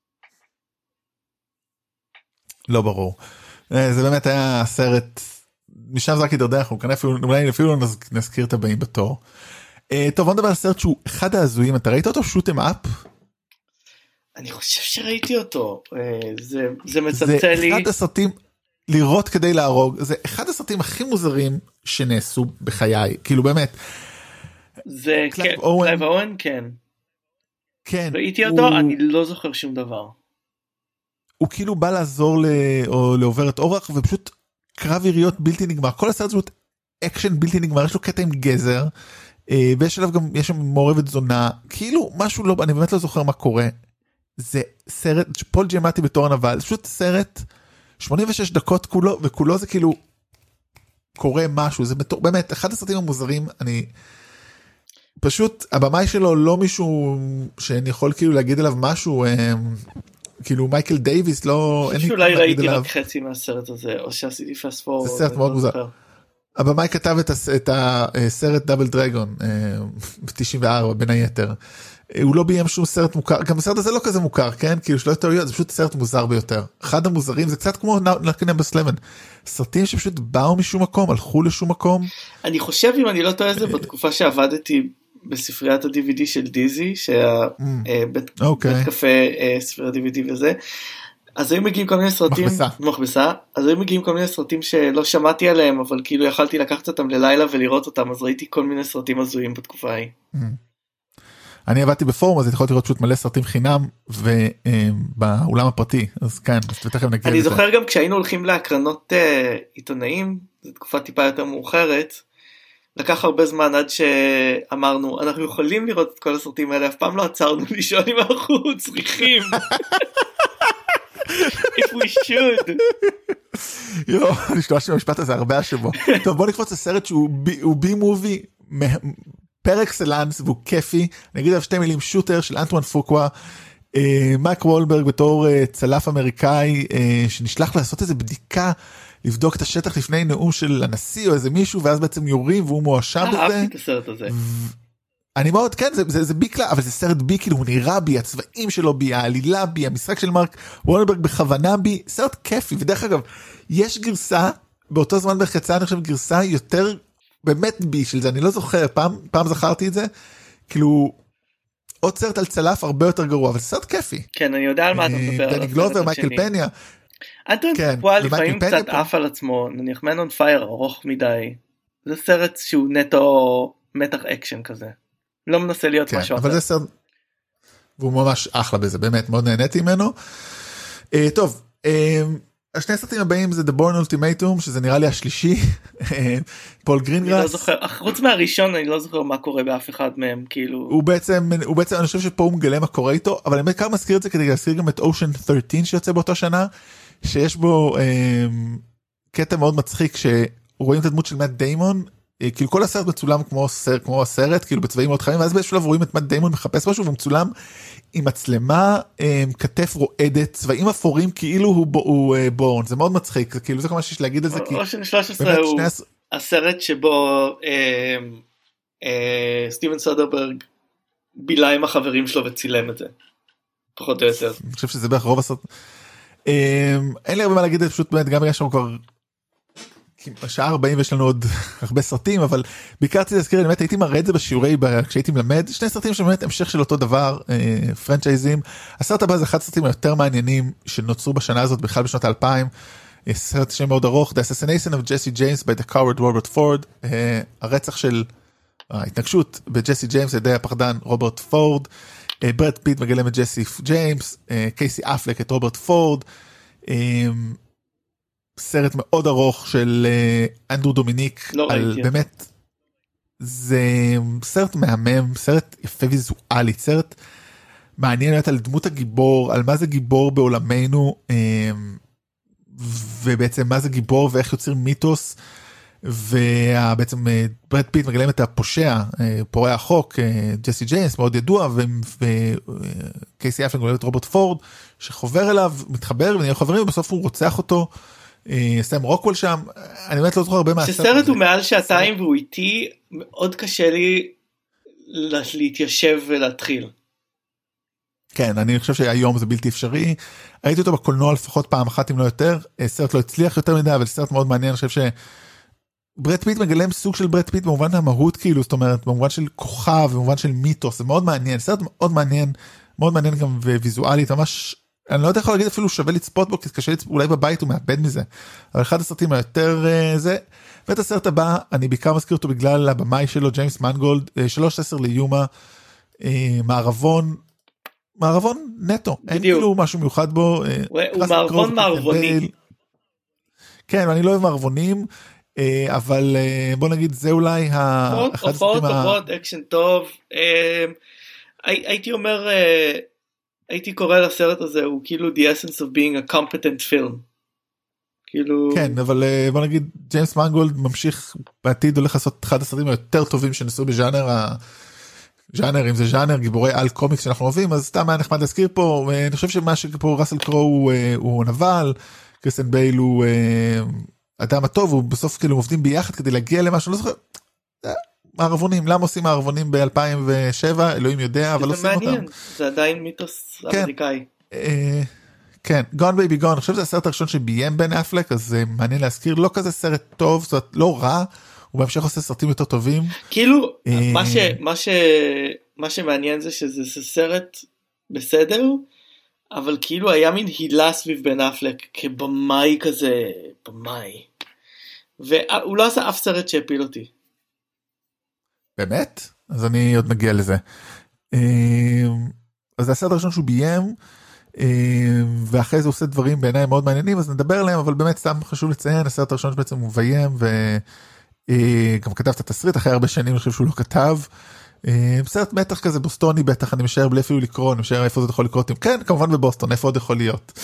לא ברור, זה באמת היה סרט, משם זה רק ידרדך, אנחנו כאן אפילו, אולי אפילו נזכיר את הבאים בתור. טוב, בוא נדבר על סרט שהוא אחד ההזויים, אתה ראית אותו? שוט אם אפ? אני חושב שראיתי אותו, זה, זה מצלצל לי. זה אחד הסרטים, לראות כדי להרוג, זה אחד הסרטים הכי מוזרים שנעשו בחיי, כאילו באמת. זה קלייב אוהן, כן. כן. ראיתי אותו, אני לא זוכר שום דבר. הוא כאילו בא לעזור לעוברת אורח, ופשוט קרב יריות בלתי נגמר, כל הסרט זאת אקשן בלתי נגמר, יש לו קטע עם גזר, ויש עליו גם, יש שם מעורבת זונה, כאילו משהו לא, אני באמת לא זוכר מה קורה, זה סרט, פול ג'יאמטי בתור הנבל, זה פשוט סרט, שמונים ושש דקות כולו, וכולו זה כאילו, קורה משהו, זה בתור, באמת, אחד הסרטים המוזרים, אני, פשוט, הבמאי שלו לא מישהו, שאני יכול כאילו להגיד עליו משהו, כאילו מייקל דייביס, לא, אני חושב שאולי ראיתי רק חצי מהסרט הזה, או שעשיתי פסט פורוורד. זה סרט מאוד מוזר. הבמאי כתב את הסרט דאבל דרגון ב-תשעים וארבע בין היתר, הוא לא ביים שום סרט מוכר, גם הסרט הזה לא כזה מוכר, כן? כאילו שלא יותר, זה פשוט סרט מוזר ביותר. אחד המוזרים, זה קצת כמו נקנבס לבן, סרטים שפשוט באו משום מקום, הלכו לשום מקום. אני חושב, אם אני לא טועה, זה בתקופה שעבדתי בספריית ה-די וי די של דיזי, שהבית קפה ספריית די וי די וזה, אז היו מגיעים כל מיני סרטים, מחבסה, אז היו מגיעים כל מיני סרטים שלא שמעתי עליהם, אבל כאילו יכלתי לקחת אותם ללילה ולראות אותם, אז ראיתי כל מיני סרטים הזויים בתקופה ההיא. אני עבדתי בפורום, אז יכולתי לראות פשוט מלא סרטים חינם, ובאולם הפרטי, אז כן, אז תכף נגיע לזה. אני זוכר גם כשהיינו הולכים להקרנות עיתונאים, זו תקופה טיפה יותר מאוחרת, לקח הרבה זמן עד שאמרנו, אנחנו יכולים לראות את כל הסרטים האלה, אף פעם לא עצרנו לשאול אם אנחנו צריכים. If we should. יו, אני שתואש במשפט הזה הרבה השבוע. טוב, בוא נקפוץ לסרט שהוא בי מובי פר אקסלנס והוא כיפי. אני אגיד עליו שתי מילים, שוטר של אנטואן פוקווה, מייק וולברג בתור צלף אמריקאי שנשלח לעשות איזה בדיקה, לבדוק את השטח לפני נאום של הנשיא או איזה מישהו, ואז בעצם יורים והוא מואשם בזה. אהבתי את הסרט הזה. אני מאוד, כן, זה, זה, זה בי קלה, אבל זה סרט בי, כאילו הוא נראה בי, הצבעים שלו בי, העלילה בי, המשחק של מרק וולברג בכוונה בי, סרט כיפי, ודרך אגב, יש גרסה, באותו זמן בחצה, אני חושב גרסה יותר באמת בי של זה, אני לא זוכר, פעם, פעם זכרתי את זה, כאילו, עוד סרט על צלף הרבה יותר גרוע, אבל זה סרט כיפי. כן, אני יודע על מה אתה מדבר. דני גלובר, מייקל פניה. אנטואן פוקווה לפעמים קצת עף על עצמו, נניח מן און פייר, ארוך מדי, זה סרט שהוא נטו מתח אקשן כזה. לא מנסה להיות כן, משהו אבל אחר. זה סרט, והוא ממש אחלה בזה, באמת, מאוד נהניתי ממנו. Uh, טוב, uh, השני הסרטים הבאים זה The Bourne Ultimatum, שזה נראה לי השלישי, פול גרינגראס. אני לא זוכר, חוץ מהראשון אני לא זוכר מה קורה באף אחד מהם, כאילו. הוא בעצם, הוא בעצם, אני חושב שפה הוא מגלה מה קורה איתו, אבל אני בעיקר מזכיר את זה כדי להזכיר גם את Ocean שלוש עשרה שיוצא באותה שנה, שיש בו uh, קטע מאוד מצחיק, שרואים את הדמות של מאט דיימון, כאילו כל הסרט מצולם כמו סרט, כמו הסרט, כאילו בצבעים מאוד חמים, ואז באיזשהו שלב רואים את מאט דיימון מחפש משהו, והוא מצולם עם מצלמה, כתף רועדת, צבעים אפורים, כאילו הוא, הוא בורן, זה מאוד מצחיק, זה כאילו זה כמו שיש להגיד על זה, כי... אושן שלוש עשרה הוא הסרט שבו אה, אה, סטיבן סודרברג בילה עם החברים שלו וצילם את זה, פחות או יותר. אני חושב שזה בערך רוב הסרט, אה, אין לי הרבה מה להגיד, פשוט באמת, גם יש לנו כבר... שעה ארבעים ויש לנו עוד הרבה סרטים, אבל בעיקר רציתי להזכיר, באמת הייתי מראה את זה בשיעורי, כשהייתי מלמד, שני סרטים שבאמת המשך של אותו דבר, פרנצ'ייזים. הסרט הבא זה אחד הסרטים היותר מעניינים שנוצרו בשנה הזאת, בכלל בשנות האלפיים, סרט שם מאוד ארוך, The Assassination of Jesse James by the Coward Robert Ford, הרצח של ההתנגשות בג'סי ג'יימס על ידי הפחדן רוברט פורד, ברד פיט מגלם את ג'סי ג'יימס, קייסי אפלק את רוברט פורד, סרט מאוד ארוך של אנדרו דומיניק, לא על ראיתי. באמת, זה סרט מהמם, סרט יפה ויזואלי, סרט מעניין באמת על דמות הגיבור, על מה זה גיבור בעולמנו, ובעצם מה זה גיבור ואיך יוצר מיתוס, ובעצם ברד פיט מגלם את הפושע, פורע החוק, ג'סי ג'יימס מאוד ידוע, וקייסי אפלק מגלם את רוברט פורד, שחובר אליו, מתחבר ונהיה חברים, ובסוף הוא רוצח אותו, סם רוקוול שם, אני באמת לא זוכר הרבה מהסרט. שסרט הוא מעל שעתיים והוא איתי, מאוד קשה לי להתיישב ולהתחיל. כן, אני חושב שהיום זה בלתי אפשרי, ראיתי אותו בקולנוע לפחות פעם אחת אם לא יותר, סרט לא הצליח יותר מדי, אבל סרט מאוד מעניין, אני חושב שברד פיט מגלם סוג של ברד פיט במובן המהות כאילו, זאת אומרת, במובן של כוכב, במובן של מיתוס, זה מאוד מעניין, סרט מאוד מעניין, מאוד מעניין גם ויזואלית, ממש, אני לא יודע יכול להגיד אפילו שווה לצפות בו, כי קשה לצפות, אולי בבית הוא מאבד מזה, אבל אחד הסרטים היותר זה, ואת הסרט הבא, אני בעיקר מזכיר אותו בגלל הבמאי שלו, ג'יימס מנגולד, שלוש עשרה ליומה, מערבון, מערבון נטו, אין כאילו משהו מיוחד בו, הוא מערבון מערבוני. כן, אני לא אוהב מערבונים, אבל בוא נגיד זה אולי הופעות טובות, אקשן טוב, הייתי אומר, הייתי קורא לסרט הזה, הוא כאילו the essence of being a competent film. כאילו... כן, אבל בוא נגיד, ג'יימס מנגולד ממשיך בעתיד הולך לעשות אחד הסרטים היותר טובים שנסו בז'אנר, ז'אנר, אם זה ז'אנר, גיבורי על קומיקס שאנחנו אוהבים, אז סתם היה נחמד להזכיר פה, אני חושב שמה שפה ראסל קרו הוא, הוא נבל, קריסטן בייל הוא אדם הטוב, הוא בסוף כאילו עובדים ביחד כדי להגיע למשהו, לא זוכר, מערבונים, למה עושים מערבונים ב-אלפיים ושבע, אלוהים יודע, אבל עושים אותם. זה מעניין, זה עדיין מיתוס אמריקאי. כן, Gone Baby Gone, אני חושב שזה הסרט הראשון שביים בן אפלק, אז זה מעניין להזכיר, לא כזה סרט טוב, זאת אומרת, לא רע, הוא בהמשך עושה סרטים יותר טובים. כאילו, מה ש, מה ש, מה שמעניין זה שזה סרט בסדר, אבל כאילו היה מין הילה סביב בן אפלק, כבמאי כזה, במאי. והוא לא עשה אף סרט שהפיל אותי. באמת? אז אני עוד מגיע לזה. אז זה הסרט הראשון שהוא ביים, ואחרי זה הוא עושה דברים בעיניי מאוד מעניינים, אז נדבר עליהם, אבל באמת סתם חשוב לציין, הסרט הראשון שבעצם הוא ביים, וגם כתב את התסריט, אחרי הרבה שנים אני חושב שהוא לא כתב, סרט מתח כזה בוסטוני בטח, אני משער בלי אפילו לקרוא, אני משער איפה זה יכול לקרות, כן, כמובן בבוסטון, איפה עוד יכול להיות,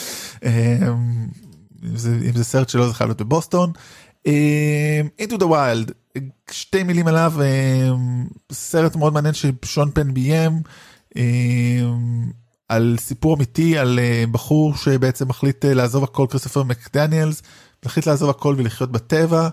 אם זה, אם זה סרט שלו זה חייב להיות בבוסטון, Into the Wild, שתי מילים עליו, סרט מאוד מעניין ששון פן ביים, על סיפור אמיתי, על בחור שבעצם מחליט לעזוב הכל, כריסטופר מקדניאלס, מחליט לעזוב הכל ולחיות בטבע,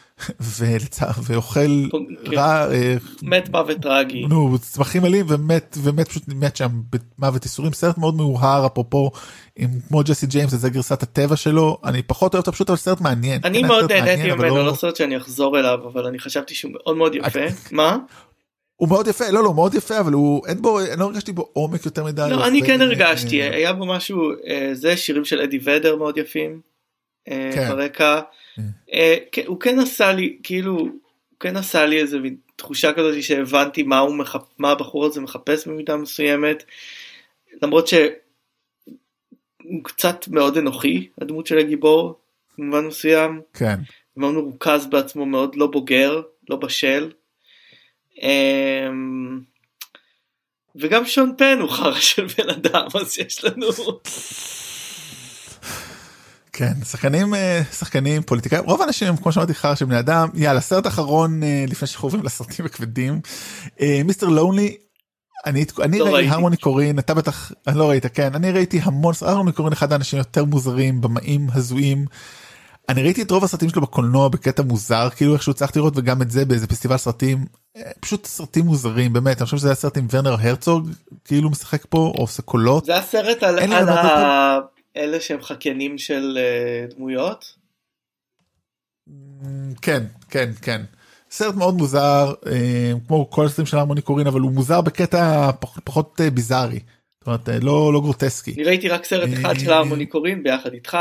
ואוכל רע, מת מוות טרגי, נו, צמחים עלים, ומת, ומת פשוט מת שם במוות איסורים, סרט מאוד מאוהר, אפרופו, כמו ג'סי ג'יימס, זה גרסת הטבע שלו, אני פחות אוהב את פשוט, אבל סרט מעניין. אני מאוד נהניתי ממנו, לא סרט שאני אחזור אליו, אבל אני חשבתי שהוא מאוד מאוד יפה. מה? הוא מאוד יפה, לא, לא, מאוד יפה, אבל הוא, אין בו, אני לא הרגשתי בו עומק יותר מדי. לא, אני כן הרגשתי, היה בו משהו, זה שירים של אדי ודר מאוד יפים, ברקע, הוא כן עשה לי, כאילו, הוא כן עשה לי איזו תחושה כזאת שהבנתי מה הוא, מה הבחור הזה מחפש במידה מסוימת, למרות שהוא קצת מאוד אנוכי, הדמות של הגיבור, במובן מסוים, כן. מאוד מרוכז בעצמו, מאוד לא בוגר, לא בשל, וגם שון פן הוא חרא של בן אדם, אז יש לנו כן, שחקנים, שחקנים, פוליטיקאים, רוב האנשים, כמו שאמרתי לך, שבני אדם, יאללה, סרט אחרון, לפני שאנחנו עוברים לסרטים הכבדים, מיסטר לונלי, אני, אני ראיתי הרמוני קורין, אתה בטח, אני לא ראית, כן, אני ראיתי המון, הרמוני קורין אחד האנשים יותר מוזרים, במאים הזויים, אני ראיתי את רוב הסרטים שלו בקולנוע בקטע מוזר, כאילו איכשהו צריך לראות, וגם את זה באיזה פסטיבל סרטים, פשוט סרטים מוזרים, באמת, אני חושב שזה היה סרט עם ורנר הרצוג, כאילו משחק פה, או עושה קולות. זה הסרט על, על ה... אלה שהם חקיינים של uh, דמויות? כן, כן, כן. סרט מאוד מוזר, אה, כמו כל הסרטים של הרמוני קורין, אבל הוא מוזר בקטע פח, פחות אה, ביזארי. זאת אומרת, אה, לא, לא גרוטסקי. אני ראיתי רק סרט אחד של הרמוני קורין ביחד איתך.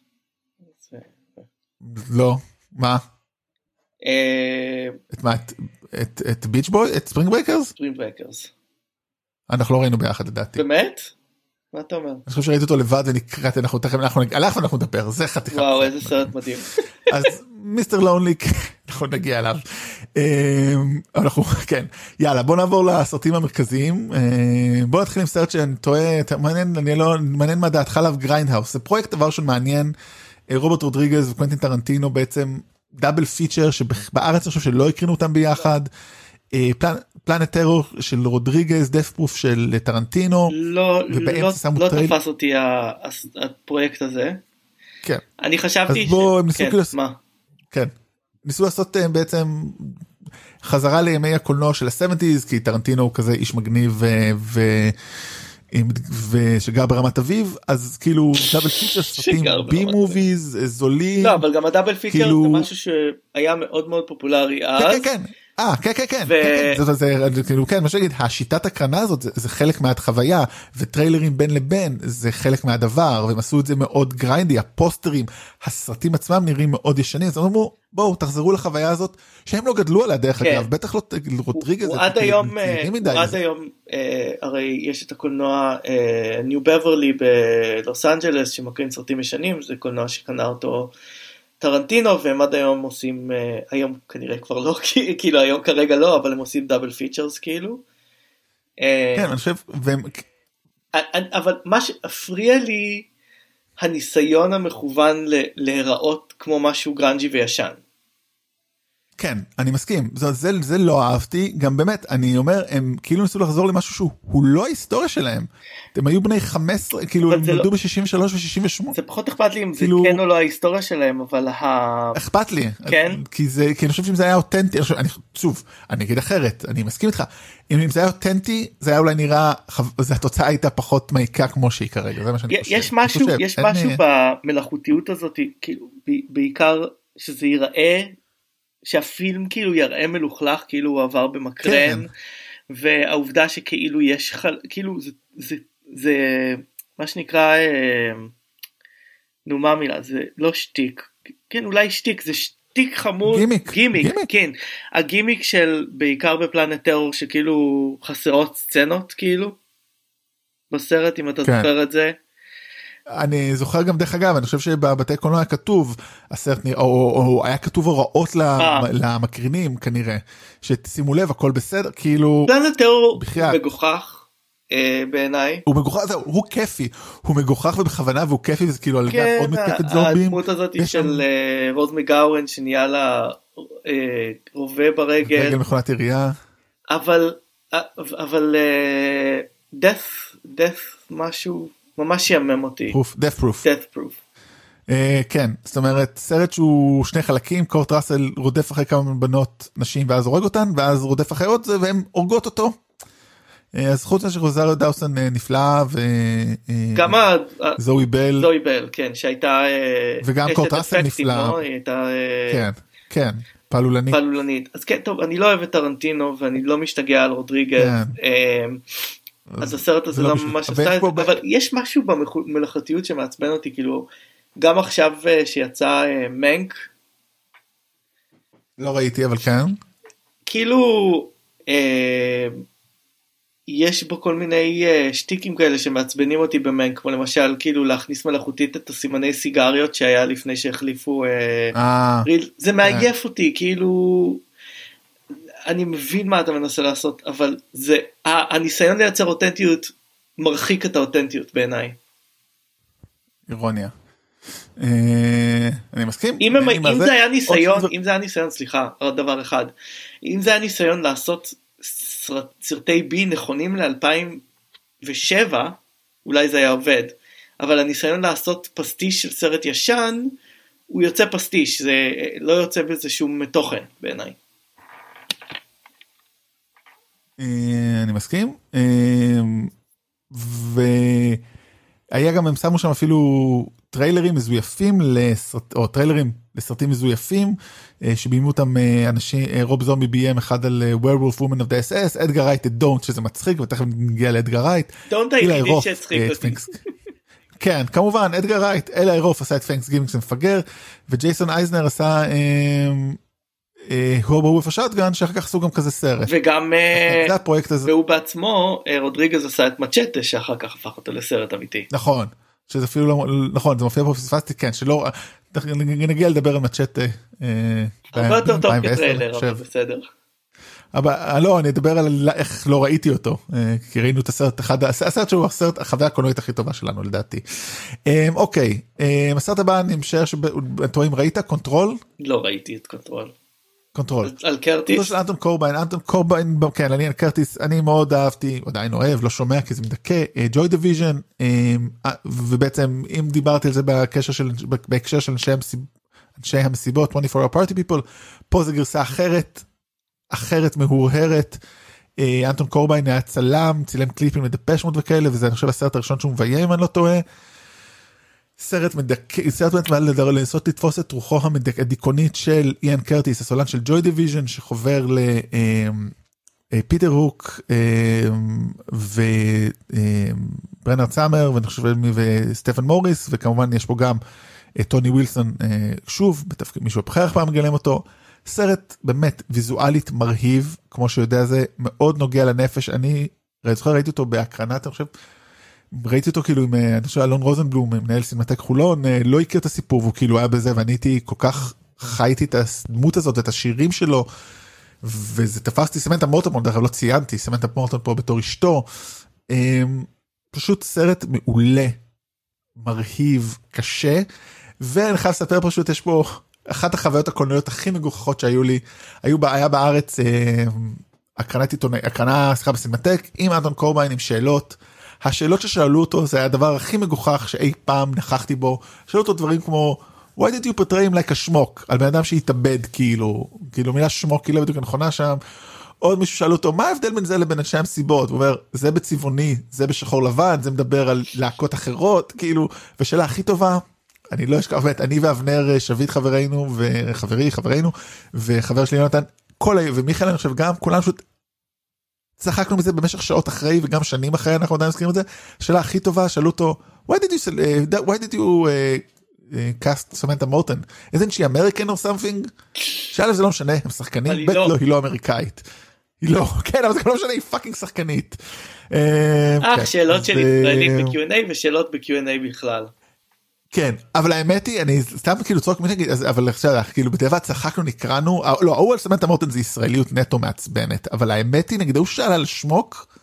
לא, מה? אה... את מה? את, את, את ביץ' בוי? את ספרינג ברקרס? ספרינג ברקרס. אנחנו לא ראינו ביחד לדעתי. באמת? מה אתה אומר? אני חושב שראיתי אותו לבד ונקראתי, אנחנו תכף, אנחנו הלך ואנחנו נדבר, זה חתיכה. וואו, איזה סרט מדהים. אז מיסטר לונלי, אנחנו נגיע אליו. אנחנו, כן, יאללה, בוא נעבור לסרטים המרכזיים. בוא נתחיל עם סרט שאני טועה, מעניין, אני לא, מעניין מה דעתך עליו, גריינדהאוס. זה פרויקט דבר שמעניין, רוברט רודריגז וקוונטין טרנטינו בעצם דאבל פיצ'ר, שבארץ אני חושב שלא הקרינו אותם ביחד. פלנט טרור של רודריגז, דף פרוף של טרנטינו. לא, לא, לא תפס אותי הפרויקט הזה. כן. אני חשבתי אז בוא, הם ניסו כן, כאילו... מה? כן. ניסו לעשות בעצם חזרה לימי הקולנוע של ה-שבעים, כי טרנטינו הוא כזה איש מגניב ו... ושגר ברמת אביב, אז כאילו דאבל פיצ'ר, סרטים בי מוביז, זולים. לא, אבל גם הדאבל פיצ'ר זה משהו שהיה מאוד מאוד פופולרי אז. כן, כן, אה, כן, כן, כן, זה כאילו, כן, מה שנגיד, השיטת הקרנה הזאת זה חלק מהחוויה, וטריילרים בין לבין זה חלק מהדבר, והם עשו את זה מאוד גריינדי, הפוסטרים, הסרטים עצמם נראים מאוד ישנים, אז הם אמרו, בואו, תחזרו לחוויה הזאת, שהם לא גדלו עליה דרך אגב, בטח לא רודריגז, הוא עד היום, עד היום, הרי יש את הקולנוע ניו בברלי בלוס אנג'לס, שמקרין סרטים ישנים, זה קולנוע שקנה אותו טרנטינו, והם עד היום עושים, היום כנראה כבר לא, כאילו היום כרגע לא, אבל הם עושים דאבל פיצ'רס כאילו. כן, אני חושב, אבל מה שהפריע לי, הניסיון המכוון להיראות כמו משהו גרנג'י וישן. כן, אני מסכים, זה, זה, זה לא אהבתי, גם באמת, אני אומר, הם כאילו ניסו לחזור למשהו שהוא, הוא לא ההיסטוריה שלהם, הם היו בני חמש עשרה, כאילו הם נולדו לא... ב-שישים ושלוש ו-שישים ושמונה. זה פחות אכפת לי אם כאילו... זה כן או לא ההיסטוריה שלהם, אבל ה... אכפת לי, כן? כי, זה, כי אני חושב שאם זה היה אותנטי, אני, אני, שוב, אני אגיד אחרת, אני מסכים איתך, אם, אם זה היה אותנטי, זה היה אולי נראה, זה התוצאה הייתה פחות מעיקה כמו שהיא כרגע, זה מה שאני חושב. יש משהו, חושב, יש משהו אני... במלאכותיות הזאת, כאילו, בעיקר שזה ייראה, שהפילם כאילו יראה מלוכלך, כאילו הוא עבר במקרן, כן. והעובדה שכאילו יש, חל... כאילו זה, זה, זה מה שנקרא, אה, נו מה המילה, זה לא שטיק, כן אולי שטיק, זה שטיק חמוד, גימיק, גימיק, גימיק. כן, הגימיק של בעיקר בפלנט טרור, שכאילו חסרות סצנות כאילו, בסרט אם אתה כן. זוכר את זה, אני זוכר גם דרך אגב, אני חושב שבבתי קולנוע היה כתוב, הסרט, או, או, או היה כתוב הוראות למקרינים כנראה, ששימו לב הכל בסדר, כאילו... פלנט טרור מגוחך אה, בעיניי. הוא מגוחך, זהו, הוא כיפי, הוא מגוחך ובכוונה והוא כיפי, וזה כאילו כן, על עוד מתקפת זומבים. הדמות הזאת של שם... רוז מגאורן שנהיה לה אה, רובה ברגל. רגל מכונת עירייה. אבל, אבל אה, death, death משהו... ממש יאמם אותי. Proof, death proof. death proof. Uh, כן, זאת אומרת, סרט שהוא שני חלקים, קורט ראסל רודף אחרי כמה בנות נשים ואז הורג אותן, ואז רודף אחרי עוד זה, והן הורגות אותו. Uh, אז חוץ מזה שרוזריו דאוסון uh, נפלא, ו... גם ה... זוהי בל. זוהי בל, כן, שהייתה... וגם קורט ראסל נפלא. לא? היא הייתה... כן, כן, פעלולנית. פעלולנית. אז כן, טוב, אני לא אוהב את טרנטינו, ואני לא משתגע על רודריגז. כן. אז הסרט הזה לא ממש עשה את זה, אבל יש משהו במלאכותיות שמעצבן אותי, כאילו, גם עכשיו שיצא מנק. לא ראיתי, אבל כן. כאילו, יש בו כל מיני שטיקים כאלה שמעצבנים אותי במנק, כמו למשל, כאילו, להכניס מלאכותית את הסימני סיגריות שהיה לפני שהחליפו ריל. זה מעייף אותי, כאילו... אני מבין מה אתה מנסה לעשות, אבל זה, הניסיון לייצר אותנטיות מרחיק את האותנטיות בעיניי. אירוניה. אני מסכים. אם זה היה ניסיון, אם זה היה ניסיון, סליחה, עוד דבר אחד, אם זה היה ניסיון לעשות סרטי בי נכונים ל-אלפיים ושבע, אולי זה היה עובד, אבל הניסיון לעשות פסטיש של סרט ישן, הוא יוצא פסטיש, זה לא יוצא בזה שום תוכן בעיניי. אני מסכים, והיה גם, הם שמו שם אפילו טריילרים מזויפים, לסרט, או טריילרים לסרטים מזויפים, שביימו אותם אנשים, רוב זומבי ביים אחד על Werewolf Woman of the אס אס, אדגר רייט את Don't, שזה מצחיק, ותכף נגיע לאדגר רייט. Don't היחידי שהצחיק אותי. כן, כמובן, אדגר רייט, אלה אירוף עשה את פנקס גיבינג שמפגר, וג'ייסון אייזנר עשה הובו וויף השאטגן, שאחר כך עשו גם כזה סרט. וגם, זה הפרויקט הזה. והוא בעצמו, רודריגז עשה את מצ'טה, שאחר כך הפך אותו לסרט אמיתי. נכון, שזה אפילו לא, נכון, זה מופיע פה פספסתי, כן, שלא, נגיע לדבר על מצ'טה. הרבה יותר טוב כטריילר, אבל בסדר. אבל לא, אני אדבר על איך לא ראיתי אותו, כי ראינו את הסרט, הסרט שהוא הסרט, החוויה הקולנועית הכי טובה שלנו לדעתי. אוקיי, הסרט הבא אני משער שבטועים ראית קונטרול? לא ראיתי את קונטרול. קונטרול. על קרטיס? אנטון קורביין, אנטון קורביין, כן, אני על קרטיס, אני מאוד אהבתי, עדיין אוהב, לא שומע כי זה מדכא, ג'וי דיוויז'ן, ובעצם אם דיברתי על זה בהקשר של, בהקשר של אנשי המסיבות, עשרים וארבע hour party people, פה זה גרסה אחרת, אחרת מהורהרת, אנטון קורביין היה צלם, צילם קליפים לדפש מוד וכאלה, וזה אני חושב הסרט הראשון שהוא מביים, אם אני לא טועה, סרט מדכא, סרט באמת לנסות לתפוס את רוחו הדיכאונית של איאן קרטיס, הסולן של ג'וי דיוויז'ן, שחובר לפיטר הוק, וברנרד סאמר, וסטפן מוריס, וכמובן יש פה גם טוני ווילסון, שוב, בתפקיד מישהו אחר פעם מגלם אותו, סרט באמת ויזואלית מרהיב, כמו שיודע זה, מאוד נוגע לנפש, אני זוכר ראיתי אותו בהקרנת, אני חושב, ראיתי אותו כאילו עם, אני חושב, אלון רוזנבלום, מנהל סינמטק חולון, לא הכיר את הסיפור, והוא כאילו היה בזה, ואני הייתי כל כך חייתי את הדמות הזאת, את השירים שלו, וזה תפסתי, סמנטה מורטון, דרך כלל לא ציינתי, סמנטה מורטון פה בתור אשתו, פשוט סרט מעולה, מרהיב, קשה, ואני חייב לספר פשוט, יש פה אחת החוויות הקולנועיות הכי מגוחכות שהיו לי, היו, היה בארץ, הקרנת עיתונאי, הקרנה, סליחה, בסינמטק, עם אנטון קורביין, עם שאלות, השאלות ששאלו אותו, זה היה הדבר הכי מגוחך שאי פעם נכחתי בו, שאלו אותו דברים כמו, why did you portray him like a schmuck, על בן אדם שהתאבד, כאילו, כאילו מילה שמוק, כאילו בדיוק נכונה שם, עוד מישהו שאלו אותו, מה ההבדל בין זה לבין אנשי המסיבות, הוא אומר, זה בצבעוני, זה בשחור לבן, זה מדבר על להקות אחרות, כאילו, ושאלה הכי טובה, אני לא אשכח, באמת, אני ואבנר שביט חברינו, וחברי, חברינו, וחבר שלי יונתן, כל, ומיכאל אני חושב גם, כולם פשוט, צחקנו מזה במשך שעות אחרי, וגם שנים אחרי אנחנו עדיין מזכירים את זה, השאלה הכי טובה, שאלו אותו, why did you, uh, why did you uh, uh, cast Samantha Morton? isn't she American or something? שאלה זה לא משנה, הם שחקנים, בית לא, היא לא אמריקאית. היא לא, כן, אבל זה לא משנה, היא פאקינג שחקנית. אך, שאלות של ישראלים ב-קיו אנד איי, ושאלות ב-קיו אנד איי בכלל. כן, אבל האמת היא, אני סתם כאילו צורק מישהו, אבל עכשיו, כאילו בטבע צחקנו, נקראנו, לא, הוא על סמנטה מורטון זה ישראליות נטו מעצבנת, אבל האמת היא, נגיד, הוא שאל על שמוק,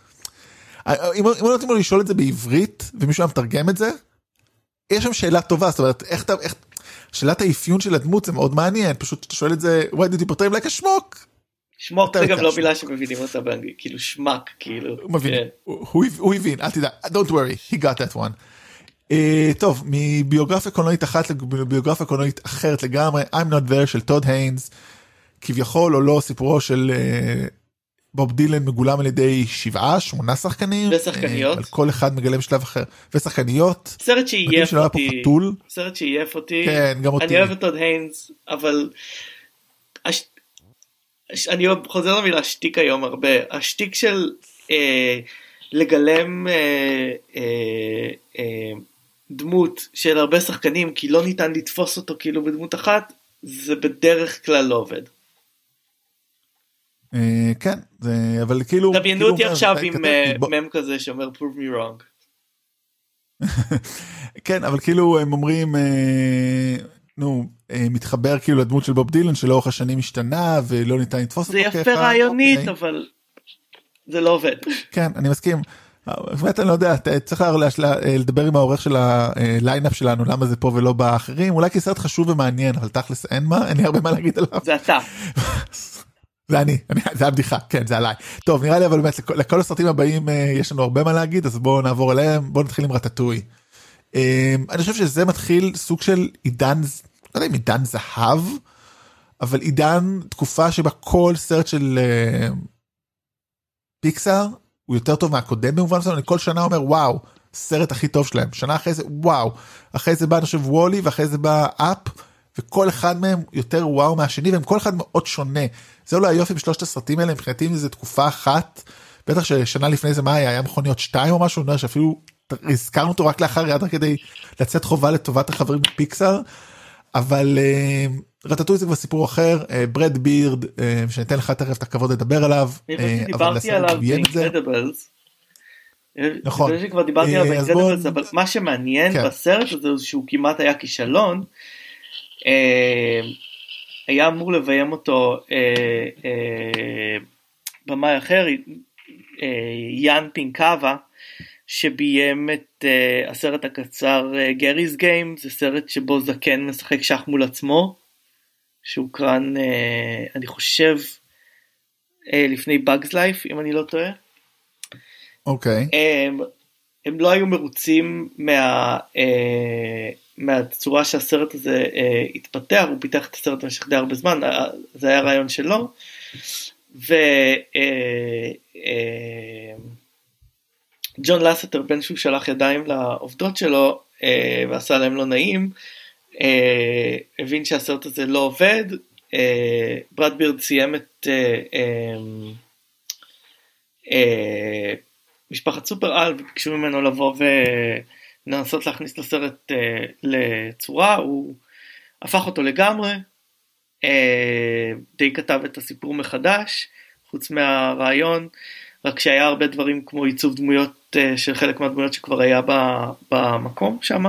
אם לא נותנים לו לשאול את זה בעברית, ומישהו היה מתרגם את זה, יש שם שאלה טובה, זאת אומרת, איך אתה, איך, שאלת האפיון של הדמות זה מאוד מעניין, פשוט אתה שואל את זה, why did you portray him like a שמוק? שמוק זה גם לא מילה שמבינים אותה באנגלית, כאילו שמק, כאילו. הוא מבין, הוא הבין, אל תדע, don't worry, he got that one. Uh, טוב, מביוגרפיה קולנועית אחת לביוגרפיה קולנועית אחרת לגמרי, I'm Not There של טוד היינס, כביכול או לא סיפורו של uh, בוב דילן מגולם על ידי שבעה, שמונה שחקנים. ושחקניות. Uh, על כל אחד מגלם שלב אחר. ושחקניות. סרט שייף אותי. חתול. סרט שייף אותי. כן, גם אותי. אני אוהב את טוד היינס, אבל הש... אני חוזר למילה שטיק היום הרבה. השטיק של אה, לגלם אה, אה, אה, דמות של הרבה שחקנים, כי לא ניתן לתפוס אותו כאילו בדמות אחת, זה בדרך כלל לא עובד. כן, אבל כאילו... דמיינו אותי עכשיו עם מם כזה שאומר prove me wrong. כן, אבל כאילו הם אומרים, נו, מתחבר כאילו לדמות של בוב דילן, שלאורך השנים השתנה, ולא ניתן לתפוס אותו. זה יפה רעיונית, אבל זה לא עובד. כן, אני מסכים. באמת אני לא יודע, צריך לדבר עם העורך של הליינאפ שלנו, למה זה פה ולא באחרים, אולי כי סרט חשוב ומעניין, אבל תכלס אין מה, אין לי הרבה מה להגיד עליו. זה אתה. זה אני, זה הבדיחה, כן, זה עליי. טוב, נראה לי, אבל באמת, לכל הסרטים הבאים יש לנו הרבה מה להגיד, אז בואו נעבור אליהם, בואו נתחיל עם רטטוי. אני חושב שזה מתחיל סוג של עידן, לא יודע אם עידן זהב, אבל עידן, תקופה שבה כל סרט של פיקסאר, הוא יותר טוב מהקודם במובן מסוים, אני כל שנה אומר וואו, סרט הכי טוב שלהם, שנה אחרי זה וואו, אחרי זה בא אני חושב וולי, ואחרי זה בא אפ, וכל אחד מהם יותר וואו מהשני, והם כל אחד מאוד שונה, זה אולי היופי בשלושת הסרטים האלה, מבחינתי אם זה תקופה אחת, בטח ששנה לפני זה מה היה, היה מכוניות שתיים או משהו, נראה שאפילו הזכרנו אותו רק לאחר יד, רק כדי לצאת חובה לטובת החברים בפיקסאר, אבל רטטוי זה כבר סיפור אחר, ברד בירד, שניתן לך תכף את הכבוד לדבר עליו. דיברתי עליו באינקרדיבלס. נכון. כבר דיברתי עליו באינקרדיבלס, אבל מה שמעניין בסרט הזה, שהוא כמעט היה כישלון, היה אמור לביים אותו במאי אחר, יאן פינקאבה, שביים את uh, הסרט הקצר גרי's Game, זה סרט שבו זקן משחק שח מול עצמו, שהוקרן, uh, אני חושב, uh, לפני Bugs Life, אם אני לא טועה. אוקיי. Okay. Um, הם לא היו מרוצים מה, uh, מהצורה שהסרט הזה uh, התפתח, הוא פיתח את הסרט במשך די הרבה זמן, uh, זה היה רעיון שלו, ו... Uh, uh, ג'ון לסטר, בן שהוא שלח ידיים לעובדות שלו, אה, ועשה להם לא נעים, אה, הבין שהסרט הזה לא עובד, אה, ברד בירד סיים את אה, אה, אה, משפחת סופר-על, וביקשו ממנו לבוא ולנסות להכניס לסרט אה, לצורה, הוא הפך אותו לגמרי, אה, די כתב את הסיפור מחדש, חוץ מהרעיון, רק שהיה הרבה דברים כמו עיצוב דמויות של חלק מהדמויות שכבר היה במקום שם.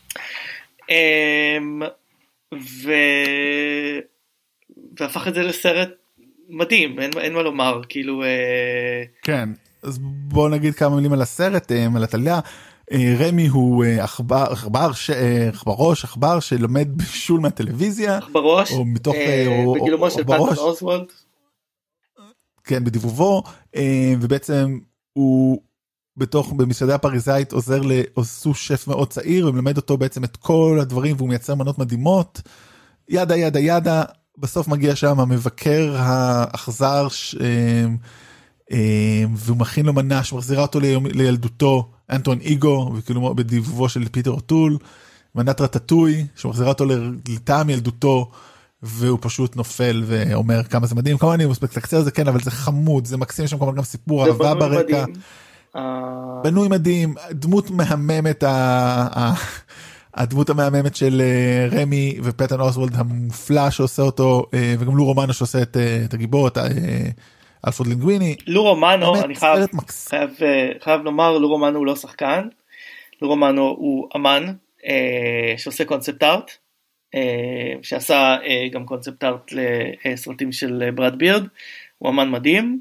ו... והפך את זה לסרט מדהים, אין, אין מה לומר, כאילו... כן, אז בואו נגיד כמה מילים על הסרט, על התליה. רמי הוא עכבר, עכבר, עכברוש, עכבר שלומד בישול מהטלוויזיה. עכברוש, בגילומו של פטון אוסוולד. כן, בדיבובו, ובעצם הוא בתוך, במסעדה הפריזאית עוזר לעשו שף מאוד צעיר, ומלמד אותו בעצם את כל הדברים, והוא מייצר מנות מדהימות, ידה ידה ידה, בסוף מגיע שם המבקר האכזר, והוא מכין לו מנה שמחזירה אותו לילדותו, אנטון איגו, וכאילו בדיבובו של פיטר אוטול, מנת רטטוי, שמחזירה אותו לטעם ילדותו, והוא פשוט נופל ואומר כמה זה מדהים, כמה אני מספיק לקצר זה כן, אבל זה חמוד, זה מקסים, יש שם כמובן גם סיפור אהבה ברקע, בנוי מדהים, דמות מהממת, הדמות המהממת של רמי ופטון אוסוולד המופלא שעושה אותו, וגם לו רומנו שעושה את הגיבור, את אלפרד לינגוויני. לו רומנו, אני חייב לומר, לו רומנו הוא לא שחקן, לו רומנו הוא אמן שעושה קונספט ארט, שעשה גם קונספט ארט לסרטים של ברד בירד, הוא אמן מדהים,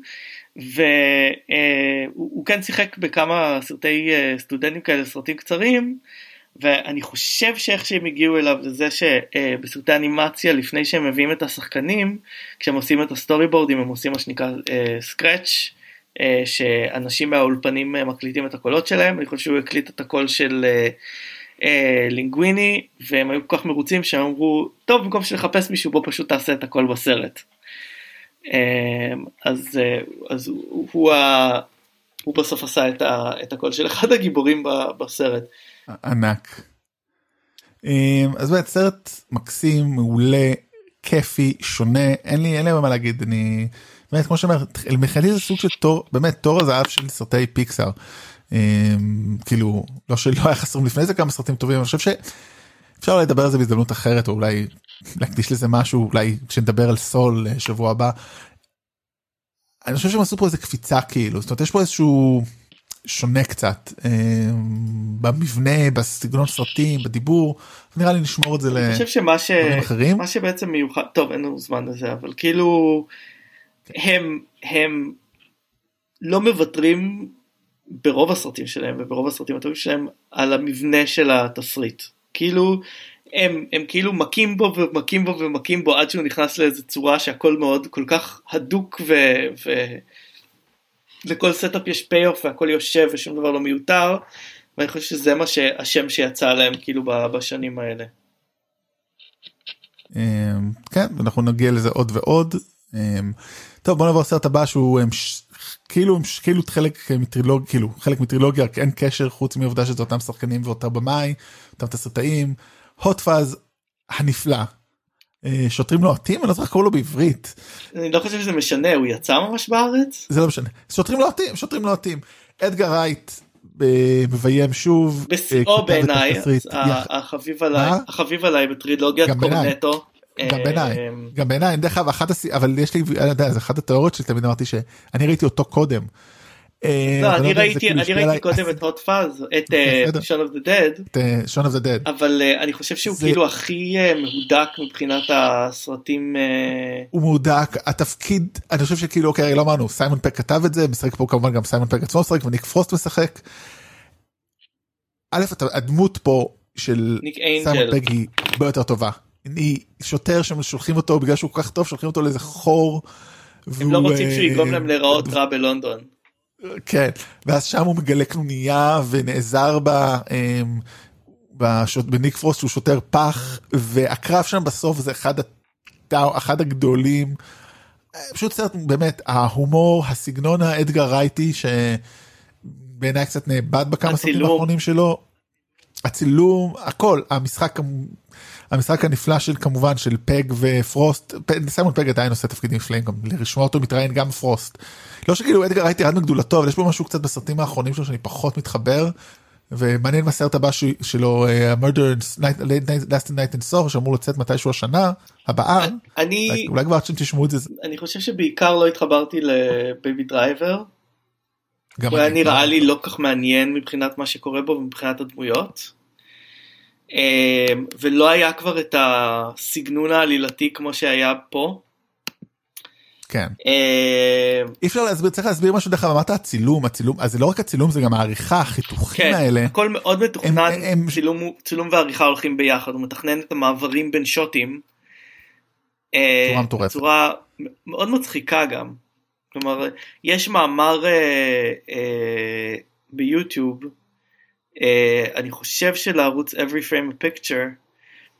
והוא כן שיחק בכמה סרטי סטודנטים כאלה, סרטים קצרים, ואני חושב שאיך שהם הגיעו אליו לזה שבסרטי אנימציה, לפני שהם מביאים את השחקנים, כשהם עושים את הסטורי בורדים, הם עושים מה שנקרא סקרץ', שאנשים מהאולפנים מקליטים את הקולות שלהם, אני חושב שהוא הקליט את הקול של לינגוויני, והם היו כל כך מרוצים שהם אמרו, טוב, במקום שלחפש מישהו, בוא פשוט תעשה את הכל בסרט. אז, אז הוא, הוא, הוא בסוף עשה את, ה, את הכל של אחד הגיבורים בסרט. ענק. אז באמת סרט מקסים, מעולה, כיפי, שונה, אין לי, אין לי מה להגיד, אני, באמת, כמו שאומר, מבחינתי זה סוג של תור, באמת תור הזהב של סרטי פיקסאר, כאילו, לא שלא היה חסרים לפני זה כמה סרטים טובים, אני חושב שאפשר לדבר על זה בהזדמנות אחרת, או אולי להקדיש לזה משהו, אולי כשנדבר על סול שבוע הבא, אני חושב שהם עשו פה איזה קפיצה כאילו, זאת אומרת, יש פה איזשהו שונה קצת, במבנה, בסגנון סרטים, בדיבור, נראה לי נשמור את זה לדברים אחרים. אני חושב שמה שבעצם מיוחד, טוב, אין לנו זמן לזה, אבל כאילו, הם, הם לא מוותרים ברוב הסרטים שלהם, וברוב הסרטים הטובים שלהם, על המבנה של התסריט. כאילו, הם, הם כאילו מקים בו ומקים בו ומקים בו, עד שהוא נכנס לאיזו צורה שהכל מאוד, כל כך הדוק, ו... ו... לכל סטאפ יש פי-אוף, והכל יושב, ושום דבר לא מיותר, ואני חושב שזה מה שהשם שיצא להם, כאילו, בשנים האלה. כן, אנחנו נגיע לזה עוד ועוד. טוב, בוא נעבור לסרט הבא, שהוא כאילו, כאילו חלק מטרילוגיה, כאילו, חלק מטרילוגיה, אין קשר, חוץ מעובדה שזה אותם שחקנים ואותה במאי, אותם תסריטאים, Hot Fuzz הנפלא. שוטרים לוהטים, אני לא זוכר קורא לו בעברית. אני לא חושב שזה משנה, הוא יצא ממש בארץ? זה לא משנה. שוטרים לוהטים, שוטרים לוהטים. אדגר רייט מביים שוב. בשיאו בעיניי, החביב עליי בטרילוגיית קורנטו. גם בעיניי, גם בעיניי, דרך אגב, אבל יש לי, אני יודע, זה אחת התיאוריות שלי, תמיד אמרתי שאני ראיתי אותו קודם. לא, אני ראיתי קודם את Hot Fuzz, את Shaun of the Dead, את Shaun of the Dead, אבל אני חושב שהוא כאילו הכי מהודק מבחינת הסרטים. הוא מהודק, התפקיד, אני חושב שכאילו, אוקיי, לא אמרנו, סיימון פק כתב את זה, משחק פה כמובן גם סיימון פק עצמו משחק, וניק פרוסט משחק. א', הדמות פה של סיימון פק היא הרבה יותר טובה. היא שוטר ששולחים אותו, בגלל שהוא כל כך טוב, שולחים אותו לאיזה חור. הם לא רוצים שהוא יגרום להם להיראות רע בלונדון. כן, ואז שם הוא מגלה קנוניה ונעזר בה, בניק פרוסט שהוא שוטר פח, והקרב שם בסוף זה אחד, אחד הגדולים, פשוט סרט באמת, ההומור, הסגנון האדגר רייטי, שבעיניי קצת נאבד בכמה סרטים האחרונים שלו, הצילום, הכל, המשחק, המשחק הנפלא של כמובן של פג ופרוסט, סיימון פג עדיין עושה תפקידים נפלאים, גם לרשמוע אותו מתראיין גם פרוסט, לא שכאילו אדגר רייטי ירד מגדולתו, אבל יש בו משהו קצת בסרטים האחרונים שלו שאני פחות מתחבר, ומעניין מהסרט הבא שלו, Murder Last Night in Soho, שאמור לצאת מתישהו השנה הבאה, אולי כבר עד שתשמעו את זה. אני חושב שבעיקר לא התחברתי לבייבי דרייבר, הוא היה נראה לי לא כך מעניין מבחינת מה שקורה בו ומבחינת הדמויות, ולא היה כבר את הסגנון העלילתי כמו שהיה פה. כן. אי אפשר להסביר, צריך להסביר משהו דרך אמרת הצילום, הצילום, אז זה לא רק הצילום, זה גם העריכה, החיתוכים האלה. הכל מאוד מתוכנן, צילום ועריכה הולכים ביחד, הוא מתכנן את המעברים בין שוטים, צורה מטורפת. צורה מאוד מצחיקה גם. כלומר, יש מאמר ביוטיוב, אני חושב של הערוץ Every Frame a Picture,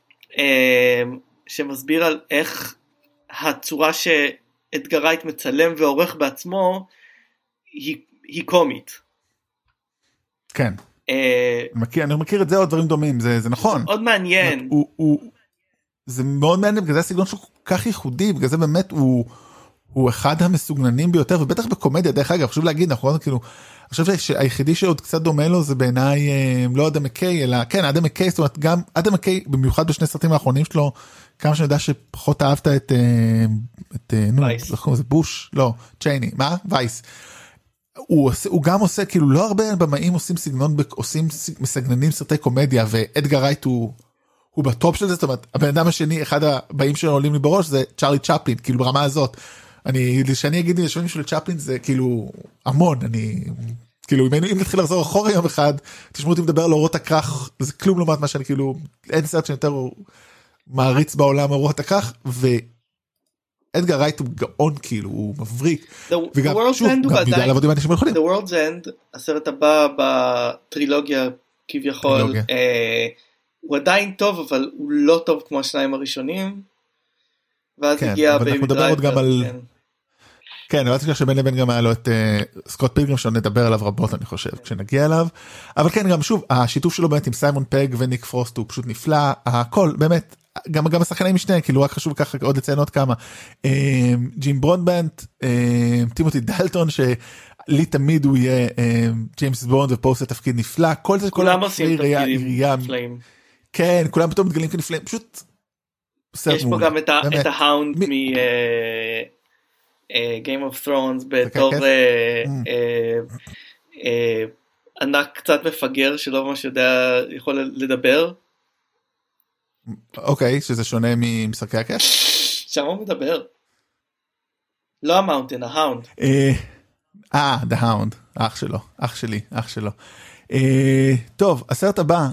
שמסביר על איך הצורה שאדגר רייט מצלם ועורך בעצמו, היא, היא קומית. כן. אני מכיר את זה עוד דברים דומים, זה, זה נכון. מאוד מעניין. הוא, הוא, זה מאוד מעניין, בגלל זה הסגנון שלו כל כך ייחודי, בגלל זה באמת הוא... הוא אחד המסוגננים ביותר, ובטח בקומדיה, דרך אגב, חשוב להגיד, נכון, כאילו, אני חושב שהיחידי שעוד קצת דומה לו, זה בעיניי, לא אדם מקיי, אלא, כן, אדם מקיי, זאת אומרת, גם אדם מקיי, במיוחד בשני סרטים האחרונים שלו, כמה שאני יודע שפחות אהבת את, את, נו, זה בוש, לא, צ'ייני, מה? וייס. הוא, הוא גם עושה, כאילו, לא הרבה במאים עושים סגנון, עושים מסגננים סרטי קומדיה, ואדגר רייט הוא, הוא בטופ של זה, זאת אומרת, הבן אדם השני, אחד הבאים שלו עולים לי בראש, זה צ'ארלי צ'פלין, כאילו, ברמה הזאת. אני, שאני אגיד, לשונים של צ'פלין זה כאילו המון, אני, כאילו, אם, אם נתחיל לחזור אחורה יום אחד, תשמעו אותי מדבר על אורות הכרך, זה כלום לעומת מה שאני כאילו, אין סרט שיותר מעריץ בעולם אורות הכרך, ואדגר רייט הוא גאון כאילו, הוא מבריק, the, וגם the שוב, גם יודע לעבוד עם אנשים יכולים. The World's End, הסרט הבא בטרילוגיה כביכול, אה, הוא עדיין טוב, אבל הוא לא טוב כמו השניים הראשונים, ואז כן, הגיע בייבי דרייבר, על... כן. כן, אבל תשכח שבין לבין גם היה לו את uh, סקוט פילגרם, שנדבר עליו רבות אני חושב, כשנגיע אליו, אבל כן, גם שוב, השיתוף שלו באמת עם סיימון פג וניק פרוסט הוא פשוט נפלא, הכל, באמת, גם, גם השחקנים משניהם, כאילו רק חשוב ככה עוד לציין עוד כמה, uh, ג'ים ברודבנט, uh, טימותי דלטון, שלי תמיד הוא יהיה ג'יימס בונד, ופה עושה תפקיד נפלא, כל זה, כולם עושים תפקידים נפלאים. כן, כולם פתאום מתגלים כנפלאים, פשוט יש פה גם את ההאונד מ... Game of Thrones בתור ענק קצת מפגר שלא ממש יודע יכול לדבר. אוקיי, שזה שונה ממשחקי הכיף? שם הוא מדבר. לא המאונטן, ההאונד. אה, The Hound, אח שלו, אח שלי, אח שלו. טוב, הסרט הבא,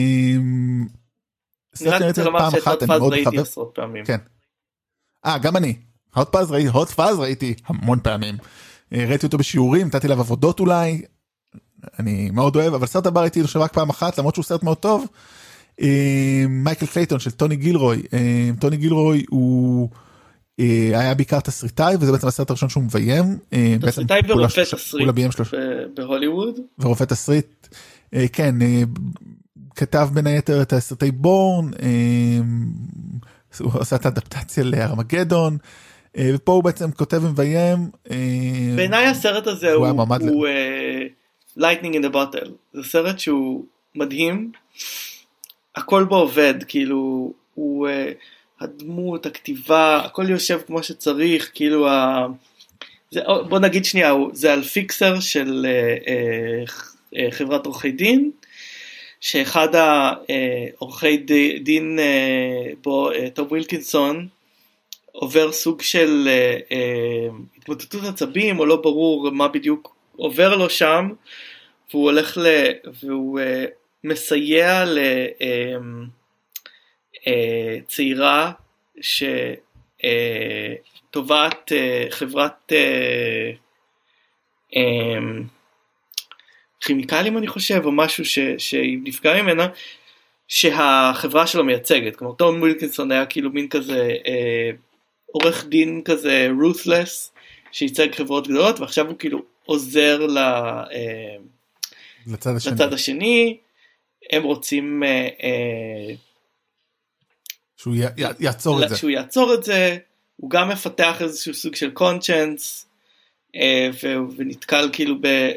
אני רק רוצה לומר שאת הוט פאז ראיתי עשרות פעמים. כן. אה, גם אני. הוט פאז ראיתי, הוט פאז ראיתי המון פעמים. ראיתי אותו בשיעורים, נתתי עליו עבודות אולי, אני מאוד אוהב, אבל סרט הבא ראיתי לו רק פעם אחת, למרות שהוא סרט מאוד טוב. מייקל קלייטון של טוני גילרוי. טוני גילרוי הוא היה בעיקר תסריטאי, וזה בעצם הסרט הראשון שהוא מביים. תסריטאי ורופא תסריט בהוליווד. ורופא תסריט, כן, כתב בין היתר את הסרטי בורן, הוא עושה את האדפטציה לארמגדון, ופה הוא בעצם כותב ומביים. בעיניי הסרט הזה הוא Lightning in the Bottle, זה סרט שהוא מדהים, הכל בו עובד, כאילו, הוא, הדמות, הכתיבה, הכל יושב כמו שצריך, כאילו, ה... זה, בוא נגיד שנייה, זה על פיקסר של חברת עורכי דין, שאחד העורכי דין בו, טום ווילקינסון, עובר סוג של התמוטטות עצבים, או לא ברור מה בדיוק עובר לו שם, והוא הולך ל... והוא מסייע לצעירה שטובעת חברת כימיקלים אני חושב, או משהו שהיא נפגע ממנה, שהחברה שלו מייצגת. כמו טום ווילקינסון היה כאילו מין כזה עורך דין כזה ruthless, שייצג חברות גדולות, ועכשיו הוא כאילו עוזר ל... לצד השני. לצד השני, הם רוצים שהוא יעצור את זה. שהוא יעצור את זה, הוא גם מפתח איזשהו סוג של קונצ'נס, ונתקל כאילו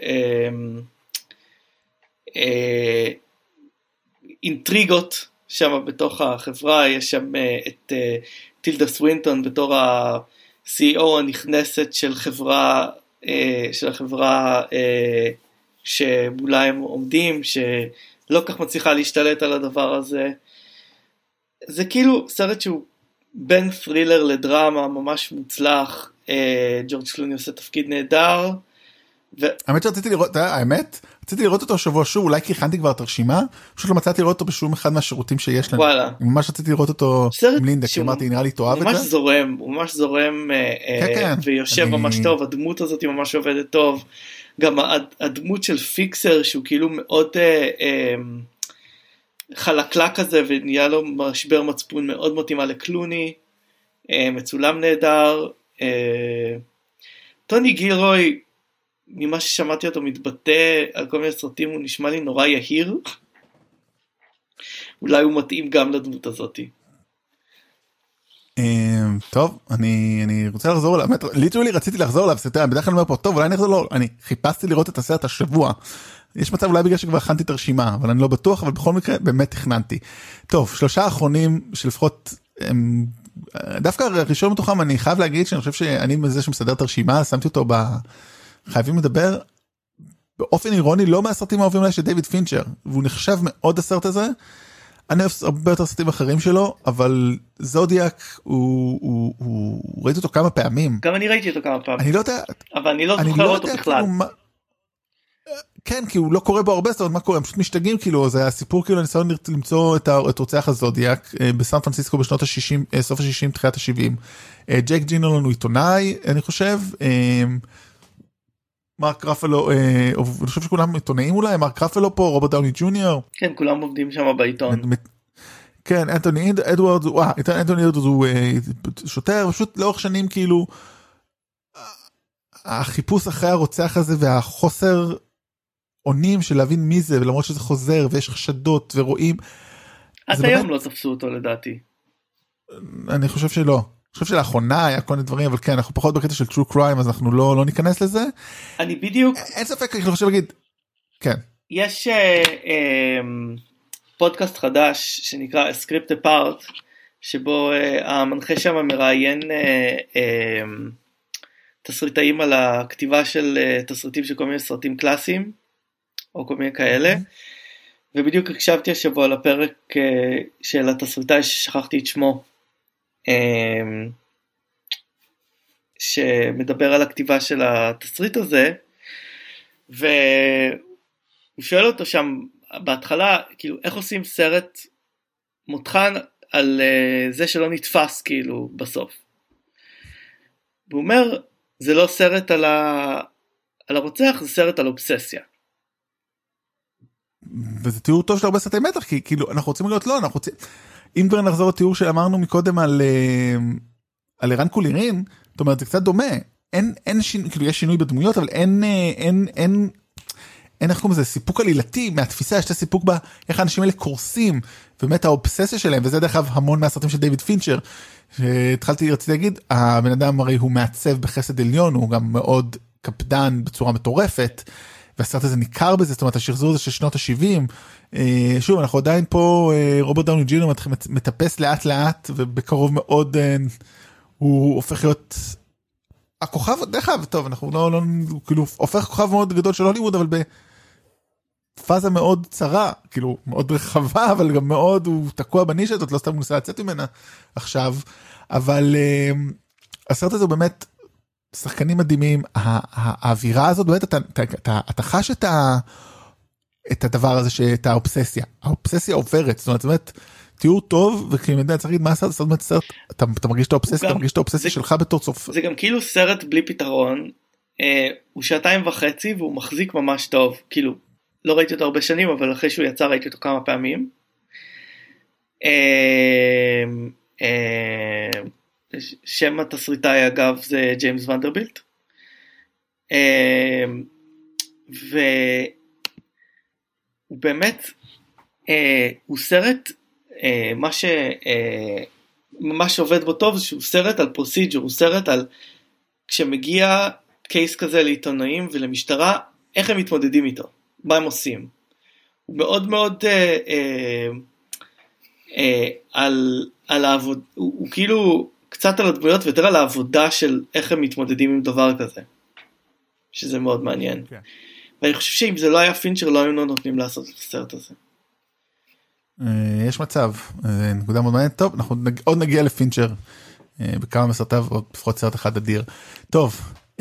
באינטריגות שם בתוך החברה, יש שם את טילדה סווינטון בתור ה-סי אי או הנכנסת של חברה, של החברה שמולה הם עומדים, שלא כך מצליחה להשתלט על הדבר הזה. זה כאילו סרט שהוא בין ת'רילר לדרמה, ממש מוצלח, ג'ורג' קלוני עושה תפקיד נהדר. האמת שרציתי לראות, האמת, רציתי לראות אותו השבוע שוב, אולי כי הכנתי כבר את הרשימה, פשוט לא מצאתי לראות אותו בשום אחד מהשירותים שיש לנו. וואלה. ממש רציתי לראות אותו עם לינדה, כי אמרתי, נראה לי תאהב את זה. ממש זורם, הוא ממש זורם, ויושב ממש טוב, הדמות הזאת היא ממש עובדת טוב. גם הדמות של פיקסר, שהוא כאילו מאוד חלקלק כזה, ונהיה לו משבר מצפון מאוד מתאימה לקלוני, מצולם נהדר. טוני גילרוי, ממה ששמעתי אותו מתבטא על כל מיני סרטים, הוא נשמע לי נורא יהיר. אולי הוא מתאים גם לדמות הזאת. טוב, אני אני רוצה לחזור אליו, ליטרלי רציתי לחזור אליו, בדרך כלל אומר פה, טוב, אולי אני אחזור לו, אני חיפשתי לראות את הסרט השבוע, יש מצב אולי בגלל שכבר הכנתי את הרשימה, אבל אני לא בטוח, אבל בכל מקרה באמת תכננתי. טוב, שלושה אחרונים שלפחות, דווקא הראשון מתוכם, אני חייב להגיד שאני חושב שאני מזה שמסדר את הרשימה, שמתי אותו ב... חייבים לדבר, באופן אירוני, לא מהסרטים האהובים עליי של דיוויד פינצ'ר, והוא נחשב מאוד הסרט הזה, אני אוהב הרבה יותר סרטים אחרים שלו, אבל זודיאק, הוא, הוא, הוא, ראיתי אותו כמה פעמים. גם אני ראיתי אותו כמה פעמים. אני לא יודע... אבל אני לא זוכר אותו בכלל. כן, כי הוא לא קורא בו הרבה, זאת אומרת, מה קורה? הם פשוט משתגעים, כאילו, זה הסיפור, כאילו, הניסיון למצוא את רוצח הזודיאק, בסן פרנסיסקו בשנות ה-שישים, סוף ה-שישים, תחילת ה-שבעים. ג'ק ג'ינולון הוא עיתונאי, אני חושב, מרק רפלו, אני חושב שכולם עיתונאים אולי, מרק רפלו פה, רוברט דאוני ג'וניור. כן, כולם עובדים שם בעיתון. כן, אנטוני אדוארדס, וואו, אנטוני אדוארדס הוא שוטר, פשוט לאורך שנים כאילו, החיפוש אחרי הרוצח הזה והחוסר עונים של להבין מי זה, ולמרות שזה חוזר ויש חשדות ורואים. עד היום לא תפסו אותו לדעתי. אני חושב שלא. אני חושב שלאחרונה היה כל מיני דברים, אבל כן, אנחנו פחות בקטע של true crime, אז אנחנו לא, לא ניכנס לזה. אני בדיוק... אין ספק, אני חושב להגיד, כן. יש אה, אה, פודקאסט חדש שנקרא A Script Apart, שבו אה, המנחה שם מראיין אה, אה, תסריטאים על הכתיבה של אה, תסריטים של כל מיני סרטים קלאסיים, או כל מיני כאלה. ובדיוק הקשבתי השבוע לפרק אה, של התסריטאי ששכחתי את שמו, שמדבר על הכתיבה של התסריט הזה, והוא שואל אותו שם בהתחלה, כאילו, איך עושים סרט מותחן על uh, זה שלא נתפס כאילו בסוף. הוא אומר, זה לא סרט על, ה... על הרוצח, זה סרט על אובססיה. וזה תיאור טוב של הרבה סרטי מתח, כי כאילו אנחנו רוצים להיות לא, אנחנו רוצים, אם כבר נחזור לתיאור שאמרנו מקודם על, על ערן קולירין, זאת אומרת, זה קצת דומה, אין, אין שינוי, כאילו יש שינוי בדמויות, אבל אין, אין, אין, אין איך קוראים לזה, סיפוק עלילתי מהתפיסה, יש את הסיפוק בה, איך האנשים האלה קורסים, ובאמת האובססיה שלהם, וזה דרך אגב המון מהסרטים של דיוויד פינצ'ר, שהתחלתי, רציתי להגיד, הבן אדם הרי הוא מעצב בחסד עליון, הוא גם מאוד קפדן בצורה מטורפת, והסרט הזה ניכר בזה, זאת אומרת, השחזור הזה של שנות ה-שבעים, שוב, אנחנו עדיין פה, רוברט דאוני ג'וניור מטפס לאט לאט, ובקרוב מאוד הוא הופך להיות הכוכב, דרך אגב, טוב, אנחנו לא, לא, כאילו, הופך כוכב מאוד גדול של הוליווד, אבל בפאזה מאוד צרה, כאילו, מאוד רחבה, אבל גם מאוד, הוא תקוע בנישה הזאת, לא סתם הוא ניסה לצאת ממנה עכשיו, אבל הסרט הזה הוא באמת, שחקנים מדהימים, האווירה הזאת, באמת, אתה, אתה, אתה, אתה חש את, ה, את הדבר הזה, את האובססיה. האובססיה עוברת, זאת אומרת, זאת אומרת, תיאור טוב, וכי מדע, צריך להגיד, מה הסרט, זאת אומרת, סרט, אתה, אתה מרגיש את האובססיה, אתה מרגיש את האובססיה שלך בתור צופה. זה גם כאילו סרט בלי פתרון, אה, הוא שעתיים וחצי, והוא מחזיק ממש טוב, כאילו, לא ראיתי אותו הרבה שנים, אבל אחרי שהוא יצא, ראיתי אותו כמה פעמים. אה, אה, שם התסריטאי אגב זה ג'יימס ונדרבילט, והוא באמת הוא סרט, מה ש מה שעובד בו טוב זה שהוא סרט על פרוסיג'ר, הוא סרט על כשמגיע קייס כזה לעיתונאים ולמשטרה, איך הם מתמודדים איתו, מה הם עושים. הוא מאוד מאוד על על העבוד, הוא כאילו קצת על הדמויות ויותר על העבודה של איך הם מתמודדים עם דבר כזה. שזה מאוד מעניין. Okay. ואני חושב שאם זה לא היה פינצ'ר, לא היו נותנים לעשות את הסרט הזה. יש מצב. נקודה מאוד מעניינת. טוב, אנחנו עוד נגיע לפינצ'ר, בכמה מסרטיו, עוד לפחות סרט אחד אדיר. טוב,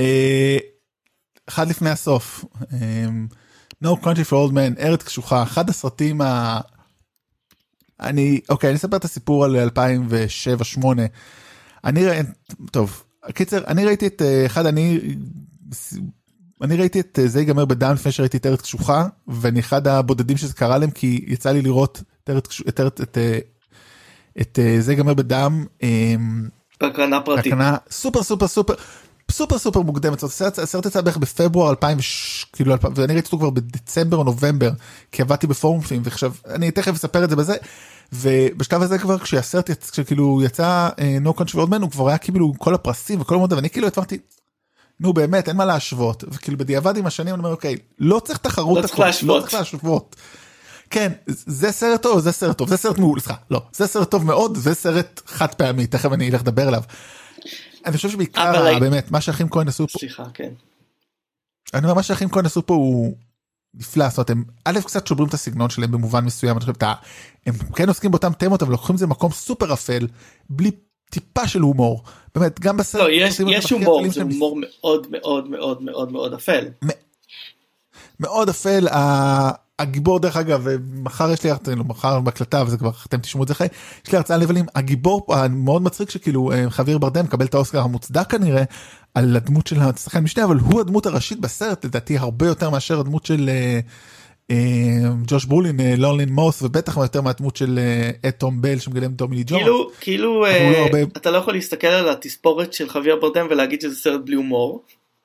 אחד לפני הסוף. No Country for Old Men, ארץ קשוחה, אחד הסרטים ה... אני, אוקיי, אני אספר את הסיפור על אלפיים ושבע שמונה. אני ראיתי, טוב, קיצר, אני ראיתי את אחד, אני, אני ראיתי את זה ייגמר בדם לפני שראיתי את ארץ קשוחה, ואני אחד הבודדים שזה קרה להם, כי יצא לי לראות את ארץ, את, את, את, את זה ייגמר בדם, בהקרנה פרטית. בהקרנה סופר סופר סופר, סופר סופר מוקדמת, הסרט יצא בערך בפברואר אלפיים, כאילו, ואני ראיתי אותו כבר בדצמבר או נובמבר, כי עבדתי בפורום-פים, ועכשיו, אני תכף אספר את זה בזה, ובשלב הזה כבר, כשהסרט יצא, כשכאילו יצא No Country for Old Men, הוא כבר היה כאילו כל הפרסים וכל המודע, ואני כאילו התמרתי, נו באמת, אין מה להשוות, וכאילו בדיעבד עם השנים, אני אומר, אוקיי, לא צריך תחרות, לא צריך להשוות. לא צריך להשוות. כן, זה סרט טוב, זה סרט טוב, זה סרט מעול, סליחה, לא, זה סרט טוב מאוד, זה סרט חד פעמי, תכף אני אלך לדבר עליו. אני חושב שבעיקר, באמת, מה שהאחים כהן עשו פה, סליחה, כן. אני אומר, מה שהאחים כהן עשו פה הוא נפלא, זאת אומרת, הם א' קצת שוברים את הסגנון שלהם במובן מסוים, הם כן עוסקים באותם תמות, אבל לוקחים את זה מקום סופר אפל, בלי טיפה של הומור, באמת, גם בסרט, לא, יש, יש הומור, זה הומור מאוד מאוד מאוד מאוד מאוד אפל. מאוד אפל, הגיבור דרך אגב, ומחר יש לי הרצאה, מחר בהקלטה, וזה כבר, אתם תשמעו את זה חי, יש לי הרצאה לבלים, הגיבור מאוד מצחיק שכאילו חביר ברדם מקבל את האוסקר המוצדק כנראה, על הדמות של השחקן משנה, אבל הוא הדמות הראשית בסרט, לדעתי הרבה יותר מאשר הדמות של ג'וש ברולין, לורלין מוס, ובטח יותר מהדמות של אתום בל שמגלם דומיני ג'ונס. כאילו, כאילו, אתה לא יכול להסתכל על התספורת של חביר ברדם ולהגיד שזה סרט בלי הומור.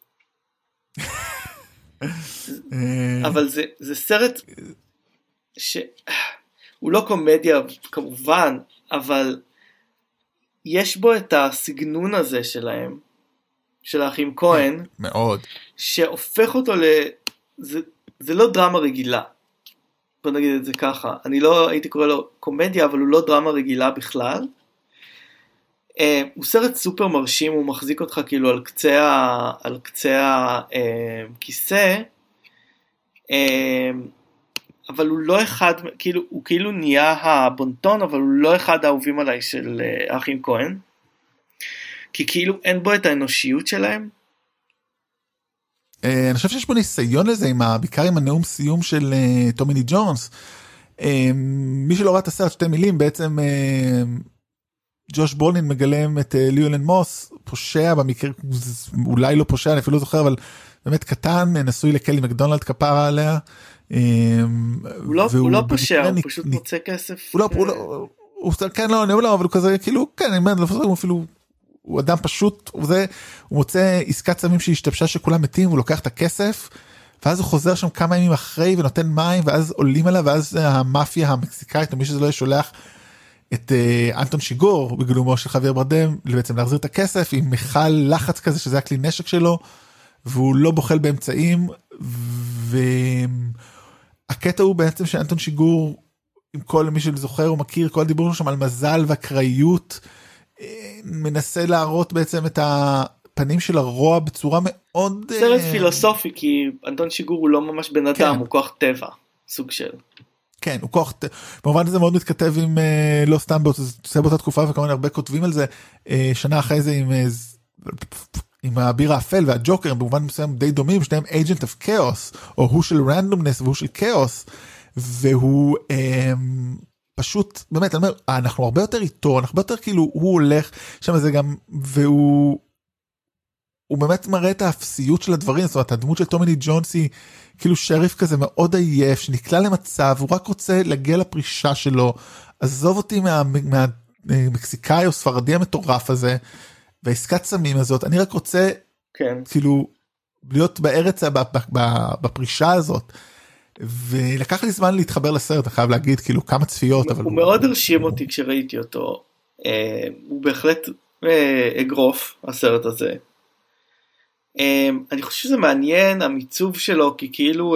אבל זה, זה סרט שהוא לא קומדיה כמובן, אבל יש בו את הסגנון הזה שלהם, של האחים כהן, מאוד, שהופך אותו ל... זה, זה לא דרמה רגילה, בוא נגיד את זה ככה, אני לא הייתי קורא לו קומדיה, אבל הוא לא דרמה רגילה בכלל. Uh, הוא סרט סופר מרשים, הוא מחזיק אותך כאילו על קצה, על קצה הכיסא, uh, אבל הוא לא אחד, כאילו, הוא כאילו נהיה הבונטון, אבל הוא לא אחד האהובים עליי של uh, האחים כהן. כי כאילו אין בו את האנושיות שלהם. אני חושב שיש פה ניסיון לזה, עם ה, בעיקר עם הנאום סיום של uh, טומי לי ג'ונס. Uh, מי שלא ראה את הסרט, שתי מילים, בעצם uh, ג'וש ברולין מגלם את uh, ליולן מוס, פושע במקרה, אולי לא פושע, אני אפילו לא זוכר, אבל באמת קטן, נשוי לקלי מקדונלד, כפרה עליה. Uh, הוא לא, הוא לא פושע, הוא פשוט נ... מוצא כסף. הוא לא, הוא לא, הוא, כן, לא, אני לא, אבל הוא כזה, כאילו, כן, אני אומר, הוא אפילו... הוא אדם פשוט, הוא, זה, הוא מוצא עסקת סמים שהשתבשה שכולם מתים, הוא לוקח את הכסף, ואז הוא חוזר שם כמה ימים אחרי ונותן מים, ואז עולים עליו, ואז המאפיה המקסיקאית, או מי שזה לא ישולח, את uh, אנטון שיגור, בגלומו של חוויר ברדם, בעצם להחזיר את הכסף, עם מיכל לחץ כזה, שזה הכלי נשק שלו, והוא לא בוחל באמצעים, והקטע הוא בעצם שאנטון שיגור, עם כל מי שזוכר, הוא מכיר כל הדיבור שם על מזל והקראיות, מנסה להראות בעצם את הפנים של הרוע בצורה מאוד... סרט פילוסופי, כי אנטון שיגור הוא לא ממש בן אדם, הוא כוח טבע, סוג של... כן, הוא כוח... במובן הזה מאוד מתכתב עם, לא סתם באותה תקופה, וכמובן הרבה כותבים על זה, שנה אחרי זה עם... עם האביר האפל והג'וקר, במובן מסוים די דומים, שניהם agent of chaos, או הוא של randomness והוא של chaos, והוא... פשוט, באמת, אני אומר, אנחנו הרבה יותר איתו, אנחנו הרבה יותר כאילו, הוא הולך, שם זה גם, והוא, הוא באמת מראה את האפסיות של הדברים, זאת אומרת, הדמות של טומי לי ג'ונס היא, כאילו שריף כזה מאוד עייף, שנקלע למצב, הוא רק רוצה להגיע לפרישה שלו, עזוב אותי מה, מהמקסיקאי או ספרדי המטורף הזה, והעסקת סמים הזאת, אני רק רוצה, כן. כאילו, להיות בארץ, בפרישה הזאת, ולקח לי זמן להתחבר לסרט, אני חייב להגיד, כאילו, כמה צפיות, אבל... הוא מאוד הרשים אותי כשראיתי אותו, הוא בהחלט אגרוף, הסרט הזה. אני חושב שזה מעניין, המיצוב שלו, כי כאילו,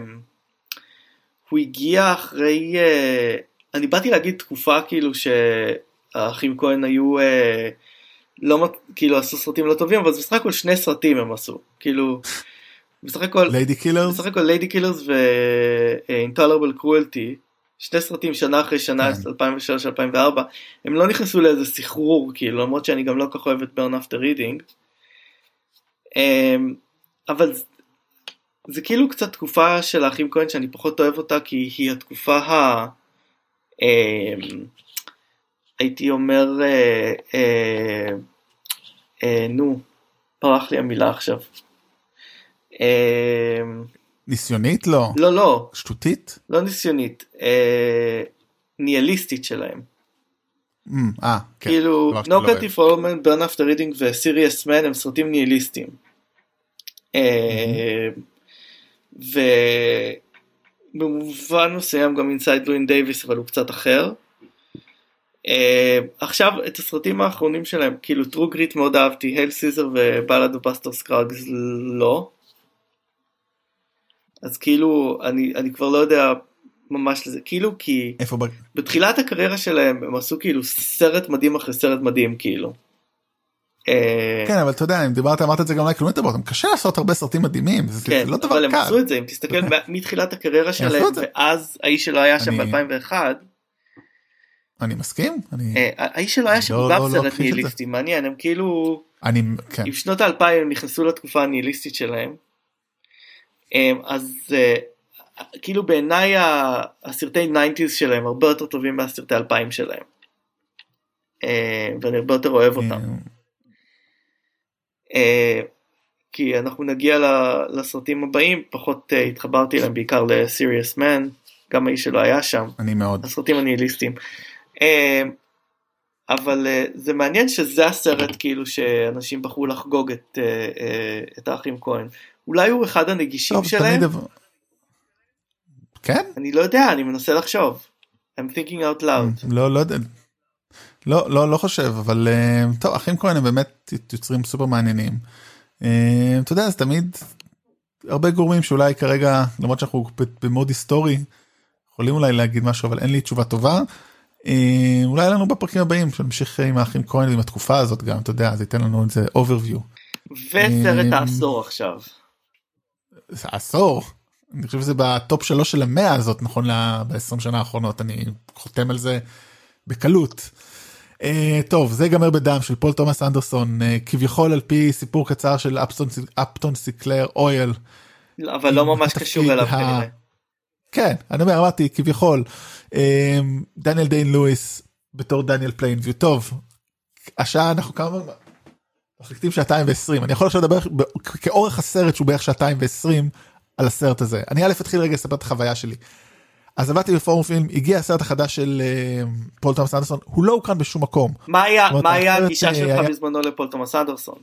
הוא הגיע אחרי, אני באתי להגיד תקופה, כאילו, שהאחים כהן היו, לא, כאילו, עשו סרטים לא טובים, אבל זה בסך הכל שני סרטים הם עשו, כאילו... בסך הכל ליידי קילרס בסך הכל ליידי קילרס ואינטולרבל קרואלטי, שני סרטים שנה אחרי שנה, אלפיים ושלוש אלפיים וארבע, הם לא נכנסו לאיזה סחרור, כאילו, למרות שאני גם לא כל כך אוהב את Burn After Reading, אבל זה כאילו קצת תקופה של האחים כהן שאני פחות אוהב אותה, כי היא התקופה ה... הייתי אומר נו, פרח לי המילה עכשיו. ניסיונית? לא. לא, לא. שטותית? לא ניסיונית. ניאליסטית שלהם. אה, כן. כאילו, No Country for Old Men, Burn After Reading ו-Serious Man הם סרטים ניאליסטיים. ובמובן מסוים גם Inside Llewyn Davis, אבל הוא קצת אחר. עכשיו, את הסרטים האחרונים שלהם, כאילו, True Grit מאוד אהבתי, Hail Caesar ו-Ballad of Buster Scruggs לא. אז כאילו, אני, אני כבר לא יודע ממש לזה, כאילו, כי איפה בג... בתחילת הקריירה שלהם, הם עשו כאילו סרט מדהים אחרי סרט מדהים, כאילו. כן, אבל אתה יודע, אם דיברת, אמרת את זה גם אולי קלומטר בוטם, קשה לעשות הרבה סרטים מדהימים, זה כן, לא דבר קל. אבל הם עשו את זה, אם תסתכל מתחילת הקריירה שלהם, ואז האיש שלא היה שם ב-אלפיים ואחת, אני מסכים. האיש שלא היה שם גם סרט ניהיליסטי, מעניין, הם כאילו, עם שנות האלפיים הם נכנסו לתקופה הניהיליסטית שלהם, אז כאילו בעיניי הסרטי ניינטיז שלהם הרבה יותר טובים מהסרטי אלפיים שלהם, ואני הרבה יותר אוהב אותם, כי אנחנו נגיע לסרטים הבאים, פחות התחברתי להם בעיקר ל-Serious Man, גם האיש שלא היה שם, אני מאוד. הסרטים הניהיליסטיים, אבל זה מעניין שזה הסרט כאילו שאנשים בחרו לחגוג את, את האחים כהן, אולי הוא אחד הנגישים שלהם? כן? אני לא יודע, אני מנסה לחשוב. I'm thinking out loud. לא, לא יודע. לא, לא, לא חושב, אבל טוב, אחים כהן הם באמת יוצרים סופר מעניינים. אתה יודע, אז תמיד הרבה גורמים שאולי כרגע, למרות שאנחנו במוד היסטורי, יכולים אולי להגיד משהו, אבל אין לי תשובה טובה. אולי לנו בפרקים הבאים, שנמשיך עם האחים כהן ועם התקופה הזאת גם, אתה יודע, זה ייתן לנו איזה overview. וסרט העשור עכשיו. עשור? אני חושב שזה בטופ שלוש של המאה הזאת, נכון ב-עשרים שנה האחרונות, אני חותם על זה בקלות. טוב, זה גמר בדם של פול תומאס אנדרסון, כביכול על פי סיפור קצר של אפטון סיקלר אויל. אבל לא ממש קשור אליו כנראה. כן, אני אומר, אמרתי, כביכול, דניאל דיין לואיס בתור דניאל פליינביו. טוב, השעה אנחנו כמה... מחליטים שעתיים ועשרים, אני יכול עכשיו לדבר כאורך הסרט שהוא בערך שעתיים ועשרים על הסרט הזה. אני א' אתחיל רגע לספר את החוויה שלי. אז עבדתי בפורום פילם, הגיע הסרט החדש של פול תומאס אנדרסון, הוא לא הוקרן בשום מקום. מה היה הגישה שלך בזמנו לפול תומאס אנדרסון?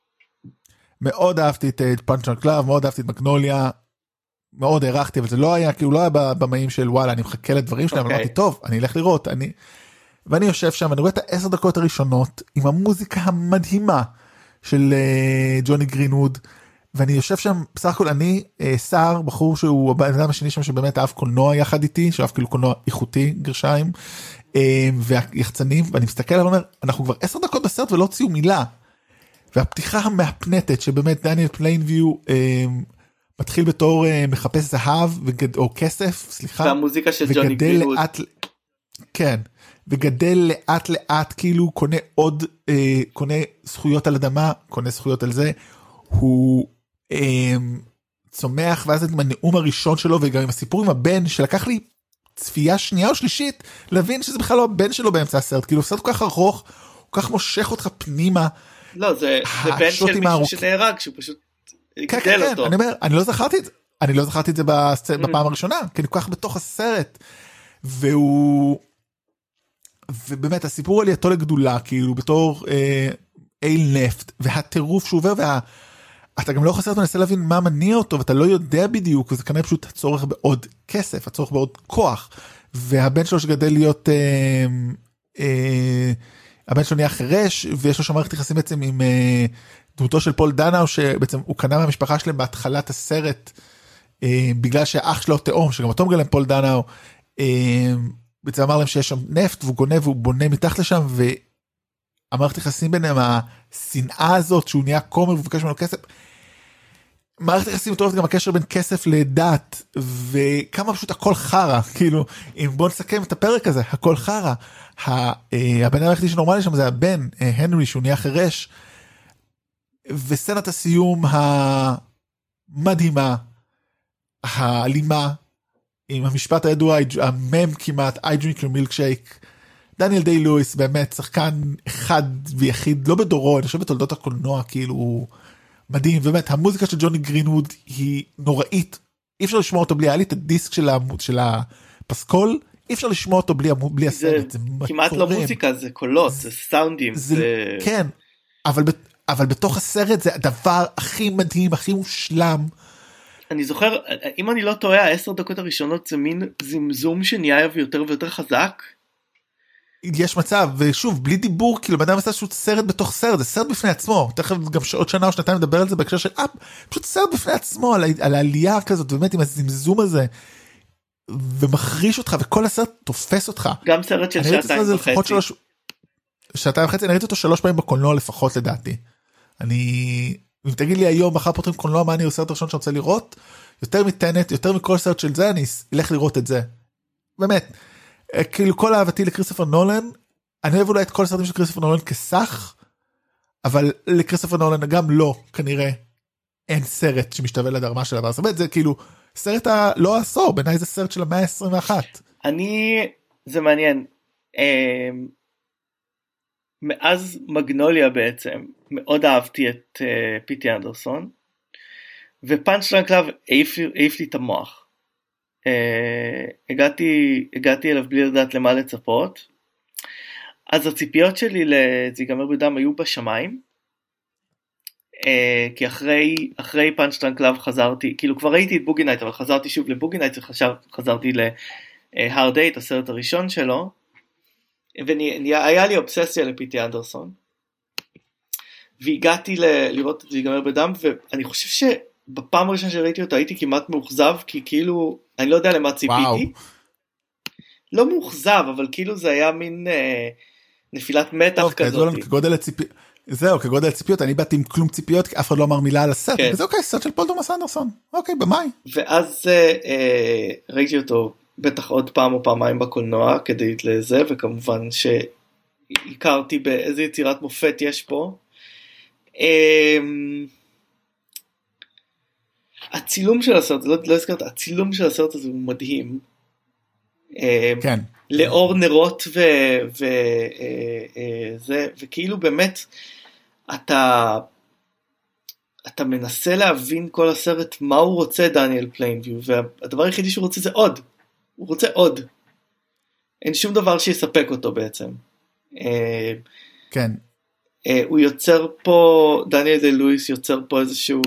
מאוד אהבתי את פאנץ' אנד קלאב, מאוד אהבתי את מגנוליה, מאוד הערכתי, אבל זה לא היה, כי הוא לא היה במאים של וואלה, אני מחכה לדברים שלהם, אמרתי, טוב, אני אלך לראות, אני... ואני יושב שם, אני רואה את העשר דקות הראשונות, עם המוזיקה המדהימה של ג'וני גרינווד, ואני יושב שם, בסך הכל אני, סער, בחור שהוא הבן אדם השני שם שבאמת אהב קולנוע יחד איתי, שאהב כאילו קולנוע איכותי, גרשיים, והיחצנים, ואני מסתכל עליו ואומר, אנחנו כבר עשר דקות בסרט ולא הוציאו מילה, והפתיחה המהפנטת שבאמת דניאל פליינביו מתחיל בתור מחפש זהב, או כסף, סליחה, והמוזיקה של ג'וני גרינווד. כן, וגדל לאט לאט, כאילו קונה עוד, קונה זכויות על אדמה, קונה זכויות על זה, הוא אה, צומח, ואז עם הנאום הראשון שלו, וגם עם הסיפור עם הבן, שלקח לי צפייה שנייה או שלישית, להבין שזה בכלל לא הבן שלו באמצע הסרט, כאילו סרט כל כך ארוך, הוא כל כך מושך אותך פנימה. לא, זה, זה בן של מישהו שנהרג, שהוא פשוט כן, כן, כן, אותו. אני אומר, אני לא זכרתי את זה, אני לא זכרתי את זה בסצ... בפעם הראשונה, כי אני כל כך בתוך הסרט, והוא, ובאמת, הסיפור עלייתו לגדולה, כאילו בתור אה, אייל נפט, והטירוף שהוא עובר, וה... אתה גם לא חסר, אתה מנסה להבין מה מניע אותו, ואתה לא יודע בדיוק, וזה כנראה פשוט הצורך בעוד כסף, הצורך בעוד כוח, והבן שלו שגדל להיות, אה, אה, הבן שלו נהיה חרש, ויש לו שם מערכת יחסים בעצם עם אה, דמותו של פול דנאו, שבעצם הוא קנה מהמשפחה שלהם בהתחלת הסרט, אה, בגלל שהאח שלו תאום, שגם אותו מגלם פול דנאו, אה, בעצם אמר להם שיש שם נפט, והוא גונה והוא בונה מתחת לשם, והמערכת יחסים ביניהם, השנאה הזאת, שהוא נהיה קומר ובקש ממנו כסף, מערכת יחסים מטורפת גם הקשר בין כסף לדת, וכמה פשוט הכל חרה, כאילו, אם בוא נסכם את הפרק הזה, הכל חרה, הבן היחידי שנורמלי שם זה הבן, הנרי, שהוא נהיה חרש, וסצנת הסיום המדהימה, האלימה, עם המשפט הידוע, המם כמעט, I drink your milkshake, דניאל דיי לואיס, באמת, שחקן אחד ויחיד, לא בדורו, אני חושב בתולדות הקולנוע, כאילו, הוא מדהים, באמת, המוזיקה של ג'וני גרינווד היא נוראית, אי אפשר לשמוע אותו בלי, היה לי את הדיסק של, המ... של הפסקול, אי אפשר לשמוע אותו בלי, בלי הסרט, זה כמעט לא מוזיקה, זה קולות, זה, זה סאונדים, זה... זה... כן, אבל, אבל בתוך הסרט זה הדבר הכי מדהים, הכי מושלם, אני זוכר, אם אני לא טועה, העשר דקות הראשונות זה מין זמזום שנהיה יותר ויותר חזק. יש מצב, ושוב, בלי דיבור, כאילו, בן אדם עשה שהוא סרט בתוך סרט, זה סרט בפני עצמו, תכף גם עוד שנה או שנתיים נדבר על זה בהקשר של אפ, פשוט סרט בפני עצמו, על, על העלייה כזאת, באמת עם הזמזום הזה, ומחריש אותך, וכל הסרט תופס אותך. גם סרט של שעתיים וחצי. שלוש, שעתיים וחצי, אני ראיתי אותו שלוש פעמים בקולנוע לפחות לדעתי. אני... אם תגיד לי היום, מחר פותרים קולנוע, מה אני עושה את הראשון שאני רוצה לראות? יותר מטנט, יותר מכל סרט של זה, אני אלך לראות את זה. באמת. כאילו כל אהבתי לקריסטופר נולן, אני אוהב אולי את כל הסרטים של קריסטופר נולן כסך, אבל לקריסטופר נולן גם לא, כנראה, אין סרט שמשתווה לדרמה של הדבר. זאת אומרת, זה כאילו, סרט הלא עשור, בעיניי זה סרט של המאה ה-עשרים ואחת. אני, זה מעניין. מאז מגנוליה בעצם, מאוד אהבתי את uh, פיטי אנדרסון, ופאנץ' אנד קלאב העיף, העיף לי את המוח. Uh, הגעתי, הגעתי אליו בלי לדעת למה לצפות, אז הציפיות שלי לזה ייגמר בדם היו בשמיים, uh, כי אחרי, אחרי פאנץ' אנד קלאב חזרתי, כאילו כבר ראיתי את בוגי נייט, אבל חזרתי שוב לבוגי נייט, וחזרתי להארד אייט, הסרט הראשון שלו, והיה לי אובססיה לפיטי אנדרסון, והגעתי ל- לראות את זה ייגמר בדם, ואני חושב שבפעם הראשונה שראיתי אותו הייתי כמעט מאוכזב, כי כאילו, אני לא יודע למה ציפיתי, וואו. לא מאוכזב, אבל כאילו זה היה מין אה, נפילת מתח טוב, כזאת. כגודל הציפי... זהו, כגודל הציפיות, אני באתי עם כלום ציפיות, כי אף אחד לא אמר מילה על הסרט, כן. וזה אוקיי, סרט של פול תומאס אנדרסון, אוקיי, במאי. ואז אה, אה, ראיתי אותו, בטח עוד פעם או פעמיים בקולנוע כדי לזה, וכמובן הכרתי באיזה יצירת מופת יש פה. הצילום של הסרט, לא, לא הזכרת, הצילום של הסרט הזה הוא מדהים. כן. לאור נרות ו, ו, זה, וכאילו באמת, אתה, אתה מנסה להבין כל הסרט, מה הוא רוצה דניאל פליינביו, והדבר היחידי שהוא רוצה זה עוד. הוא רוצה עוד. אין שום דבר שיספק אותו בעצם. כן. הוא יוצר פה, דניאל די לואיס יוצר פה איזשהו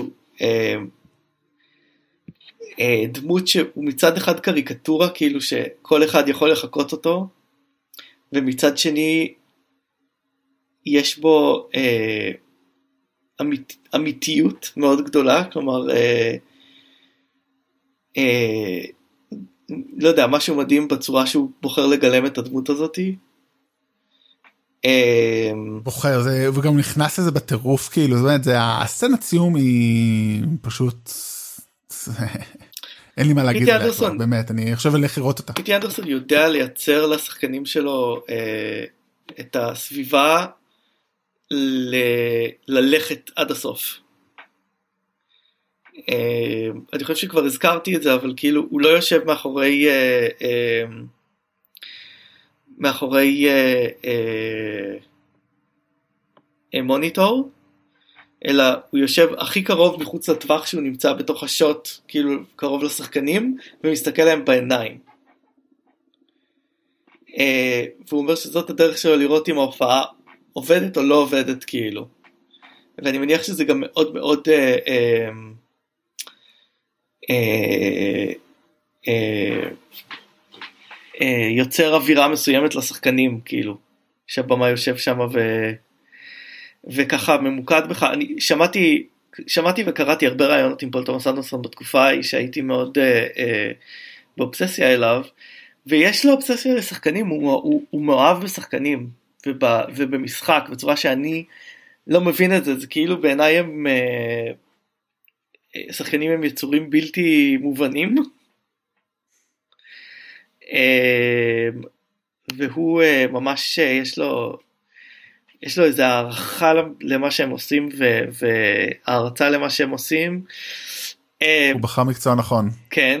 דמות שהוא מצד אחד קריקטורה, כאילו שכל אחד יכול לחקות אותו, ומצד שני יש בו אמית, אמיתיות מאוד גדולה, כלומר לא יודע, משהו מדהים בצורה שהוא בוחר לגלם את הדמות הזאת. בוחר, זה, וגם נכנס לזה בטירוף, כאילו, זאת אומרת, זה, הסצנת סיום היא פשוט, אין לי מה להגיד עליה כבר, באמת, אני חושב אלך לראות אותה. פיטי אנדרסון יודע לייצר לשחקנים שלו אה, את הסביבה ל, ללכת עד הסוף. אה, אני חושב שכבר הזכרתי את זה, אבל כאילו, הוא לא יושב מאחורי... אה, אה, מאחורי אה, אה, מוניטור, אלא הוא יושב הכי קרוב מחוץ לטווח שהוא נמצא בתוך השוט, כאילו קרוב לשחקנים, ומסתכל להם בעיניים. אה, והוא אומר שזאת הדרך שלו לראות אם ההופעה עובדת או לא עובדת כאילו. ואני מניח שזה גם מאוד מאוד אה, אה, אה, אה, יוצר אווירה מסוימת לשחקנים, כאילו, שהבמה יושב שם ו... וככה ממוקד בך. אני שמעתי, שמעתי וקראתי הרבה רעיונות עם פול תומאס אנדרסון בתקופה ההיא, שהייתי מאוד אה, אה, באובססיה אליו, ויש לו אובססיה לשחקנים, הוא, הוא, הוא מאוהב בשחקנים, וב, ובמשחק, בצורה שאני לא מבין את זה, זה כאילו בעיניי הם, אה, שחקנים הם יצורים בלתי מובנים, והוא ממש יש לו יש לו איזו הערכה למה שהם עושים והערצה למה שהם עושים. הוא בחר מקצוע נכון. כן.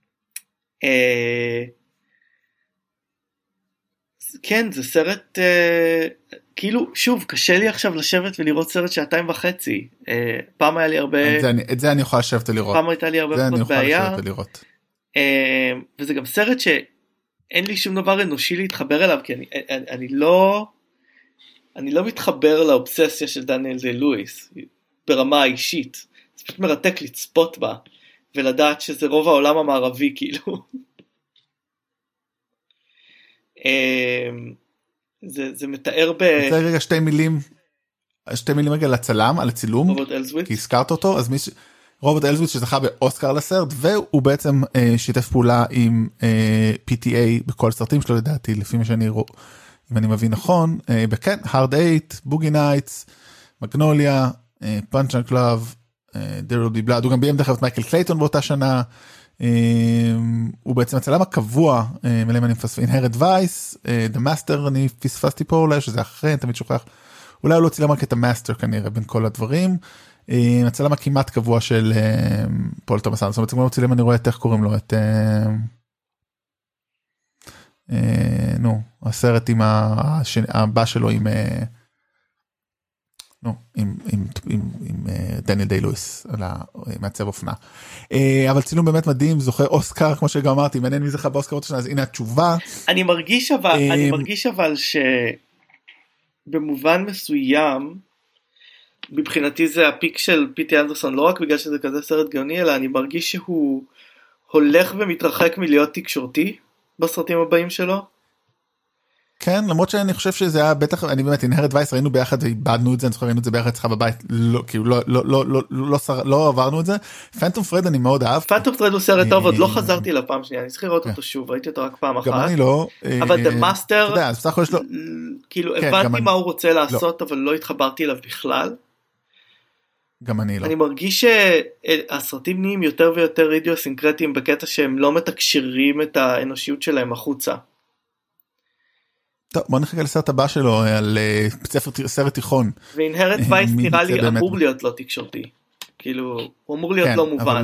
כן, זה סרט כאילו, שוב, קשה לי עכשיו לשבת ולראות סרט שעתיים וחצי. פעם היה לי הרבה... את זה אני יכול לשבת ולראות. פעם הייתה לי הרבה מאוד בעיה. ולראות. וזה גם סרט שאין לי שום דבר אנושי להתחבר אליו, כי אני, אני, אני לא אני לא מתחבר לאובססיה של דניאל די לואיס ברמה האישית. זה פשוט מרתק לצפות בה ולדעת שזה רוב העולם המערבי כאילו. זה, זה מתאר ב... זה רגע שתי מילים שתי מילים רגע לצלם, על הצילום, רוברט אלזוויץ, כי הזכרת אותו, אז מי ש... רוברט אלזוויץ שזכה באוסקר לסרט, והוא בעצם אה, שיתף פעולה עם אה, פי טי איי בכל סרטים שלו, לדעתי, לפי מה שאני רואה, אם אני מבין נכון, אה, בכן, Hard Eight, בוגי נייטס, מגנוליה, אה, Punch and Glove, אה, There Will Be Blood, הוא גם ביים דרך את מייקל קלייטון באותה שנה, אה, הוא בעצם הצלם הקבוע, אה, מלא אני מפספס, Inherent Vice, אה, The Master, אני פספסתי פה אולי, שזה אחרי, אני תמיד שוכח, אולי הוא לא צילם רק את המאסטר כנראה, בין כל הדברים, הצלם הכמעט קבוע של פול תומאס אנדרסון, בעצם הוא צילם, אני רואה את איך קוראים לו, את, נו, הסרט עם הבא שלו עם, נו, עם, עם, עם, עם דניאל די לואיס, מעצב אופנה. אבל צילום באמת מדהים, זוכה אוסקר, כמו שגם אמרתי, מעניין מי זכה באוסקר עוד שנה, אז הנה התשובה. אני מרגיש אבל, אני מרגיש אבל ש... במובן מסוים, מבחינתי זה הפיק של פיטי אנדרסון, לא רק בגלל שזה כזה סרט גאוני, אלא אני מרגיש שהוא הולך ומתרחק מלהיות תקשורתי בסרטים הבאים שלו. כן, למרות שאני חושב שזה היה בטח, אני באמת, Inherent Vice, ראינו ביחד ואיבדנו את זה, אני זוכר, ראינו את זה ביחד אצלך בבית, לא, כאילו, לא, לא, לא, לא, לא, לא עברנו את זה. פנטום פרד אני מאוד אהב. פנטום פרד הוא סרט טוב, עוד לא חזרתי אליו פעם שנייה, אני צריך לראות אותו שוב, ראיתי אותו רק פעם אחת. גם אני לא. אבל The Master, אתה יודע, אז בסך הכל יש לו... כאילו, הבנתי מה הוא רוצה לעשות, אבל לא התחברתי אליו בכלל. גם אני לא. אני מרגיש שהסרטים נהיים יותר ויותר אידיוסינקרטיים, בקטע שהם לא מתקשרים את האנושיות שלהם החוצה. טוב, בוא נחכה לסרט הבא שלו על ספר סרט תיכון. ואינהרנט וייס נראה לי אמור להיות לא תקשורתי. כאילו, הוא אמור להיות לא מובן.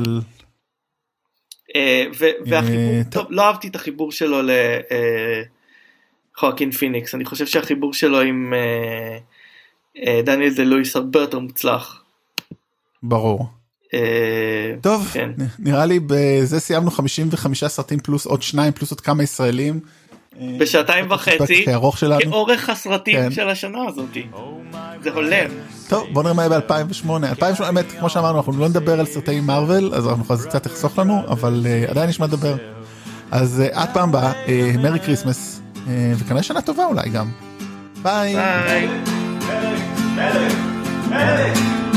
והחיבור, טוב, לא אהבתי את החיבור שלו לחואקין פיניקס. אני חושב שהחיבור שלו עם דניאל דה לואיס הרבה יותר מוצלח. ברור. טוב, נראה לי בזה סיימנו חמישים וחמישה סרטים פלוס עוד שניים פלוס עוד כמה ישראלים. בשעתיים וחצי, כאורך הסרטים של השנה הזאת. זה הולם. טוב, בוא נראה מה יהיה ב-אלפיים ושמונה. אלפיים ושמונה, באמת, כמו שאמרנו, אנחנו לא נדבר על סרטי מרוול, אז אנחנו יכולים קצת לחסוך לנו, אבל עדיין נשמע לדבר. אז עד פעם באה, מרי קריסמס, וכנראה שנה טובה אולי גם. ביי. ביי.